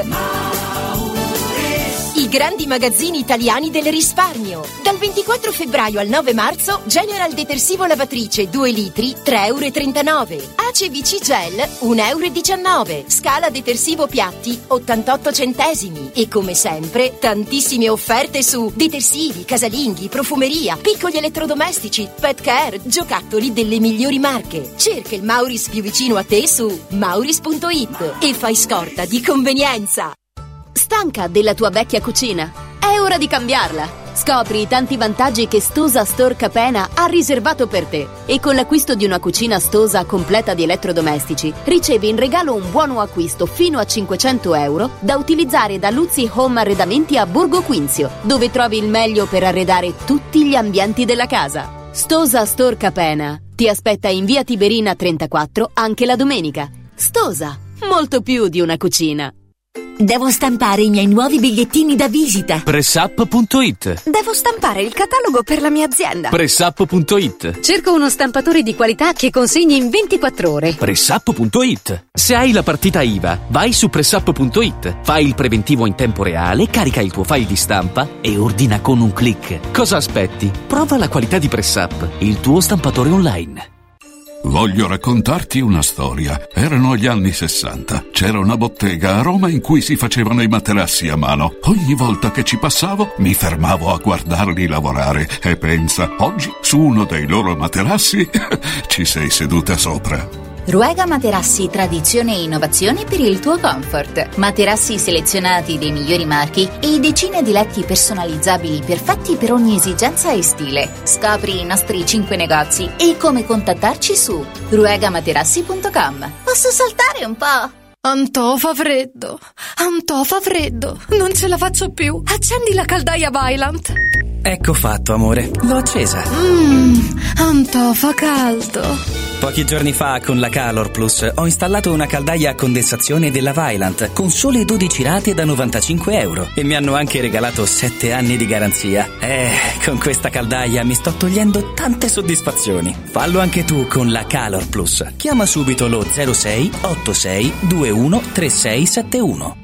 I grandi magazzini italiani del risparmio. Dal ventiquattro febbraio al nove marzo, General detersivo lavatrice due litri tre e trentanove euro. A C B C Gel un e diciannove euro. Scala detersivo piatti ottantotto centesimi. E come sempre, tantissime offerte su detersivi, casalinghi, profumeria, piccoli elettrodomestici, pet care, giocattoli delle migliori marche. Cerca il Mauris più vicino a te su mauris punto it e fai scorta di convenienza. Stanca della tua vecchia cucina? È ora di cambiarla! Scopri i tanti vantaggi che Stosa Store Capena ha riservato per te. E con l'acquisto di una cucina Stosa completa di elettrodomestici, ricevi in regalo un buono acquisto fino a cinquecento euro da utilizzare da Luzzi Home Arredamenti a Borgo Quinzio, dove trovi il meglio per arredare tutti gli ambienti della casa. Stosa Store Capena ti aspetta in via Tiberina trentaquattro anche la domenica. Stosa, molto più di una cucina. Devo stampare i miei nuovi bigliettini da visita. Pressup punto it. Devo stampare il catalogo per la mia azienda. Pressup punto it. Cerco uno stampatore di qualità che consegni in ventiquattro ore. Pressup punto it. Se hai la partita I V A, vai su Pressup punto it, fai il preventivo in tempo reale, carica il tuo file di stampa e ordina con un click. Cosa aspetti? Prova la qualità di Pressup, il tuo stampatore online. Voglio raccontarti una storia. Erano gli anni sessanta. C'era una bottega a Roma in cui si facevano i materassi a mano. Ogni volta che ci passavo mi fermavo a guardarli lavorare e pensa, oggi su uno dei loro materassi ci sei seduta sopra. Ruega Materassi, tradizione e innovazione per il tuo comfort. Materassi selezionati dei migliori marchi e decine di letti personalizzabili perfetti per ogni esigenza e stile. Scopri i nostri cinque negozi e come contattarci su ruega materassi punto com. Posso saltare un po'? Antò fa freddo, Antò fa freddo, non ce la faccio più. Accendi la caldaia Vaillant. Ecco fatto, amore, l'ho accesa. Mmm, Antò fa caldo. Pochi giorni fa con la Calor Plus ho installato una caldaia a condensazione della Vaillant con sole dodici rate da novantacinque euro e mi hanno anche regalato sette anni di garanzia. Eh, con questa caldaia mi sto togliendo tante soddisfazioni. Fallo anche tu con la Calor Plus. Chiama subito lo zero sei otto sei due uno tre sei sette uno.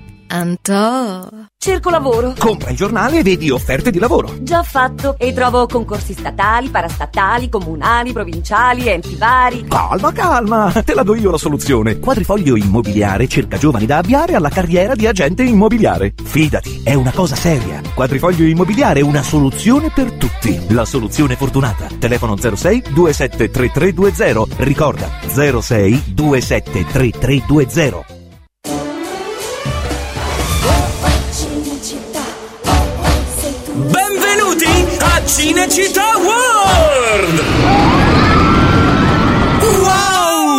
Antò. Cerco lavoro. Compra il giornale e vedi offerte di lavoro. Già fatto. E trovo concorsi statali, parastatali, comunali, provinciali, enti vari. Calma, calma. Te la do io la soluzione. Quadrifoglio Immobiliare cerca giovani da avviare alla carriera di agente immobiliare. Fidati, è una cosa seria. Quadrifoglio Immobiliare è una soluzione per tutti. La soluzione fortunata. Telefono zero sei due sette tre tre due zero. Ricorda, zero sei due sette tre tre due zero. Benvenuti a Cinecittà World! Wow!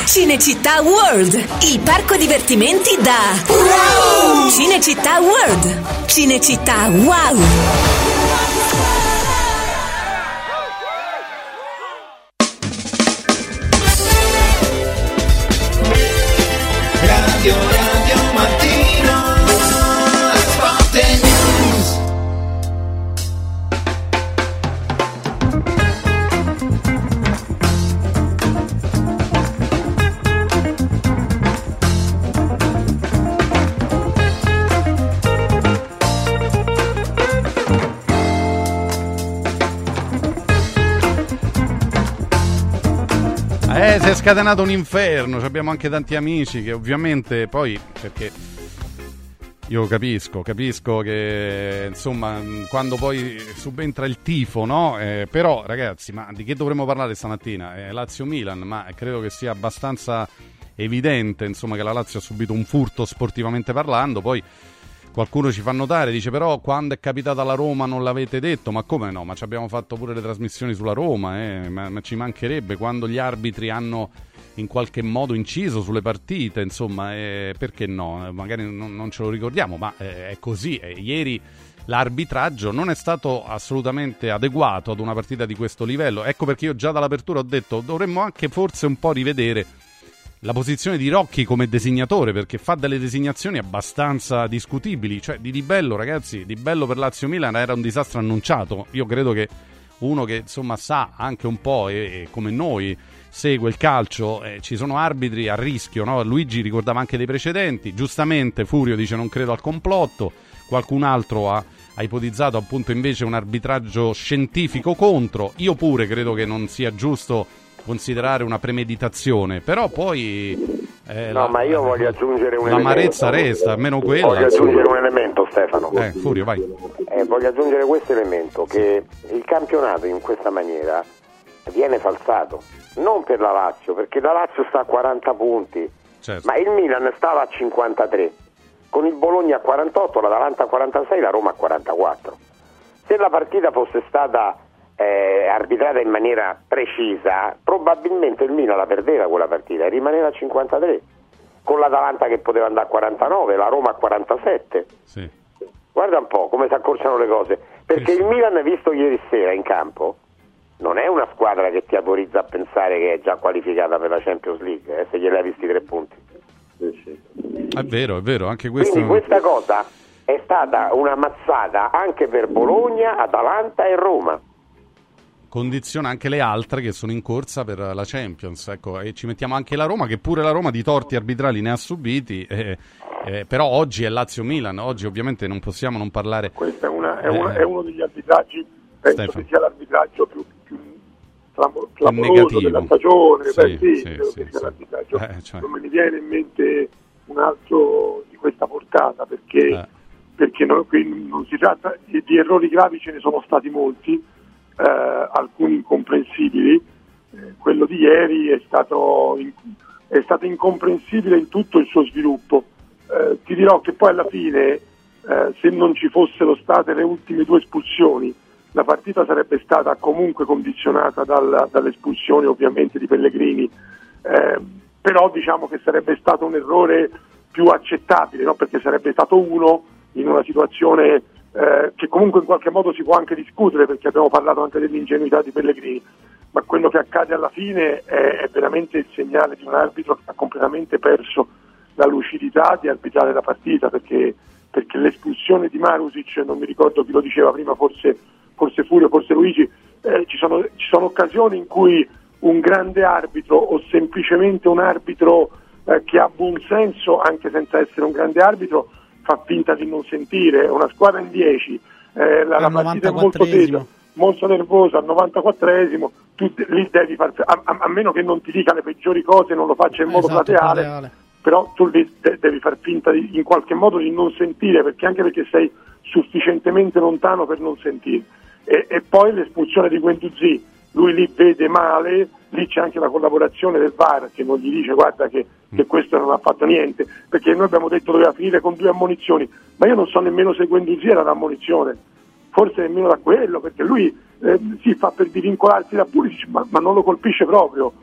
Cinecittà World, il parco divertimenti da wow! Cinecittà World, Cinecittà wow! Radio Radio Mattino, Sport e News. Eh, si è scatenato un inferno, abbiamo anche tanti amici che ovviamente poi, perché io capisco, capisco che insomma quando poi subentra il tifo, no? Eh, però ragazzi, ma di che dovremmo parlare stamattina? Eh, Lazio-Milan, ma credo che sia abbastanza evidente insomma che la Lazio ha subito un furto sportivamente parlando, poi qualcuno ci fa notare, dice però quando è capitata la Roma non l'avete detto, ma come no? Ma ci abbiamo fatto pure le trasmissioni sulla Roma, eh? ma, ma ci mancherebbe, quando gli arbitri hanno in qualche modo inciso sulle partite, insomma, eh, perché no? Magari non, non ce lo ricordiamo, ma eh, è così. Eh, ieri l'arbitraggio non è stato assolutamente adeguato ad una partita di questo livello, ecco perché io già dall'apertura ho detto dovremmo anche forse un po' rivedere la posizione di Rocchi come designatore, perché fa delle designazioni abbastanza discutibili. Cioè di Di Bello, ragazzi, Di Bello per Lazio Milan era un disastro annunciato. Io credo che uno che insomma sa anche un po' e, e come noi segue il calcio, eh, ci sono arbitri a rischio, no? Luigi ricordava anche dei precedenti, giustamente Furio dice non credo al complotto, qualcun altro ha, ha ipotizzato appunto invece un arbitraggio scientifico contro. Io pure credo che non sia giusto considerare una premeditazione, però poi eh, no, la, ma io voglio aggiungere un l'amarezza elemento. resta, almeno quella. Voglio insomma. aggiungere un elemento, Stefano. Eh, Furio, vai. Eh, voglio aggiungere questo elemento, che il campionato in questa maniera viene falsato, non per la Lazio, perché la Lazio sta a quaranta punti, certo. Ma il Milan stava a cinquantatré, con il Bologna a quarantotto, l'Atalanta a quarantasei, la Roma a quarantaquattro. Se la partita fosse stata Eh, arbitrata in maniera precisa, probabilmente il Milan la perdeva quella partita e rimaneva a cinquantatré, con l'Atalanta che poteva andare a quarantanove, la Roma a quarantasette. Sì. Guarda un po' come si accorciano le cose, perché sì, il Milan, visto ieri sera in campo, non è una squadra che ti autorizza a pensare che è già qualificata per la Champions League, eh, se gliel'hai visti tre punti. Sì, sì. È vero, è vero, anche questo. Quindi questa cosa è stata una mazzata anche per Bologna, Atalanta e Roma. Condiziona anche le altre che sono in corsa per la Champions, ecco, e ci mettiamo anche la Roma, che pure la Roma di torti arbitrali ne ha subiti, eh, eh, però oggi è Lazio-Milan, oggi ovviamente non possiamo non parlare. Questo è, una, è, una, è uno degli arbitraggi, penso Stefano. Che sia l'arbitraggio più, più clamoroso della stagione, sì, beh, sì, sì, credo sì, che sia sì. l'arbitraggio. Eh, cioè. Non me ne viene in mente un altro di questa portata, perché, eh. perché non, qui non si tratta di, di errori gravi, ce ne sono stati molti. Eh, alcuni incomprensibili, eh, quello di ieri è stato, in, è stato incomprensibile in tutto il suo sviluppo. Eh, ti dirò che poi alla fine, eh, se non ci fossero state le ultime due espulsioni, la partita sarebbe stata comunque condizionata dal, dalle espulsioni ovviamente di Pellegrini, eh, però diciamo che sarebbe stato un errore più accettabile, no? Perché sarebbe stato uno in una situazione Eh, che comunque in qualche modo si può anche discutere, perché abbiamo parlato anche dell'ingenuità di Pellegrini, ma quello che accade alla fine è, è veramente il segnale di un arbitro che ha completamente perso la lucidità di arbitrare la partita, perché, perché l'espulsione di Marusic, non mi ricordo chi lo diceva prima, forse, forse Furio, forse Luigi, eh, ci, sono, ci sono occasioni in cui un grande arbitro o semplicemente un arbitro eh, che ha buon senso, anche senza essere un grande arbitro, fa finta di non sentire. Una squadra in dieci, eh, la, la partita è molto tesa, molto nervosa, al novantaquattresimo tu lì devi far, a, a, a meno che non ti dica le peggiori cose, non lo faccia in modo esatto, plateale, plateale, però tu lì de- devi far finta di, in qualche modo di non sentire, perché anche perché sei sufficientemente lontano per non sentire. E, e poi l'espulsione di Guendouzi, lui lì vede male, lì c'è anche la collaborazione del V A R che non gli dice guarda che, che questo non ha fatto niente, perché noi abbiamo detto doveva finire con due ammonizioni, ma io non so nemmeno se Guendouzi era l'ammonizione, forse nemmeno da quello, perché lui eh, si fa per divincolarsi da Pulisic, ma, ma non lo colpisce proprio,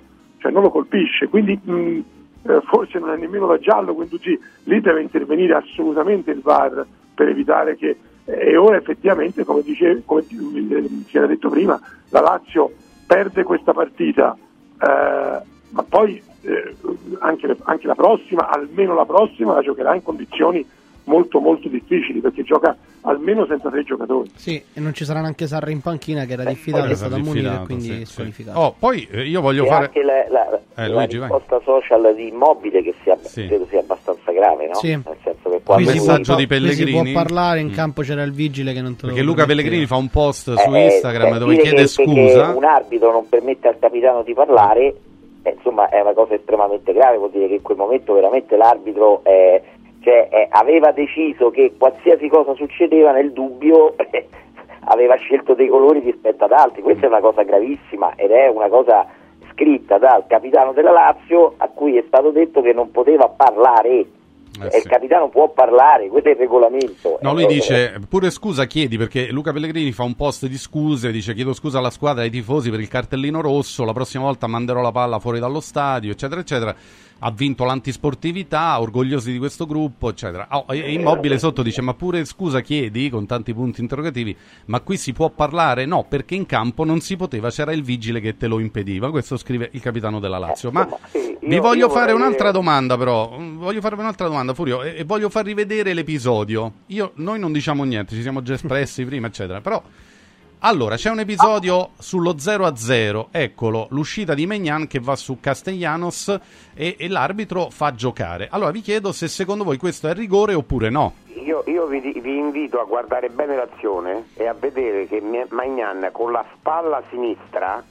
cioè non lo colpisce, quindi mh, eh, forse non è nemmeno da giallo, quindi sì, lì deve intervenire assolutamente il V A R per evitare che, e ora effettivamente, come, dice, come si era detto prima, la Lazio perde questa partita, eh, ma poi eh, anche, anche la prossima, almeno la prossima, la giocherà in condizioni molto molto difficili, perché gioca almeno senza tre giocatori. Sì, e non ci sarà neanche Sarri in panchina, che era eh, diffidato, è stato ammonito e quindi sì, squalificato. Sì. Oh, poi eh, io voglio e fare anche la, la, eh, la Luigi, risposta vai. social di Immobile, che sia, sì. credo sia abbastanza grave, no? Sì. Nel senso che quando il messaggio di Pellegrini si può parlare, in campo c'era il vigile che non te lo perché Luca Pellegrini fa un post su eh, Instagram eh, dove chiede scusa. Un arbitro non permette al capitano di parlare, eh, insomma è una cosa estremamente grave, vuol dire che in quel momento veramente l'arbitro è Cioè, eh, aveva deciso che qualsiasi cosa succedeva, nel dubbio eh, aveva scelto dei colori rispetto ad altri. Questa è una cosa gravissima ed è una cosa scritta dal capitano della Lazio, a cui è stato detto che non poteva parlare. Eh sì. Il capitano può parlare, questo è il regolamento. No, lui dice pure scusa chiedi, perché Luca Pellegrini fa un post di scuse, dice chiedo scusa alla squadra e ai tifosi per il cartellino rosso, la prossima volta manderò la palla fuori dallo stadio, eccetera eccetera. Ha vinto l'antisportività, orgogliosi di questo gruppo, eccetera. Oh, e Immobile sotto dice ma pure scusa chiedi, con tanti punti interrogativi, ma qui si può parlare? No, perché in campo non si poteva, c'era il vigile che te lo impediva. Questo scrive il capitano della Lazio. Ma sì, vi io, voglio io fare vorrei... un'altra domanda però, voglio fare un'altra domanda Furio, e, e voglio far rivedere l'episodio. Io, noi non diciamo niente, ci siamo già espressi prima, eccetera, però allora c'è un episodio sullo zero a zero, eccolo, l'uscita di Maignan che va su Castellanos e, e l'arbitro fa giocare. Allora vi chiedo se secondo voi questo è rigore oppure no. Io, io vi, vi invito a guardare bene l'azione e a vedere che Maignan con la spalla sinistra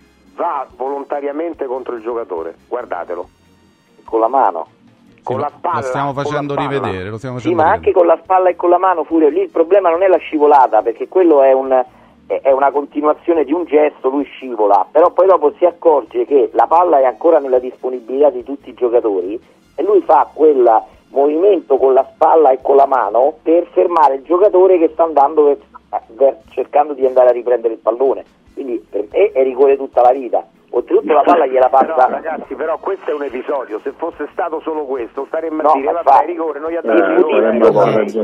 va volontariamente contro il giocatore, guardatelo, con la mano. Con sì, la spalla, lo stiamo facendo rivedere, lo stiamo facendo sì, ma rivedere. Anche con la spalla e con la mano, Furio, lì il problema non è la scivolata, perché quello è un è una continuazione di un gesto, lui scivola, però poi dopo si accorge che la palla è ancora nella disponibilità di tutti i giocatori e lui fa quel movimento con la spalla e con la mano per fermare il giocatore che sta andando per, per, cercando di andare a riprendere il pallone, quindi per me è rigore tutta la vita. Oltretutto la palla gliela passa. Però, ragazzi, però questo è un episodio, se fosse stato solo questo staremmo no, a dire vabbè, rigore, noi abbiamo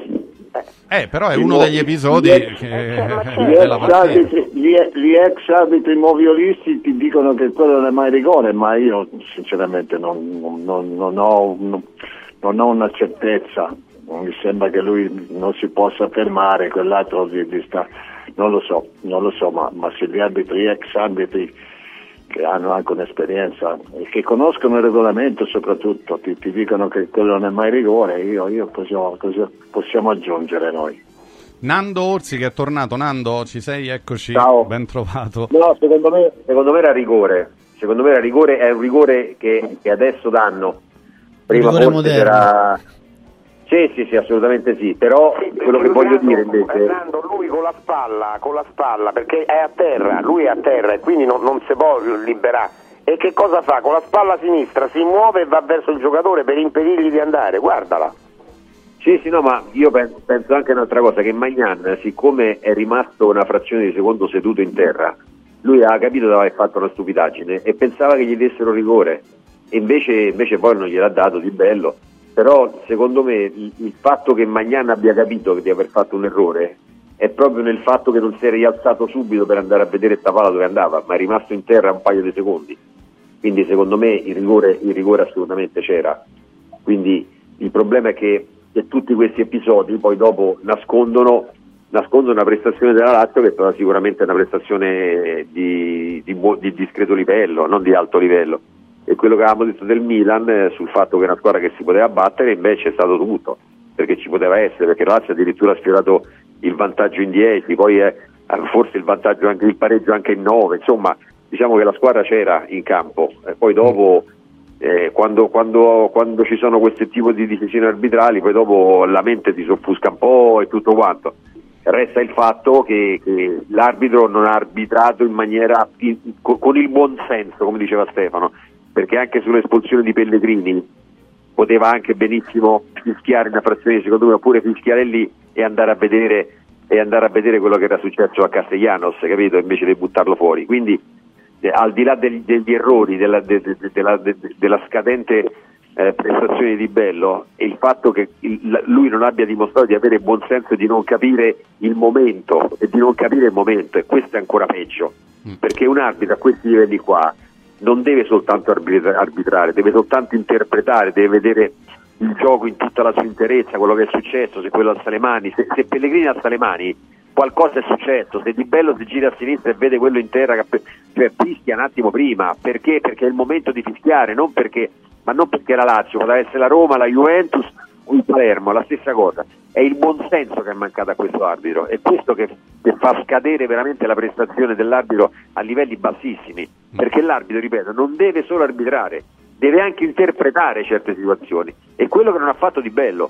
Eh, però è uno degli episodi gli ex, che gli, ex arbitri, gli, gli ex arbitri moviolisti ti dicono che quello non è mai rigore, ma io sinceramente non, non, non, ho, non, non ho una certezza. Mi sembra che lui non si possa fermare, quell'altro di, di sta, non lo so, non lo so, ma, ma se gli arbitri, ex arbitri che hanno anche un'esperienza e che conoscono il regolamento soprattutto ti, ti dicono che quello non è mai rigore, io, io possiamo, cosa possiamo aggiungere noi? Nando Orsi che è tornato. Nando, ci sei? Eccoci. Ciao. Ben trovato. No, secondo me, secondo me era rigore, secondo me era rigore, è un rigore che, che adesso danno, prima rigore forse moderno. era... Sì, sì, sì, assolutamente sì, però sì, quello che voglio Nando, dire invece... Fernando, lui con la spalla, con la spalla, perché è a terra, lui è a terra e quindi non, non si può liberare. E che cosa fa? Con la spalla sinistra si muove e va verso il giocatore per impedirgli di andare, guardala. Sì, sì, no, ma io penso, penso anche un'altra cosa, che Maignan, siccome è rimasto una frazione di secondo seduto in terra, lui ha capito di aver fatto una stupidaggine e pensava che gli dessero rigore, e invece, invece poi non gliel'ha dato di bello. Però secondo me il, il fatto che Maignan abbia capito di aver fatto un errore è proprio nel fatto che non si è rialzato subito per andare a vedere sta palla dove andava, ma è rimasto in terra un paio di secondi. Quindi secondo me il rigore, il rigore assolutamente c'era. Quindi il problema è che, che tutti questi episodi poi dopo nascondono, nascondono una prestazione della Lazio che è stata sicuramente una prestazione di, di, di discreto livello, non di alto livello. E quello che avevamo detto del Milan eh, sul fatto che è una squadra che si poteva battere invece è stato tutto, perché ci poteva essere, perché la Lazio addirittura ha sfiorato il vantaggio in dieci, poi è, forse il vantaggio anche il pareggio anche in nove, insomma diciamo che la squadra c'era in campo e poi dopo eh, quando, quando, quando ci sono questo tipo di decisioni arbitrali poi dopo la mente ti soffusca un po' e tutto quanto. Resta il fatto che, che l'arbitro non ha arbitrato in maniera in, con il buon senso, come diceva Stefano, perché anche sull'espulsione di Pellegrini poteva anche benissimo fischiare una frazione di secondo me, oppure fischiare lì e andare a vedere e andare a vedere quello che era successo a Castellanos, capito? Invece di buttarlo fuori. Quindi eh, al di là degli, degli errori, della, de, de, de, della, de, della scadente eh, prestazione di Bello, e il fatto che il, lui non abbia dimostrato di avere buon senso e di non capire il momento, e di non capire il momento, e questo è ancora peggio, mm. perché un arbitro a questi livelli qua non deve soltanto arbitrare, deve soltanto interpretare, deve vedere il gioco in tutta la sua interezza, quello che è successo, se quello alza le mani, se, se Pellegrini alza le mani qualcosa è successo, se Di Bello si gira a sinistra e vede quello in terra, cioè fischia un attimo prima, perché? Perché è il momento di fischiare, non perché, ma non perché la Lazio, poteva essere la Roma, la Juventus o il Palermo, la stessa cosa, è il buonsenso che è mancato a questo arbitro, è questo che, che fa scadere veramente la prestazione dell'arbitro a livelli bassissimi, perché l'arbitro, ripeto, non deve solo arbitrare, deve anche interpretare certe situazioni, è quello che non ha fatto Di Bello.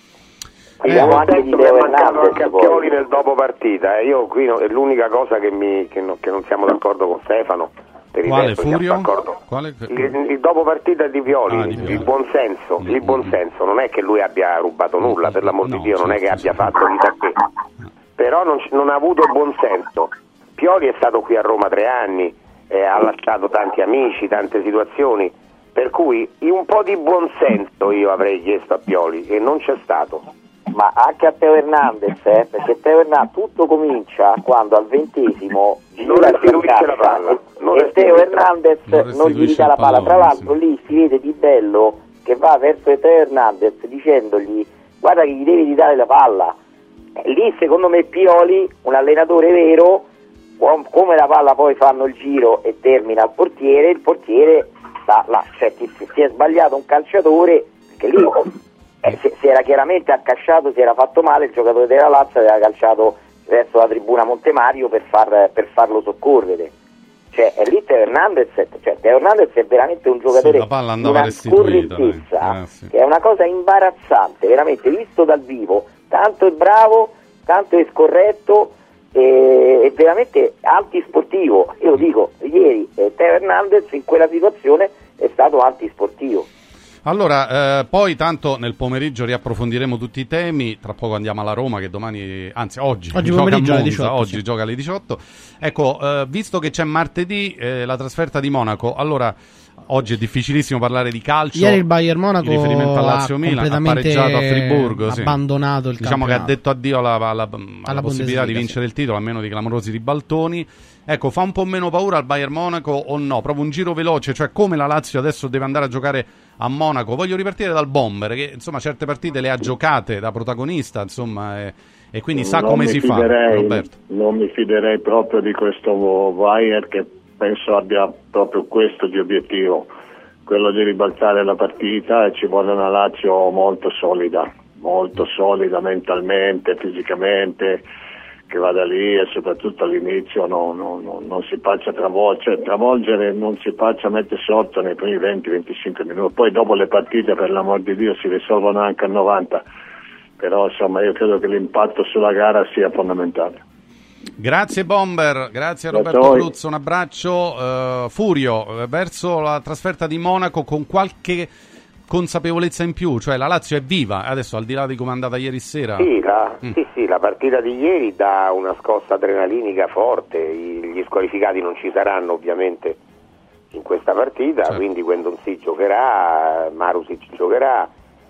Eh, eh, anche di Teo Hernandez anche a Pioli nel dopo partita, eh. Io qui no, è l'unica cosa che, mi, che, no, che non siamo d'accordo con Stefano. Per Quale Furio? Quale? Il, il dopo partita di Pioli, ah, di Pioli. il buonsenso, mm-hmm. il buonsenso non è che lui abbia rubato nulla, mm-hmm. per l'amor di no, Dio, non è che sì, abbia sì. fatto chissà che, però non, non ha avuto buonsenso. Pioli è stato qui a Roma tre anni, eh, ha lasciato tanti amici, tante situazioni, per cui un po' di buonsenso io avrei chiesto a Pioli e non c'è stato. Ma anche a Teo Hernandez, eh, perché Teo Hernandez tutto comincia quando al ventesimo non restituisce la palla non e Teo Hernandez non, non gli dà la palla. Tra l'altro sì. lì si vede Di Bello che va verso Teo Hernandez dicendogli guarda che gli devi dare la palla. E lì secondo me Pioli, un allenatore vero, come la palla poi fanno il giro e termina al portiere, il portiere sta là, cioè si è sbagliato un calciatore, perché lì Eh, si, si era chiaramente accasciato, si era fatto male, il giocatore della Lazio aveva calciato verso la tribuna Montemario per, far, per farlo soccorrere. Cioè è lì Teo Hernandez, cioè Teo Hernandez è veramente un giocatore sì, di una scorrettezza, eh, sì. che è una cosa imbarazzante, veramente visto dal vivo, tanto è bravo, tanto è scorretto, e, è veramente antisportivo. Io lo dico, ieri eh, Teo Hernandez in quella situazione è stato antisportivo. Allora, eh, poi tanto nel pomeriggio riapprofondiremo tutti i temi, tra poco andiamo alla Roma che domani, anzi oggi, oggi gioca pomeriggio Monza, alle diciotto, oggi sì. gioca alle diciotto. Ecco, eh, visto che c'è martedì eh, la trasferta di Monaco, allora oggi è difficilissimo parlare di calcio. Ieri il Bayern Monaco in riferimento a Lazio Milan ha pareggiato a Friburgo, sì. abbandonato il diciamo campionato. Che ha detto addio alla, alla, alla, alla possibilità di vincere sì. il titolo, a meno di clamorosi ribaltoni. Ecco, fa un po' meno paura al Bayern Monaco o no? Proprio un giro veloce, cioè come la Lazio adesso deve andare a giocare a Monaco. Voglio ripartire dal Bomber, che insomma certe partite le ha giocate da protagonista, insomma, e, e quindi sa non come si fiderei, fa, Roberto. Non mi fiderei proprio di questo Bayern, che penso abbia proprio questo di obiettivo, quello di ribaltare la partita, e ci vuole una Lazio molto solida, molto solida mentalmente, fisicamente, che vada lì e soprattutto all'inizio no, no, no, non si faccia travolgere, cioè, travolgere non si faccia mettere sotto nei primi venti venticinque minuti, poi dopo le partite per l'amor di Dio si risolvono anche a novanta, però insomma io credo che l'impatto sulla gara sia fondamentale. Grazie Bomber, grazie a Roberto Cruz, un abbraccio. uh, Furio, verso la trasferta di Monaco con qualche consapevolezza in più, cioè la Lazio è viva adesso, al di là di come è andata ieri sera. Sì, la, mm. sì, sì, la partita di ieri dà una scossa adrenalinica forte, gli squalificati non ci saranno ovviamente in questa partita, certo. Quindi Guendouzi giocherà, Marusic giocherà,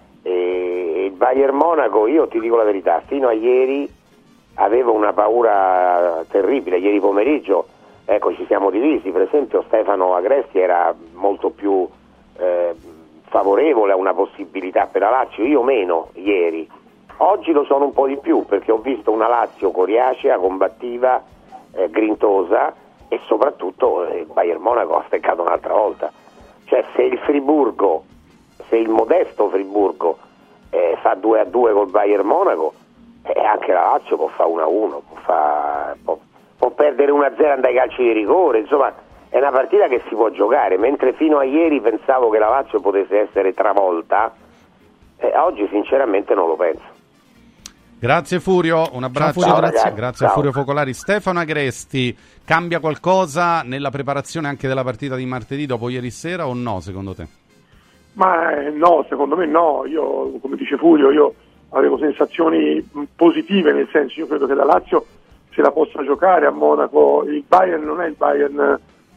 e il Bayern Monaco, io ti dico la verità, fino a ieri avevo una paura terribile. Ieri pomeriggio, ecco, ci siamo divisi, per esempio Stefano Agresti era molto più eh, favorevole a una possibilità per la Lazio, io meno ieri. Oggi lo sono un po' di più, perché ho visto una Lazio coriacea, combattiva, eh, grintosa, e soprattutto eh, il Bayern Monaco ha steccato un'altra volta. Cioè se il Friburgo, se il modesto Friburgo eh, fa due a due col Bayern Monaco, e anche la Lazio può fare uno a uno, può, fa, può, può perdere uno a zero andare ai calci di rigore, insomma è una partita che si può giocare, mentre fino a ieri pensavo che la Lazio potesse essere travolta, e oggi sinceramente non lo penso. Grazie Furio, un abbraccio. Ciao, Furio, grazie, grazie. grazie a Furio Focolari. Stefano Agresti, cambia qualcosa nella preparazione anche della partita di martedì dopo ieri sera o no, secondo te? Ma eh, no, secondo me no, io come dice Furio, io avevo sensazioni positive, nel senso, io credo che la Lazio se la possa giocare a Monaco. Il Bayern non è il Bayern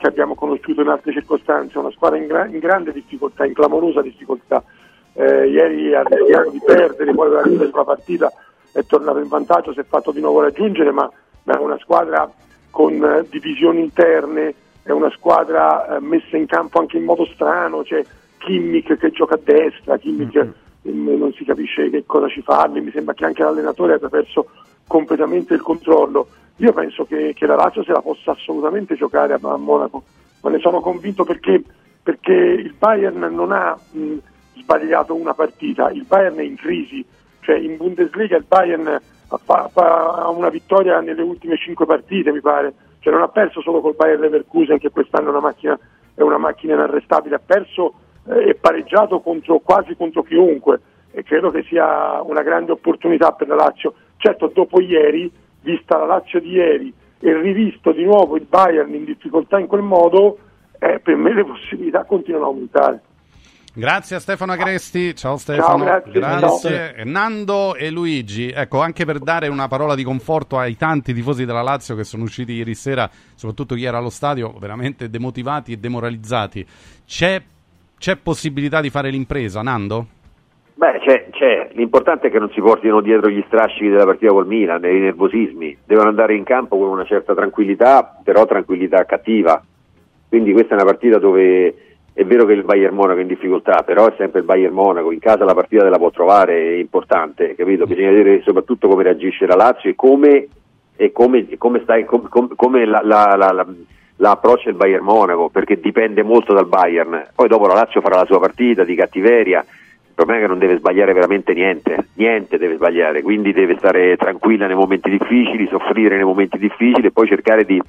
che abbiamo conosciuto in altre circostanze, una squadra in, gra- in grande difficoltà, in clamorosa difficoltà. Eh, ieri ha rischiato di perdere, poi aveva ripreso la partita, è tornato in vantaggio, si è fatto di nuovo raggiungere, ma, ma è una squadra con eh, divisioni interne, è una squadra eh, messa in campo anche in modo strano, c'è Kimmich che gioca a destra, Kimmich mm-hmm. non si capisce che cosa ci farli, mi sembra che anche l'allenatore abbia perso completamente il controllo. Io penso che, che la Lazio se la possa assolutamente giocare a, a Monaco, ma ne sono convinto perché, perché il Bayern non ha mh, sbagliato una partita, il Bayern è in crisi, cioè in Bundesliga il Bayern ha, fa, ha una vittoria nelle ultime cinque partite, mi pare, cioè non ha perso solo col Bayer Leverkusen, che quest'anno è una macchina, è una macchina inarrestabile, ha perso eh, e pareggiato contro, quasi contro chiunque, e credo che sia una grande opportunità per la Lazio. Certo, dopo ieri, vista la Lazio di ieri e rivisto di nuovo il Bayern in difficoltà in quel modo, eh, per me le possibilità continuano a aumentare. Grazie a Stefano Agresti, ciao Stefano. Ciao, grazie. grazie. Ciao. Nando e Luigi, ecco, anche per dare una parola di conforto ai tanti tifosi della Lazio che sono usciti ieri sera, soprattutto chi era allo stadio, veramente demotivati e demoralizzati, c'è, c'è possibilità di fare l'impresa, Nando? Beh, c'è, c'è, l'importante è che non si portino dietro gli strascichi della partita col Milan e i nervosismi, devono andare in campo con una certa tranquillità, però tranquillità cattiva, quindi questa è una partita dove è vero che il Bayern Monaco è in difficoltà, però è sempre il Bayern Monaco, in casa la partita la può trovare, è importante, capito? Bisogna vedere soprattutto come reagisce la Lazio e come, e come, come, sta, come, come la, la, la, la, la approccia il Bayern Monaco, perché dipende molto dal Bayern, poi dopo la Lazio farà la sua partita di cattiveria, il problema è che non deve sbagliare veramente niente, niente deve sbagliare, quindi deve stare tranquilla nei momenti difficili, soffrire nei momenti difficili e poi cercare di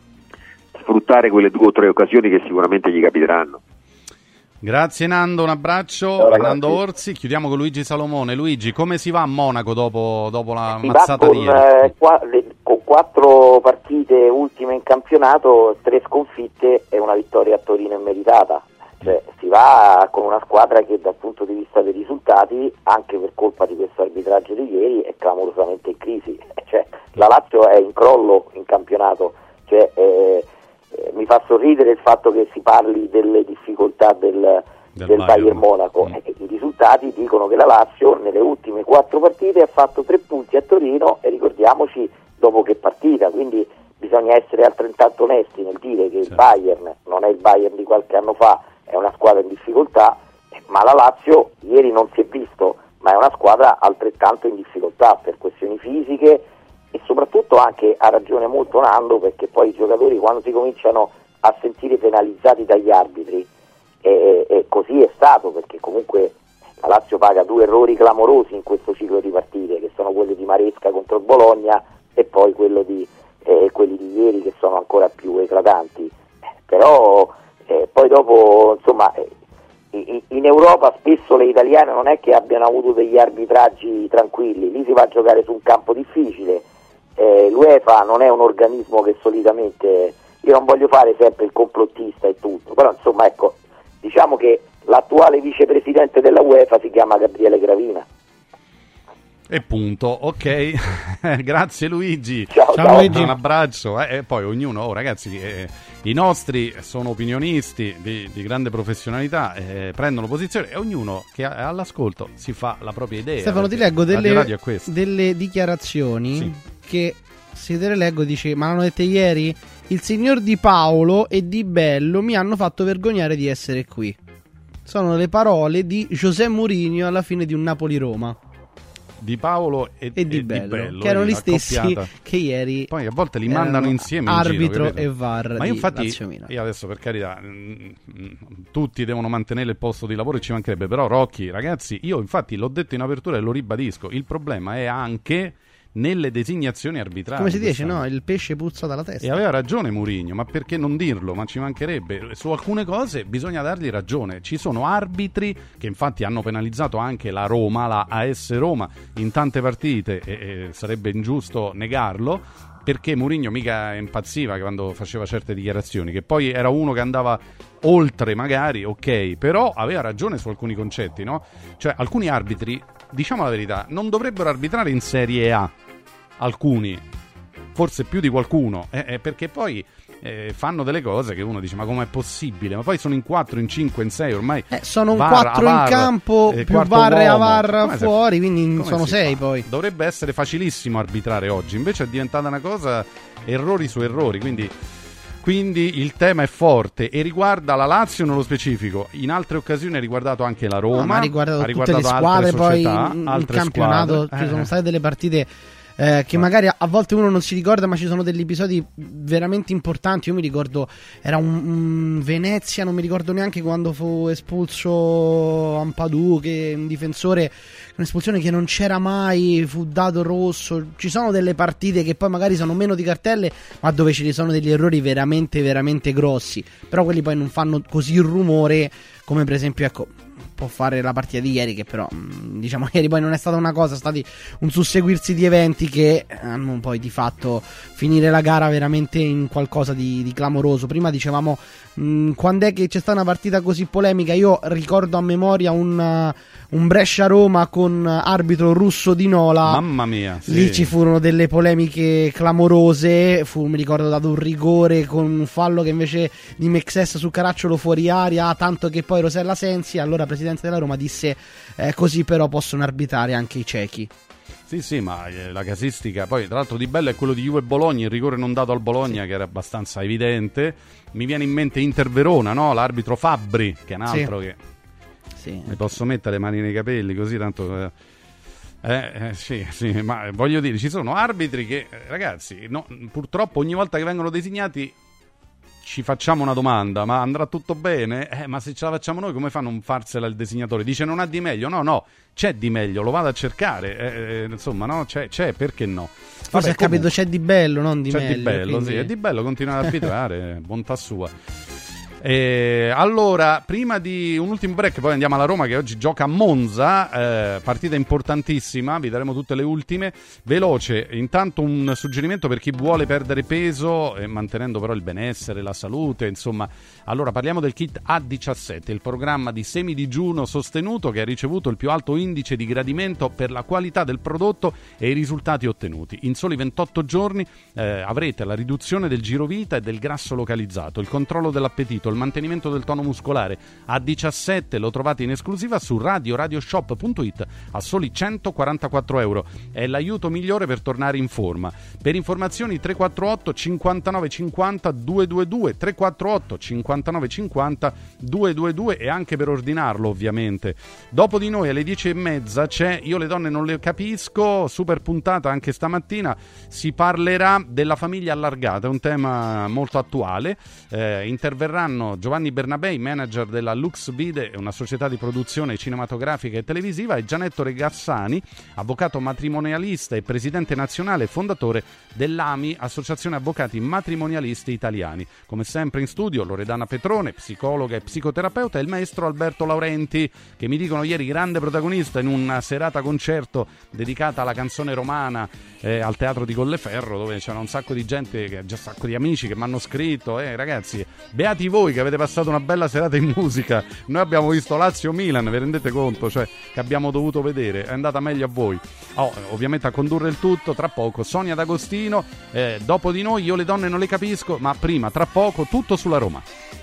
sfruttare quelle due o tre occasioni che sicuramente gli capiteranno. Grazie Nando, un abbraccio. Ciao, Nando Orsi, chiudiamo con Luigi Salomone. Luigi, come si va a Monaco dopo, dopo la si mazzata con, di ieri? Eh, qua, le, con quattro partite ultime in campionato, tre sconfitte e una vittoria a Torino immeritata. Cioè, si va con una squadra che dal punto di vista dei risultati, anche per colpa di questo arbitraggio di ieri, è clamorosamente in crisi. Cioè, la Lazio è in crollo in campionato. Cioè, eh, Eh, mi fa sorridere il fatto che si parli delle difficoltà del, del, del Bayern, Bayern Monaco. Mm. Eh, i risultati dicono che la Lazio nelle ultime quattro partite ha fatto tre punti a Torino e ricordiamoci dopo che partita, quindi bisogna essere altrettanto onesti nel dire che certo. Il Bayern non è il Bayern di qualche anno fa, è una squadra in difficoltà, eh, ma la Lazio ieri non si è visto, ma è una squadra altrettanto in difficoltà per questioni fisiche. E soprattutto anche ha ragione molto Nando, perché poi i giocatori quando si cominciano a sentire penalizzati dagli arbitri, e, e così è stato, perché comunque la Lazio paga due errori clamorosi in questo ciclo di partite, che sono quelli di Maresca contro il Bologna e poi quello di, eh, quelli di ieri che sono ancora più eclatanti, però eh, poi dopo insomma eh, in Europa spesso le italiane non è che abbiano avuto degli arbitraggi tranquilli, lì si va a giocare su un campo difficile. Eh, l'UEFA non è un organismo che solitamente, io non voglio fare sempre il complottista e tutto, però insomma ecco, diciamo che l'attuale vicepresidente della UEFA si chiama Gabriele Gravina. E punto, ok. Grazie Luigi. Ciao, ciao, ciao Luigi. Un abbraccio. Eh, e poi ognuno, oh, ragazzi, eh, i nostri sono opinionisti di, di grande professionalità, eh, prendono posizione e ognuno che è all'ascolto si fa la propria idea. Stefano, ti leggo delle, delle dichiarazioni sì. che se te le leggo dici, ma l'hanno dette ieri? Il signor Di Paolo e Di Bello mi hanno fatto vergognare di essere qui. Sono le parole di José Mourinho alla fine di un Napoli-Roma. Di Paolo e, e, di, e Bello, di Bello, che erano gli stessi accoppiata. Che ieri poi a volte li mandano insieme arbitro in giro, e V A R. Ma io infatti Lazio-Milan. io adesso per carità mh, mh, tutti devono mantenere il posto di lavoro e ci mancherebbe, però Rocchi ragazzi, io infatti l'ho detto in apertura e lo ribadisco, il problema è anche nelle designazioni arbitrali. Come si dice, no? Il pesce puzza dalla testa. E aveva ragione Mourinho, ma perché non dirlo? Ma ci mancherebbe. Su alcune cose bisogna dargli ragione. Ci sono arbitri che infatti hanno penalizzato anche la Roma, la A S Roma, in tante partite, e, e sarebbe ingiusto negarlo, perché Mourinho mica impazziva quando faceva certe dichiarazioni, che poi era uno che andava oltre magari, ok, però aveva ragione su alcuni concetti, no? Cioè alcuni arbitri, diciamo la verità, non dovrebbero arbitrare in Serie A, alcuni, forse più di qualcuno, eh, eh, perché poi eh, fanno delle cose che uno dice ma com'è possibile, ma poi sono in quattro, in cinque, in sei ormai eh, sono un var, quattro avar, in campo eh, più VAR e uomo. avar Come fuori si, quindi sono sei fa? Poi dovrebbe essere facilissimo arbitrare oggi, invece è diventata una cosa errori su errori, quindi Quindi il tema è forte e riguarda la Lazio nello specifico. In altre occasioni ha riguardato anche la Roma, no, ma ha riguardato, ha riguardato tutte le squadre, altre società, poi in, altre in campionato squadre. ci Eh. sono state delle partite eh, che magari a volte uno non si ricorda, ma ci sono degli episodi veramente importanti. Io mi ricordo, era un, un Venezia, non mi ricordo neanche quando fu espulso Ampadu, che un difensore, un'espulsione che non c'era mai, fu dato rosso. Ci sono delle partite che poi magari sono meno di cartelle, ma dove ci sono degli errori veramente veramente grossi, però quelli poi non fanno così rumore come per esempio, ecco, può fare la partita di ieri, che però diciamo ieri poi non è stata una cosa, è stati un susseguirsi di eventi che hanno poi di fatto finire la gara veramente in qualcosa di, di clamoroso. Prima dicevamo mh, quando è che c'è stata una partita così polemica, io ricordo a memoria un, un Brescia-Roma con arbitro russo di Nola. Mamma mia, sì. Lì ci furono delle polemiche clamorose, fu, mi ricordo, dato un rigore con un fallo che invece di Mexes su Caracciolo fuori aria, tanto che poi Rosella Sensi, allora presidente della Roma, disse eh, così però possono arbitrare anche i cechi. Sì, sì, ma eh, la casistica, poi tra l'altro di bello è quello di Juve Bologna, il rigore non dato al Bologna, sì, che era abbastanza evidente. Mi viene in mente Inter Verona, no? L'arbitro Fabbri, che è un altro, sì, che sì, mi posso mettere le mani nei capelli così tanto eh, eh, eh, sì, sì, ma voglio dire, ci sono arbitri che, ragazzi, no, purtroppo ogni volta che vengono designati ci facciamo una domanda, ma andrà tutto bene? Eh, ma se ce la facciamo noi, come fa a non farsela il designatore? Dice non ha di meglio, no, no, c'è di meglio, lo vado a cercare, eh, eh, insomma, no, c'è, c'è, perché no? Forse Vabbè, ha capito, c'è di bello, non di c'è meglio. C'è di bello, quindi... sì, è di bello continuare ad arbitrare, bontà sua. Eh, allora, prima di un ultimo break, poi andiamo alla Roma che oggi gioca a Monza, eh, partita importantissima, vi daremo tutte le ultime. Veloce, intanto un suggerimento per chi vuole perdere peso, eh, mantenendo però il benessere, la salute, insomma. Allora parliamo del kit A diciassette, il programma di semidigiuno sostenuto che ha ricevuto il più alto indice di gradimento per la qualità del prodotto e i risultati ottenuti. In soli ventotto giorni eh, avrete la riduzione del girovita e del grasso localizzato, il controllo dell'appetito, il mantenimento del tono muscolare. A diciassette lo trovate in esclusiva su radio radioshop punto it a soli centoquarantaquattro euro. È l'aiuto migliore per tornare in forma. Per informazioni tre quattro otto cinquantanove cinquanta duecentoventidue, tre quattro otto cinquantanove cinquanta duecentoventidue, e anche per ordinarlo ovviamente. Dopo di noi alle dieci e mezza c'è Io le donne non le capisco, super puntata anche stamattina, si parlerà della famiglia allargata, è un tema molto attuale. Eh, interverranno Giovanni Bernabei, manager della Lux Vide, una società di produzione cinematografica e televisiva, e Gianetto Regassani, avvocato matrimonialista e presidente nazionale e fondatore dell'A M I, Associazione Avvocati Matrimonialisti Italiani. Come sempre in studio Loredana Petrone, psicologa e psicoterapeuta, e il maestro Alberto Laurenti, che mi dicono ieri grande protagonista in una serata concerto dedicata alla canzone romana eh, al Teatro di Colleferro, dove c'era un sacco di gente, che, già un sacco di amici che mi hanno scritto, eh, ragazzi, beati voi che avete passato una bella serata in musica. Noi abbiamo visto Lazio-Milan, vi rendete conto? Cioè, che abbiamo dovuto vedere, è andata meglio a voi. Oh, ovviamente a condurre il tutto tra poco Sonia D'Agostino, eh, dopo di noi Io le donne non le capisco, ma prima, tra poco, tutto sulla Roma.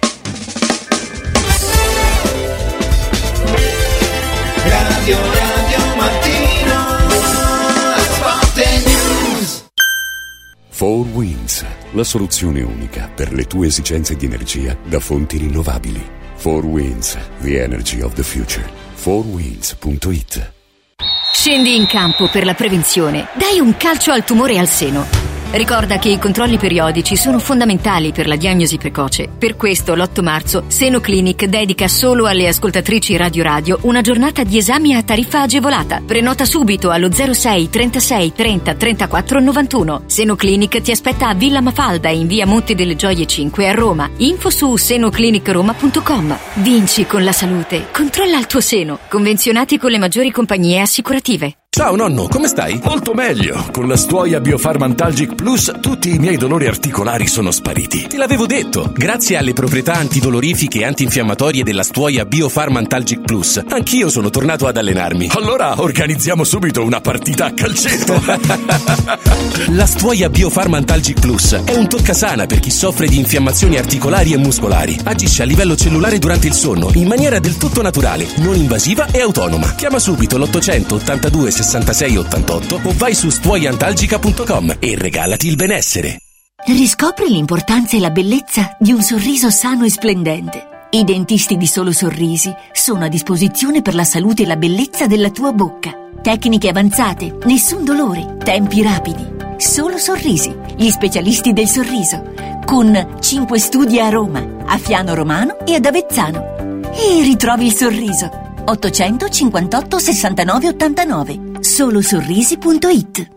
Radio Radio Mattino, Sport News. four Winds, la soluzione unica per le tue esigenze di energia da fonti rinnovabili. four Winds, the energy of the future. four winds punto it. Scendi in campo per la prevenzione. Dai un calcio al tumore al seno. Ricorda che i controlli periodici sono fondamentali per la diagnosi precoce. Per questo l'otto marzo Seno Clinic dedica solo alle ascoltatrici Radio Radio una giornata di esami a tariffa agevolata. Prenota subito allo zero sei trentasei trenta trentaquattro novantuno. Seno Clinic ti aspetta a Villa Mafalda in via Monte delle Gioie cinque a Roma. Info su senoclinicroma punto com. Vinci con la salute. Controlla il tuo seno. Convenzionati con le maggiori compagnie assicurative. Ciao nonno, come stai? Molto meglio. Con la Stuoia Biofarmantalgic Plus tutti i miei dolori articolari sono spariti. Te l'avevo detto. Grazie alle proprietà antidolorifiche e antinfiammatorie della Stuoia Biofarmantalgic Plus, anch'io sono tornato ad allenarmi. Allora organizziamo subito una partita a calcetto. La Stuoia Biofarmantalgic Plus è un toccasana per chi soffre di infiammazioni articolari e muscolari. Agisce a livello cellulare durante il sonno in maniera del tutto naturale, non invasiva e autonoma. Chiama subito l'ottocento ottantadue sessantasei ottantotto o vai su stuoiantalgica punto com e regalati il benessere. Riscopri l'importanza e la bellezza di un sorriso sano e splendente. I dentisti di Solo Sorrisi sono a disposizione per la salute e la bellezza della tua bocca. Tecniche avanzate, nessun dolore, tempi rapidi. Solo Sorrisi, gli specialisti del sorriso, con cinque studi a Roma, a Fiano Romano e ad Avezzano. E ritrovi il sorriso. ottocentocinquantotto sessantanove ottantanove. solo sorrisi punto it.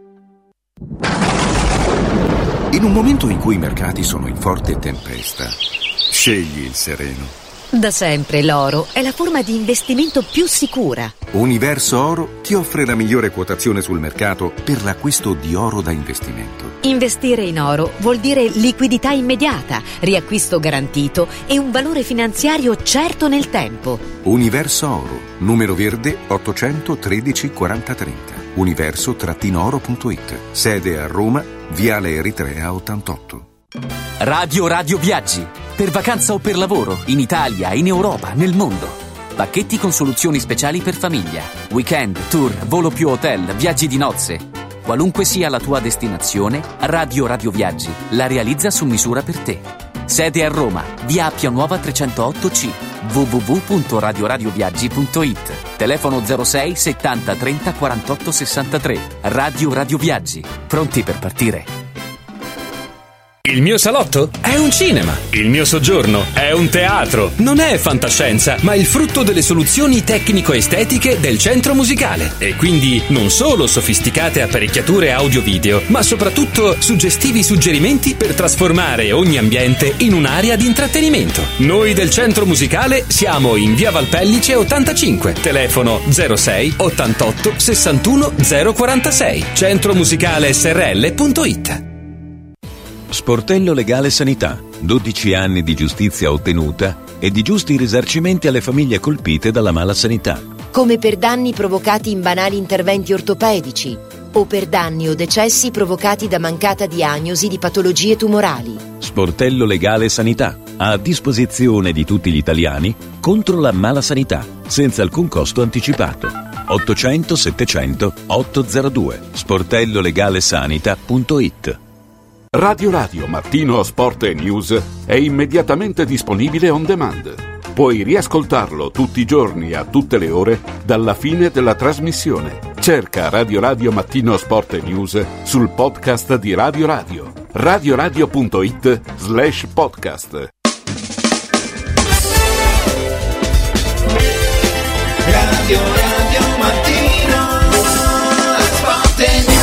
In un momento in cui i mercati sono in forte tempesta, scegli il sereno. Da sempre l'oro è la forma di investimento più sicura. Universo Oro ti offre la migliore quotazione sul mercato per l'acquisto di oro da investimento. Investire in oro vuol dire liquidità immediata, riacquisto garantito e un valore finanziario certo nel tempo. Universo Oro, numero verde ottocentotredici quaranta trenta. universo oro punto it. Sede a Roma, Viale Eritrea ottantotto. Radio Radio Viaggi. Per vacanza o per lavoro, in Italia, in Europa, nel mondo. Pacchetti con soluzioni speciali per famiglia. Weekend, tour, volo più hotel, viaggi di nozze. Qualunque sia la tua destinazione, Radio Radio Viaggi la realizza su misura per te. Sede a Roma, via Appia Nuova trecentootto C. w w w punto radio radio viaggi punto it. Telefono zero sei settanta trenta quarantotto sessantatré. Radio Radio Viaggi. Pronti per partire. Il mio salotto è un cinema. Il mio soggiorno è un teatro. Non è fantascienza, ma il frutto delle soluzioni tecnico-estetiche del centro musicale. E quindi non solo sofisticate apparecchiature audio-video, ma soprattutto suggestivi suggerimenti per trasformare ogni ambiente in un'area di intrattenimento. Noi del centro musicale siamo in via Valpellice ottantacinque. Telefono zero sei ottantotto sessantuno zero quarantasei. centromusicale s r l punto it. Sportello Legale Sanità. dodici anni di giustizia ottenuta e di giusti risarcimenti alle famiglie colpite dalla mala sanità. Come per danni provocati in banali interventi ortopedici o per danni o decessi provocati da mancata diagnosi di patologie tumorali. Sportello Legale Sanità. A disposizione di tutti gli italiani contro la mala sanità, senza alcun costo anticipato. ottocento settecento ottocentodue. sportello legale sanità punto it. Radio Radio Mattino Sport e News è immediatamente disponibile on demand. Puoi riascoltarlo tutti i giorni a tutte le ore dalla fine della trasmissione. Cerca Radio Radio Mattino Sport e News sul podcast di Radio Radio. radioradio punto it slash podcast. Radio Radio Mattino Sport e News.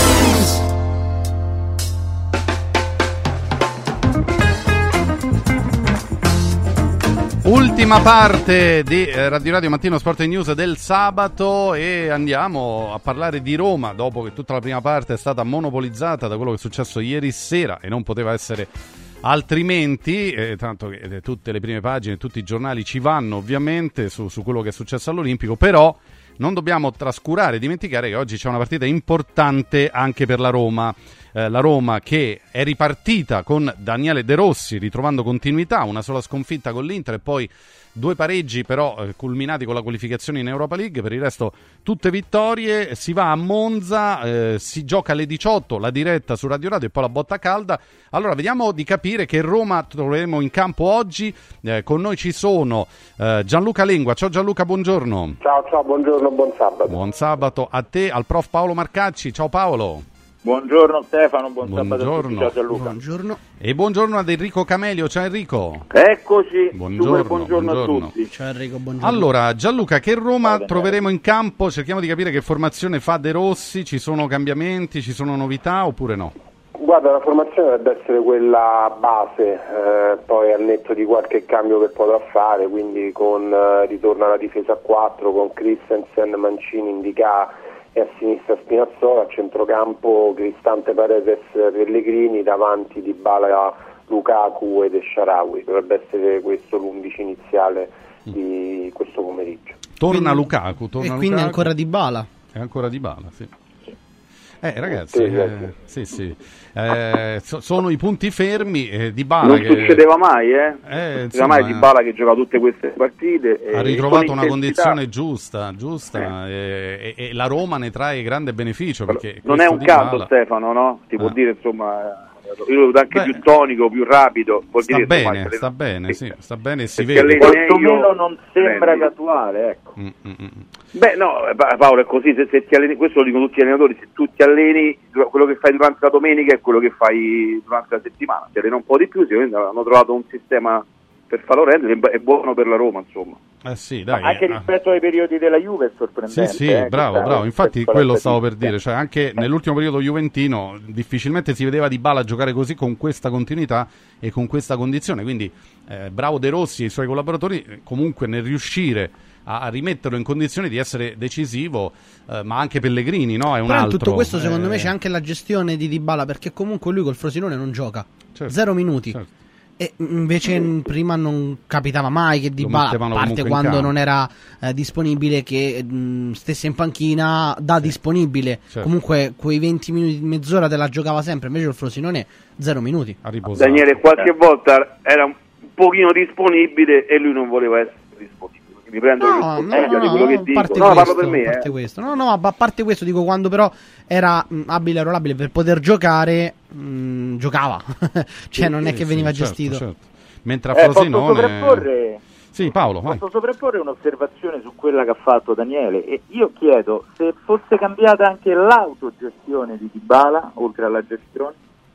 Ultima parte di Radio Radio Mattino Sport e News del sabato e andiamo a parlare di Roma dopo che tutta la prima parte è stata monopolizzata da quello che è successo ieri sera e non poteva essere altrimenti, eh, tanto che eh, tutte le prime pagine, tutti i giornali ci vanno ovviamente su, su quello che è successo all'Olimpico, però non dobbiamo trascurare e dimenticare che oggi c'è una partita importante anche per la Roma. Eh, la Roma che è ripartita con Daniele De Rossi ritrovando continuità, una sola sconfitta con l'Inter e poi due pareggi però eh, culminati con la qualificazione in Europa League. Per il resto tutte vittorie. Si va a Monza, eh, si gioca alle diciotto, la diretta su Radio Radio e poi la botta calda. Allora vediamo di capire che Roma troveremo in campo oggi. Eh, con noi ci sono eh, Gianluca Lengua. Ciao Gianluca, buongiorno. Ciao ciao, buongiorno, buon sabato. Buon sabato a te, al prof Paolo Marcacci. Ciao Paolo. Buongiorno Stefano, buon buongiorno. sabato a tutti, ciao Gianluca. Buongiorno. E buongiorno ad Enrico Camelio, ciao Enrico. Eccoci, buongiorno, buongiorno, buongiorno a tutti. Ciao Enrico, buongiorno. Allora Gianluca, che Roma troveremo in campo? Cerchiamo di capire che formazione fa De Rossi, ci sono cambiamenti, ci sono novità oppure no? Guarda, la formazione dovrebbe essere quella base, eh, poi al netto di qualche cambio che potrà fare, quindi con eh, ritorno alla difesa a quattro, con Christensen, Mancini, Indica e a sinistra Spinazzola, a centrocampo Cristante, Paredes, Pellegrini, davanti Dybala, Lukaku ed Esharawi. Dovrebbe essere questo l'undici iniziale di questo pomeriggio. Torna quindi, Lukaku, torna e quindi Lukaku. ancora Dybala. È ancora Dybala, sì. Eh ragazzi, eh, sì, sì. Eh, so, sono i punti fermi. Eh, Dybala non che... succedeva mai, eh? eh non succedeva mai Dybala che gioca tutte queste partite. Ha e ritrovato con una intensità. condizione giusta, giusta eh. e, e la Roma ne trae grande beneficio. Perché non è un Dybala... caso, Stefano, no? Si può ah. dire, insomma, io lo vedo anche Beh, più tonico, più rapido. Vuol sta dire, bene, insomma, sta bene, sì, sta bene e si perché vede. quantomeno non sembra casuale, ecco. Mm, mm, mm. Beh, no, Paolo, è così, se, se ti alleni, questo lo dicono tutti gli allenatori, se tu ti alleni, quello che fai durante la domenica è quello che fai durante la settimana, ti alleni un po' di più, sicuramente hanno trovato un sistema per farlo rendere, è buono per la Roma, insomma. Eh sì, dai, anche rispetto ai periodi della Juve è sorprendente. Sì, sì, eh, bravo, bravo. Infatti quello stavo per dire, cioè anche eh. nell'ultimo periodo juventino difficilmente si vedeva Dybala giocare così, con questa continuità e con questa condizione, quindi eh, bravo De Rossi e i suoi collaboratori comunque nel riuscire a, a rimetterlo in condizione di essere decisivo, eh, ma anche Pellegrini, no? È un Però altro. in tutto questo secondo eh... me c'è anche la gestione di Dybala, perché comunque lui col Frosinone non gioca, certo, zero minuti. Certo. E invece prima non capitava mai che Dybala, a parte quando non era eh, disponibile, che mh, stesse in panchina da sì. disponibile, certo. Comunque quei venti minuti, mezz'ora te la giocava sempre, invece il Frosinone zero minuti. Daniele qualche volta era un pochino disponibile e lui non voleva essere disponibile. Mi prendo no, il no, no, di quello no, che dico. parte No, questo, parlo per me, a parte eh. questo. No, no, a parte questo dico, quando però era mh, abile e arruolabile per poter giocare, mh, giocava. Cioè sì, non è che veniva sì, gestito. certo, certo. Mentre a eh, Frosinone... Posso sovrapporre, sì, Paolo, vai. Posso sovrapporre un'osservazione su quella che ha fatto Daniele, e io chiedo se fosse cambiata anche l'autogestione di Dybala, oltre alla gestione?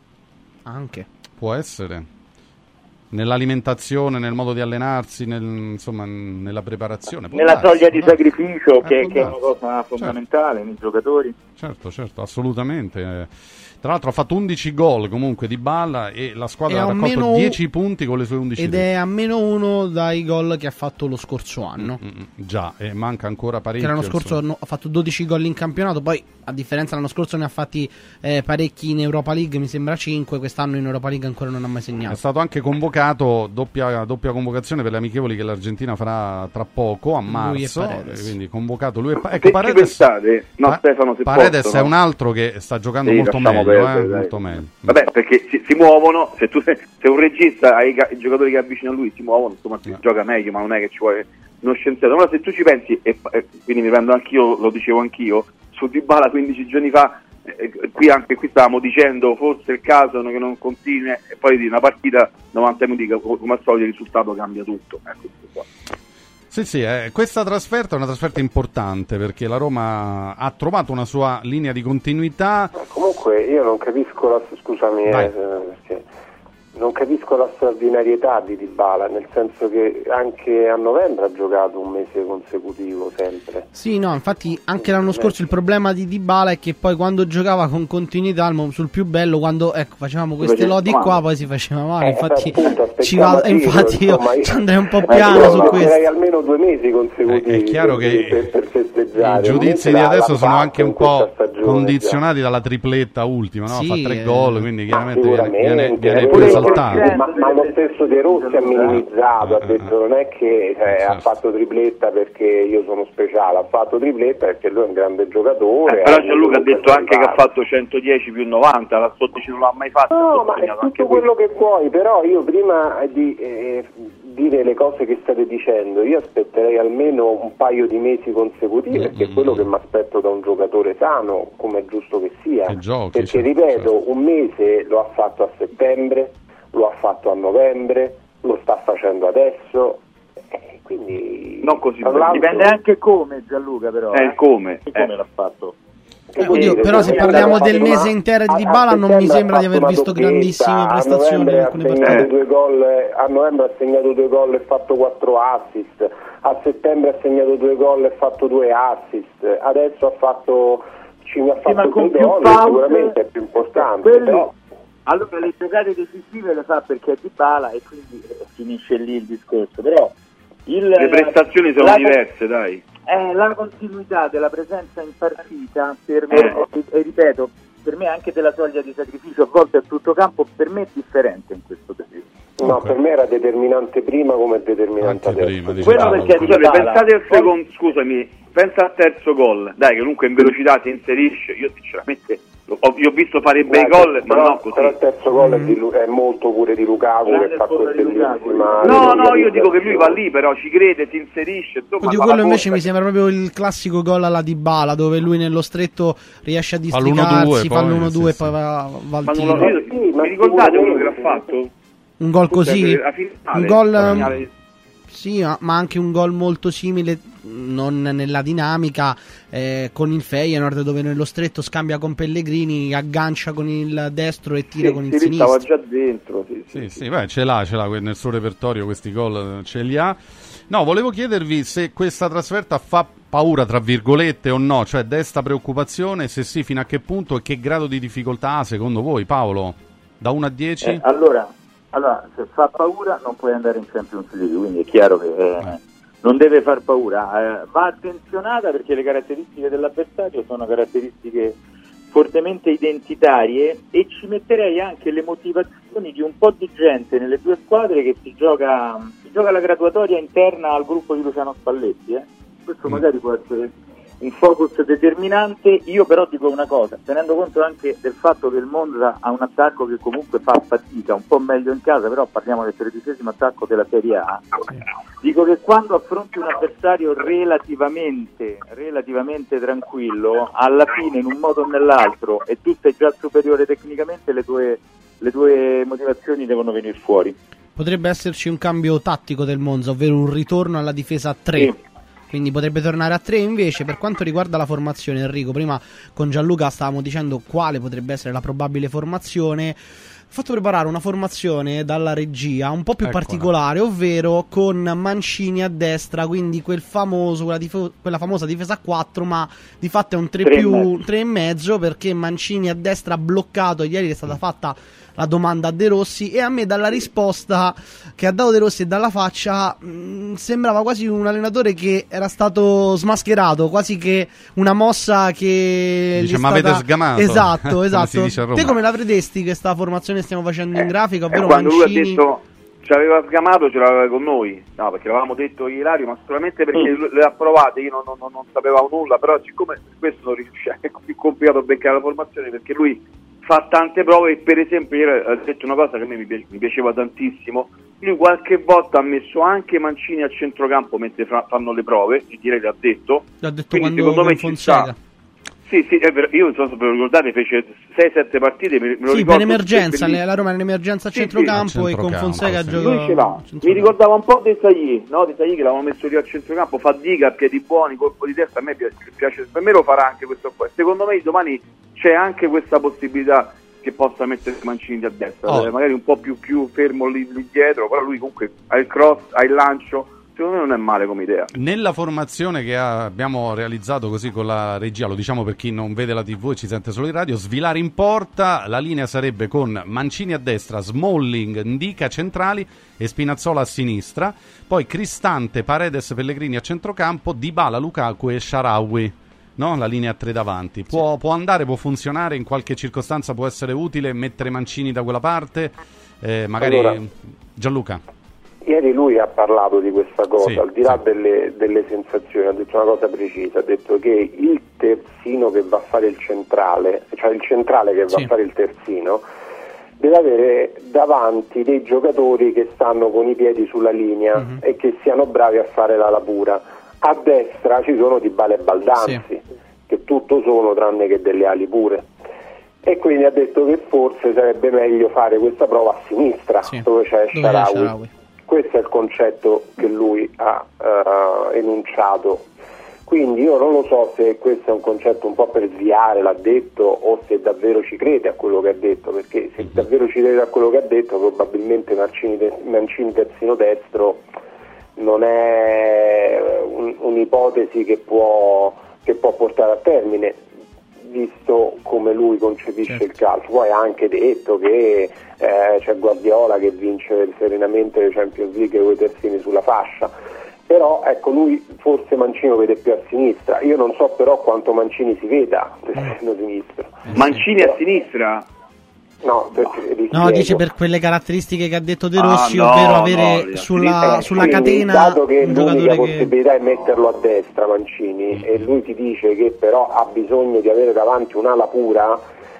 Anche. Può essere. Nell'alimentazione, nel modo di allenarsi, nel, insomma, nella preparazione. Nella darsi, soglia di darsi. sacrificio, che, Eh, che è una cosa fondamentale certo. nei giocatori. Certo, certo, assolutamente. Tra l'altro ha fatto undici gol comunque Dybala e la squadra ha raccolto dieci punti con le sue undici ed reti. è a meno uno dai gol che ha fatto lo scorso anno. Mm-mm, già, e manca ancora parecchio. Che l'anno scorso no, ha fatto dodici gol in campionato, poi a differenza l'anno scorso ne ha fatti eh, parecchi in Europa League, mi sembra cinque, quest'anno in Europa League ancora non ha mai segnato. È stato anche convocato, doppia, doppia convocazione per le amichevoli che l'Argentina farà tra poco, a marzo, quindi convocato lui e pa- ecco, che Paredes, ci pensate? No, pa- Stefano, se Paredes posso, è no? un altro che sta giocando sì, molto meglio, perdere, eh, dai. molto meglio. Vabbè, perché si, si muovono, se tu sei, sei un regista, hai i giocatori che avvicinano a lui si muovono, insomma si no. gioca meglio, ma non è che ci vuole uno scienziato. Allora se tu ci pensi, e, e quindi mi prendo anch'io, lo dicevo anch'io, su Dybala quindici giorni fa, eh, qui anche qui stavamo dicendo forse è il caso che non continui, e poi di una partita novanta minuti, come al solito il risultato cambia tutto. Ecco qua. Sì, sì, eh, questa trasferta è una trasferta importante perché la Roma ha trovato una sua linea di continuità. Comunque io non capisco la, scusami, eh, perché non capisco la straordinarietà di Dybala, nel senso che anche a novembre ha giocato un mese consecutivo sempre. Sì, no, infatti anche l'anno scorso il problema di Dybala è che poi quando giocava con continuità sul più bello, quando ecco facevamo queste lodi qua, poi si faceva male, eh, infatti appunto, ci va, infatti io, insomma, io ci andrei un po' eh, piano su questo. Almeno due mesi consecutivi. È, è chiaro per, che per, per festeggiare. i giudizi di adesso sono anche un po' stagione, condizionati già. dalla tripletta ultima, no? Sì, Fa tre eh, gol, quindi chiaramente viene, viene, viene viene più esaltato. Ma, ma lo stesso De Rossi ha minimizzato, ha detto non è che eh, certo. ha fatto tripletta perché io sono speciale, ha fatto tripletta perché lui è un grande giocatore. Eh, però Gianluca ha detto anche che ha fatto centodieci più novanta, la sottoci non l'ha mai fatto. No, ma è tutto quello che vuoi, però io prima di eh, dire le cose che state dicendo, io aspetterei almeno un paio di mesi consecutivi, mm-hmm. perché è quello che mi aspetto da un giocatore sano, come è giusto che sia. Che giochi, perché certo, ripeto, certo. un mese lo ha fatto a settembre, lo ha fatto a novembre, lo sta facendo adesso, eh, quindi non così dipende anche come, Gianluca, però è eh, il come, come eh. l'ha fatto. Eh, oddio, però se parliamo del mese intero di Dybala non mi sembra di aver visto grandissime prestazioni in alcune partite. Due gol, a novembre ha segnato due gol e fatto quattro assist, a settembre ha segnato due gol e fatto due assist, adesso ha fatto ci ha fatto sì, con due più gol, pause, sicuramente è più importante. Quelli, però... Allora le giocate decisive le fa perché è Dybala e quindi eh, finisce lì il discorso, però il, le prestazioni sono la, diverse, dai. è la continuità della presenza in partita, per me, e, e ripeto, per me anche della soglia di sacrificio a volte a tutto campo, per me è differente in questo periodo. No, okay. Per me era determinante prima come determinante anche adesso. Prima, quello perché scusate, pensate al secondo, scusami, pensa al terzo gol, dai, che comunque in velocità si inserisce. Io sinceramente ho, io ho visto fare bei gol, ma no così. Però il terzo gol mm. è, di, è molto pure di Lukaku, che fa quel bellissima. No, no, io dico che lui va lì, però ci crede, si inserisce. Insomma, Oddio, quello invece mi sembra proprio il classico gol alla Dybala, dove lui nello stretto riesce a districarsi, fa l'uno due e poi va, va al tiro. Ma io, sì, mi ricordate quello che l'ha fatto? Un gol così? Finale, un gol... Sì, ma anche un gol molto simile, non nella dinamica, eh, con il Feyenoord, dove nello stretto scambia con Pellegrini, aggancia con il destro e tira sì, con il sì, sinistro. Stava già dentro. Sì, sì, sì, sì. Beh, ce l'ha, ce l'ha nel suo repertorio, questi gol ce li ha. No, volevo chiedervi se questa trasferta fa paura, tra virgolette, o no, cioè desta preoccupazione, se sì, fino a che punto e che grado di difficoltà ha secondo voi, Paolo? Da uno a dieci? Eh, allora... Allora, se fa paura non puoi andare in Champions League, quindi è chiaro che eh, eh. non deve far paura. Eh, va attenzionata perché le caratteristiche dell'avversario sono caratteristiche fortemente identitarie, e ci metterei anche le motivazioni di un po' di gente nelle due squadre che si gioca, si gioca la graduatoria interna al gruppo di Luciano Spalletti. Eh. Questo mm. magari può essere un focus determinante. Io però dico una cosa, tenendo conto anche del fatto che il Monza ha un attacco che comunque fa fatica, un po' meglio in casa, però parliamo del tredicesimo attacco della Serie A, dico che quando affronti un avversario relativamente relativamente tranquillo, alla fine in un modo o nell'altro, e tu sei già superiore tecnicamente, le tue, le tue motivazioni devono venire fuori. Potrebbe esserci un cambio tattico del Monza, ovvero un ritorno alla difesa a tre. Sì. Quindi potrebbe tornare a tre. Invece, per quanto riguarda la formazione, Enrico, prima con Gianluca stavamo dicendo quale potrebbe essere la probabile formazione. Ho fatto preparare una formazione dalla regia un po' più Eccola. particolare, ovvero con Mancini a destra, quindi quel famoso, quella, dif- quella famosa difesa a quattro, ma di fatto è un tre più tre e mezzo, perché Mancini a destra bloccato. Ieri è stata fatta la domanda a De Rossi, e a me dalla risposta che ha dato De Rossi e dalla faccia mh, sembrava quasi un allenatore che era stato smascherato, quasi che una mossa che dice gli ma stata... avete sgamato. Esatto, esatto. Te come la vedesti questa formazione stiamo facendo in grafica, ovvero eh, quando Mancini... lui ha detto ci aveva sgamato, ce l'aveva con noi, no, perché l'avevamo detto Ilario, ma solamente perché mm. le ha provate, io non, non, non sapevo nulla, però siccome questo non riusciva, è più complicato beccare la formazione, perché lui fa tante prove, e per esempio ieri ha detto una cosa che a me mi, piace, mi piaceva tantissimo. Lui qualche volta ha messo anche Mancini a centrocampo mentre fa, fanno le prove, e direi l'ha detto. L'ha detto quindi quando secondo me ci sta. Sì, sì, è vero. Io non so se ve lo ricordate, fece sei sette partite, me, me lo sì, ricordo. per emergenza, la Roma è in emergenza a centrocampo, sì, sì. e con Fonseca sì. Lui ce l'ha. Mi ricordava un po' Desailly, no? Desailly che l'avevamo messo lì a centrocampo, fatica, a piedi buoni, colpo di testa, a me piace, piace, per me lo farà anche questo qua. Secondo me domani c'è anche questa possibilità che possa mettere Mancini a destra, oh. magari un po' più, più fermo lì, lì dietro, però lui comunque ha il cross, ha il lancio. Secondo me non è male come idea. Nella formazione che abbiamo realizzato così con la regia, lo diciamo per chi non vede la tivù e ci sente solo in radio, Svilare in porta, la linea sarebbe con Mancini a destra, Smalling, Ndica centrali e Spinazzola a sinistra, poi Cristante, Paredes, Pellegrini a centrocampo, Dybala, Lukaku e Shaarawy, no? La linea a tre davanti. Può, sì. può andare, può funzionare, in qualche circostanza può essere utile mettere Mancini da quella parte, eh, magari allora, Gianluca. Ieri lui ha parlato di questa cosa, sì, al di là sì. delle, delle sensazioni, ha detto una cosa precisa, ha detto che il terzino che va a fare il centrale, cioè il centrale che va sì. a fare il terzino, deve avere davanti dei giocatori che stanno con i piedi sulla linea uh-huh. e che siano bravi a fare la pura. A destra ci sono Dybala e Baldanzi, sì. che tutto sono tranne che delle ali pure. E quindi ha detto che forse sarebbe meglio fare questa prova a sinistra, sì. dove c'è Shaarawy. Questo è il concetto che lui ha uh, enunciato. Quindi io non lo so se questo è un concetto un po' per sviare, l'ha detto, o se davvero ci crede a quello che ha detto, perché se davvero ci crede a quello che ha detto, probabilmente Mancini, Mancini terzino destro non è un, un'ipotesi che può, che può portare a termine, visto come lui concepisce certo. il calcio. Poi ha anche detto che eh, c'è Guardiola che vince serenamente le Champions League con i terzini sulla fascia. però ecco, lui forse Mancini lo vede più a sinistra, io non so però quanto Mancini si veda essendo sinistro. Mancini a sinistra? No, per, no, dice per quelle caratteristiche che ha detto De Rossi, ah, no, ovvero avere no, sulla, eh, sulla quindi, catena dato che un l'unica giocatore possibilità che... è metterlo a destra Mancini, mm. e lui ti dice che però ha bisogno di avere davanti un'ala pura,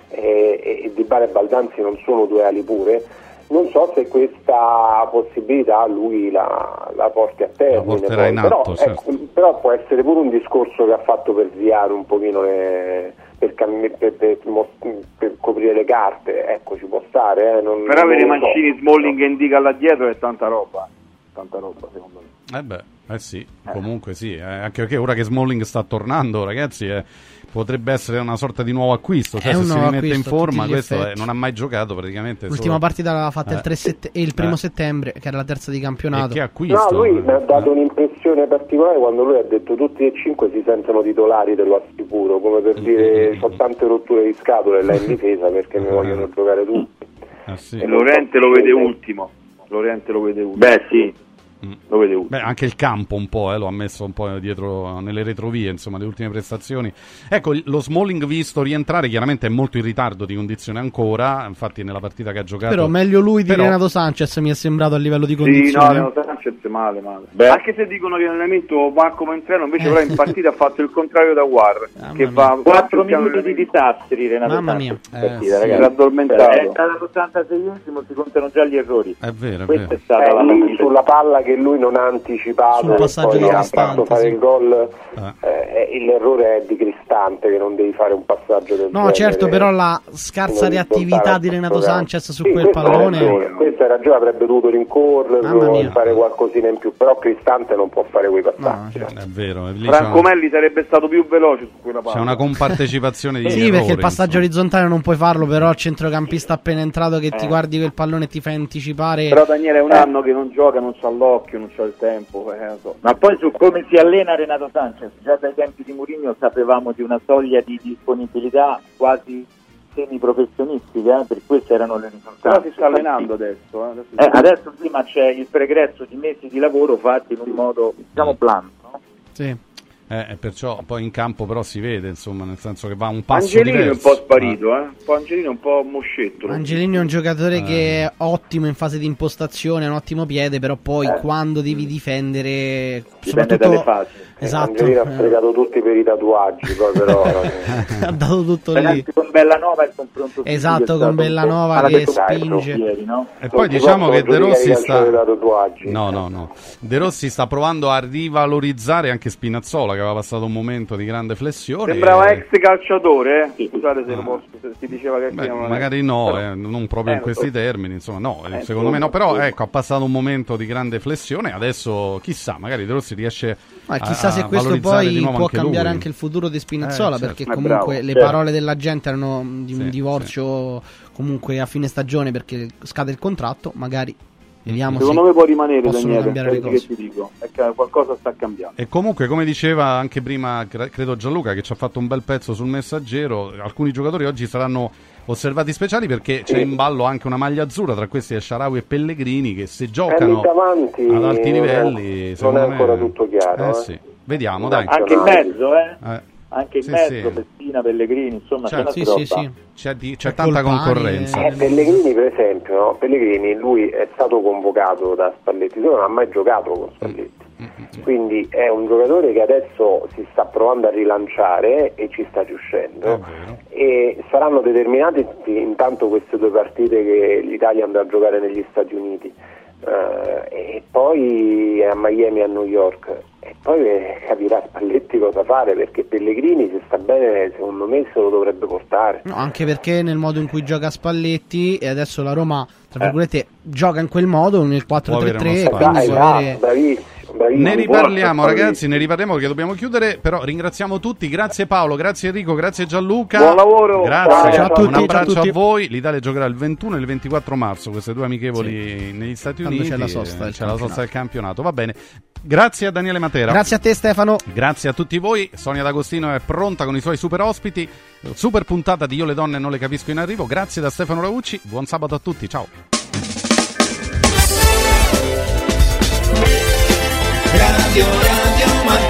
eh, e Dybala e Baldanzi non sono due ali pure, non so se questa possibilità lui la, la porti a termine, la in però, atto, certo. ecco, però può essere pure un discorso che ha fatto per sviare un pochino le... Per, per, per, per coprire le carte, ecco, ci può stare, eh? non, però avere non Mancini, so. Smalling e Indica là dietro è tanta roba, tanta roba secondo me. Eh beh, eh sì, eh. comunque sì, eh, anche perché ora che Smalling sta tornando, ragazzi, eh, potrebbe essere una sorta di nuovo acquisto, cioè, se si rimette in forma, questo è, non ha mai giocato praticamente. L'ultima solo... partita l'aveva fatta eh. il, tre sette... il primo eh. settembre, che era la terza di campionato. E che acquisto? No, lui mi ha dato un'impressione particolare quando lui ha detto tutti e cinque si sentono titolari, te lo assicuro, come per dire ho tante rotture di scatole là in difesa perché mi vogliono giocare tutti. Ah, sì. E Lorente lo vede ultimo. Lorente lo vede ultimo. Beh sì. Mm. Lo vede ultimo. Beh, anche il campo un po', eh, lo ha messo un po' dietro nelle retrovie, insomma, le ultime prestazioni. Ecco, lo Smalling visto rientrare chiaramente è molto in ritardo di condizione ancora, infatti nella partita che ha giocato. Però meglio lui di Però... Renato Sanchez mi è sembrato a livello di Sì, condizione. no, Renato Sanchez male, male. Beh. Anche se dicono che l'allenamento va come in treno, invece però in partita ha fatto il contrario da War, Mamma che mia. va quattro minuti di disastri Renato Mamma Sanchez mia. in partita, Eh, sì. ragazzi. Era addormentato. È all'ottantaseiesimo si contano già gli errori. È vero, è Questa vero. è stata Eh, la lui partita. sulla palla che lui non ha anticipato Sul e passaggio poi di ha Cristante, fatto fare sì. il gol, Eh. eh, l'errore è di Cristante che non devi fare un passaggio del No, genere. certo, però la scarsa Non reattività risultare di Renato programma. Sanchez su Sì, quel questo pallone. hai ragione, Questa è ragione, avrebbe dovuto Mamma rincorrerlo mia. e fare qualcosina in più, però Cristante non può fare quei passaggi. No, certo. È vero. Lì Franco c'è, una, Melli sarebbe stato più veloce su quella palla. c'è una compartecipazione di Sì, errori, perché il passaggio insomma. orizzontale non puoi farlo, però il centrocampista appena entrato che ti guardi quel pallone e ti fa anticipare. Però Daniele è un anno che non gioca, non c'ha l'occhio, non c'ha il tempo, eh, so. Ma poi su come si allena Renato Sanchez, già dai tempi di Mourinho sapevamo di una soglia di disponibilità quasi semiprofessionistica, eh? Per questo erano le risultati. Però si sta allenando adesso. Eh? Adesso, Eh, adesso prima c'è il pregresso di mesi di lavoro fatti in un modo, diciamo, blando, no? Sì. Eh, e perciò poi in campo però si vede, insomma, nel senso che va un passo Angelino diverso. è un po' sparito, eh? Un po' Angelino è un po' moscetto. no? Angelini è un giocatore Eh. che è ottimo in fase di impostazione, ha un ottimo piede, però poi Eh. quando devi difendere, Dipende soprattutto dalle fasi. esatto, Angelino ha eh, fregato tutti per i tatuaggi, poi però ha dato tutto lì. Ragazzi, con Bellanova il confronto Esatto, fisico è con stato un po'- Bellanova ma l'ha che detto spinge. ieri, no? E poi Non si diciamo possono che De Rossi giudicare i sta calciatori da tatuaggi. No, no, no. De Rossi sta provando a rivalorizzare anche Spinazzola, che aveva passato un momento di grande flessione. Sembrava e- ex calciatore, eh? Scusate se Ah. lo posso, se si diceva che Beh, chiamano- magari no, però- eh, non proprio Eh, in questi lo so. termini, insomma, no, eh, Eh, secondo me no, insomma, però insomma. ecco, ha passato un momento di grande flessione, adesso chissà, magari De Rossi riesce Ma chissà a, se a questo valorizzare poi di nuovo può anche cambiare lui. anche il futuro di Spinazzola, Eh, certo. perché Eh, comunque bravo, le certo. parole della gente erano di un Sì, divorzio comunque a fine stagione perché scade il contratto, magari vediamo Secondo se me può rimanere, possono Daniele, cambiare le senti cose. che ti dico, è che qualcosa sta cambiando. E comunque, come diceva anche prima, cre- credo Gianluca, che ci ha fatto un bel pezzo sul Messaggero, alcuni giocatori oggi saranno osservati speciali perché c'è in ballo anche una maglia azzurra, tra questi Shaarawy e Pellegrini, che se Eh, giocano lì davanti ad alti non è- livelli, non secondo è me- ancora tutto chiaro, Eh, eh. sì. Vediamo, dai. Anche in mezzo, eh? Eh, Anche in Sì, mezzo, sì. Pessina, Pellegrini, insomma, Certo. c'è Sì, una sì, roba. sì. c'è, di- c'è E tanta Colpani, concorrenza. eh. Eh, Pellegrini per esempio, no? Pellegrini lui è stato convocato da Spalletti, lui non ha mai giocato con Spalletti, quindi è un giocatore che adesso si sta provando a rilanciare e ci sta riuscendo, È vero. e saranno determinate intanto queste due partite che l'Italia andrà a giocare negli Stati Uniti, eh, e poi a Miami e a New York, e poi eh, capirà Spalletti cosa fare, perché Pellegrini, se sta bene, secondo me se lo dovrebbe portare. No, anche perché nel modo in cui gioca Spalletti e adesso la Roma, tra virgolette, gioca in quel modo, nel quattro tre tre, avere uno quindi spazio. può avere... bravissimo, bravissimo. Ne riparliamo, Buono, ragazzi, ne riparliamo perché dobbiamo chiudere, però ringraziamo tutti, grazie Paolo, grazie Enrico, grazie Gianluca. Buon lavoro. Grazie, Ciao a tutti, un ciao a abbraccio a, tutti. voi. L'Italia giocherà il ventuno e il ventiquattro marzo, queste due amichevoli negli Stati Quando Uniti. c'è la sosta del c'è la sosta campionato. del campionato, va bene. Grazie a Daniele Matera. Grazie a te Stefano. Grazie a tutti voi. Sonia D'Agostino è pronta con i suoi super ospiti. Super puntata di Io le donne non le capisco in arrivo. Grazie da Stefano Raucci. Buon sabato a tutti. Ciao. Radio Radio Mattino.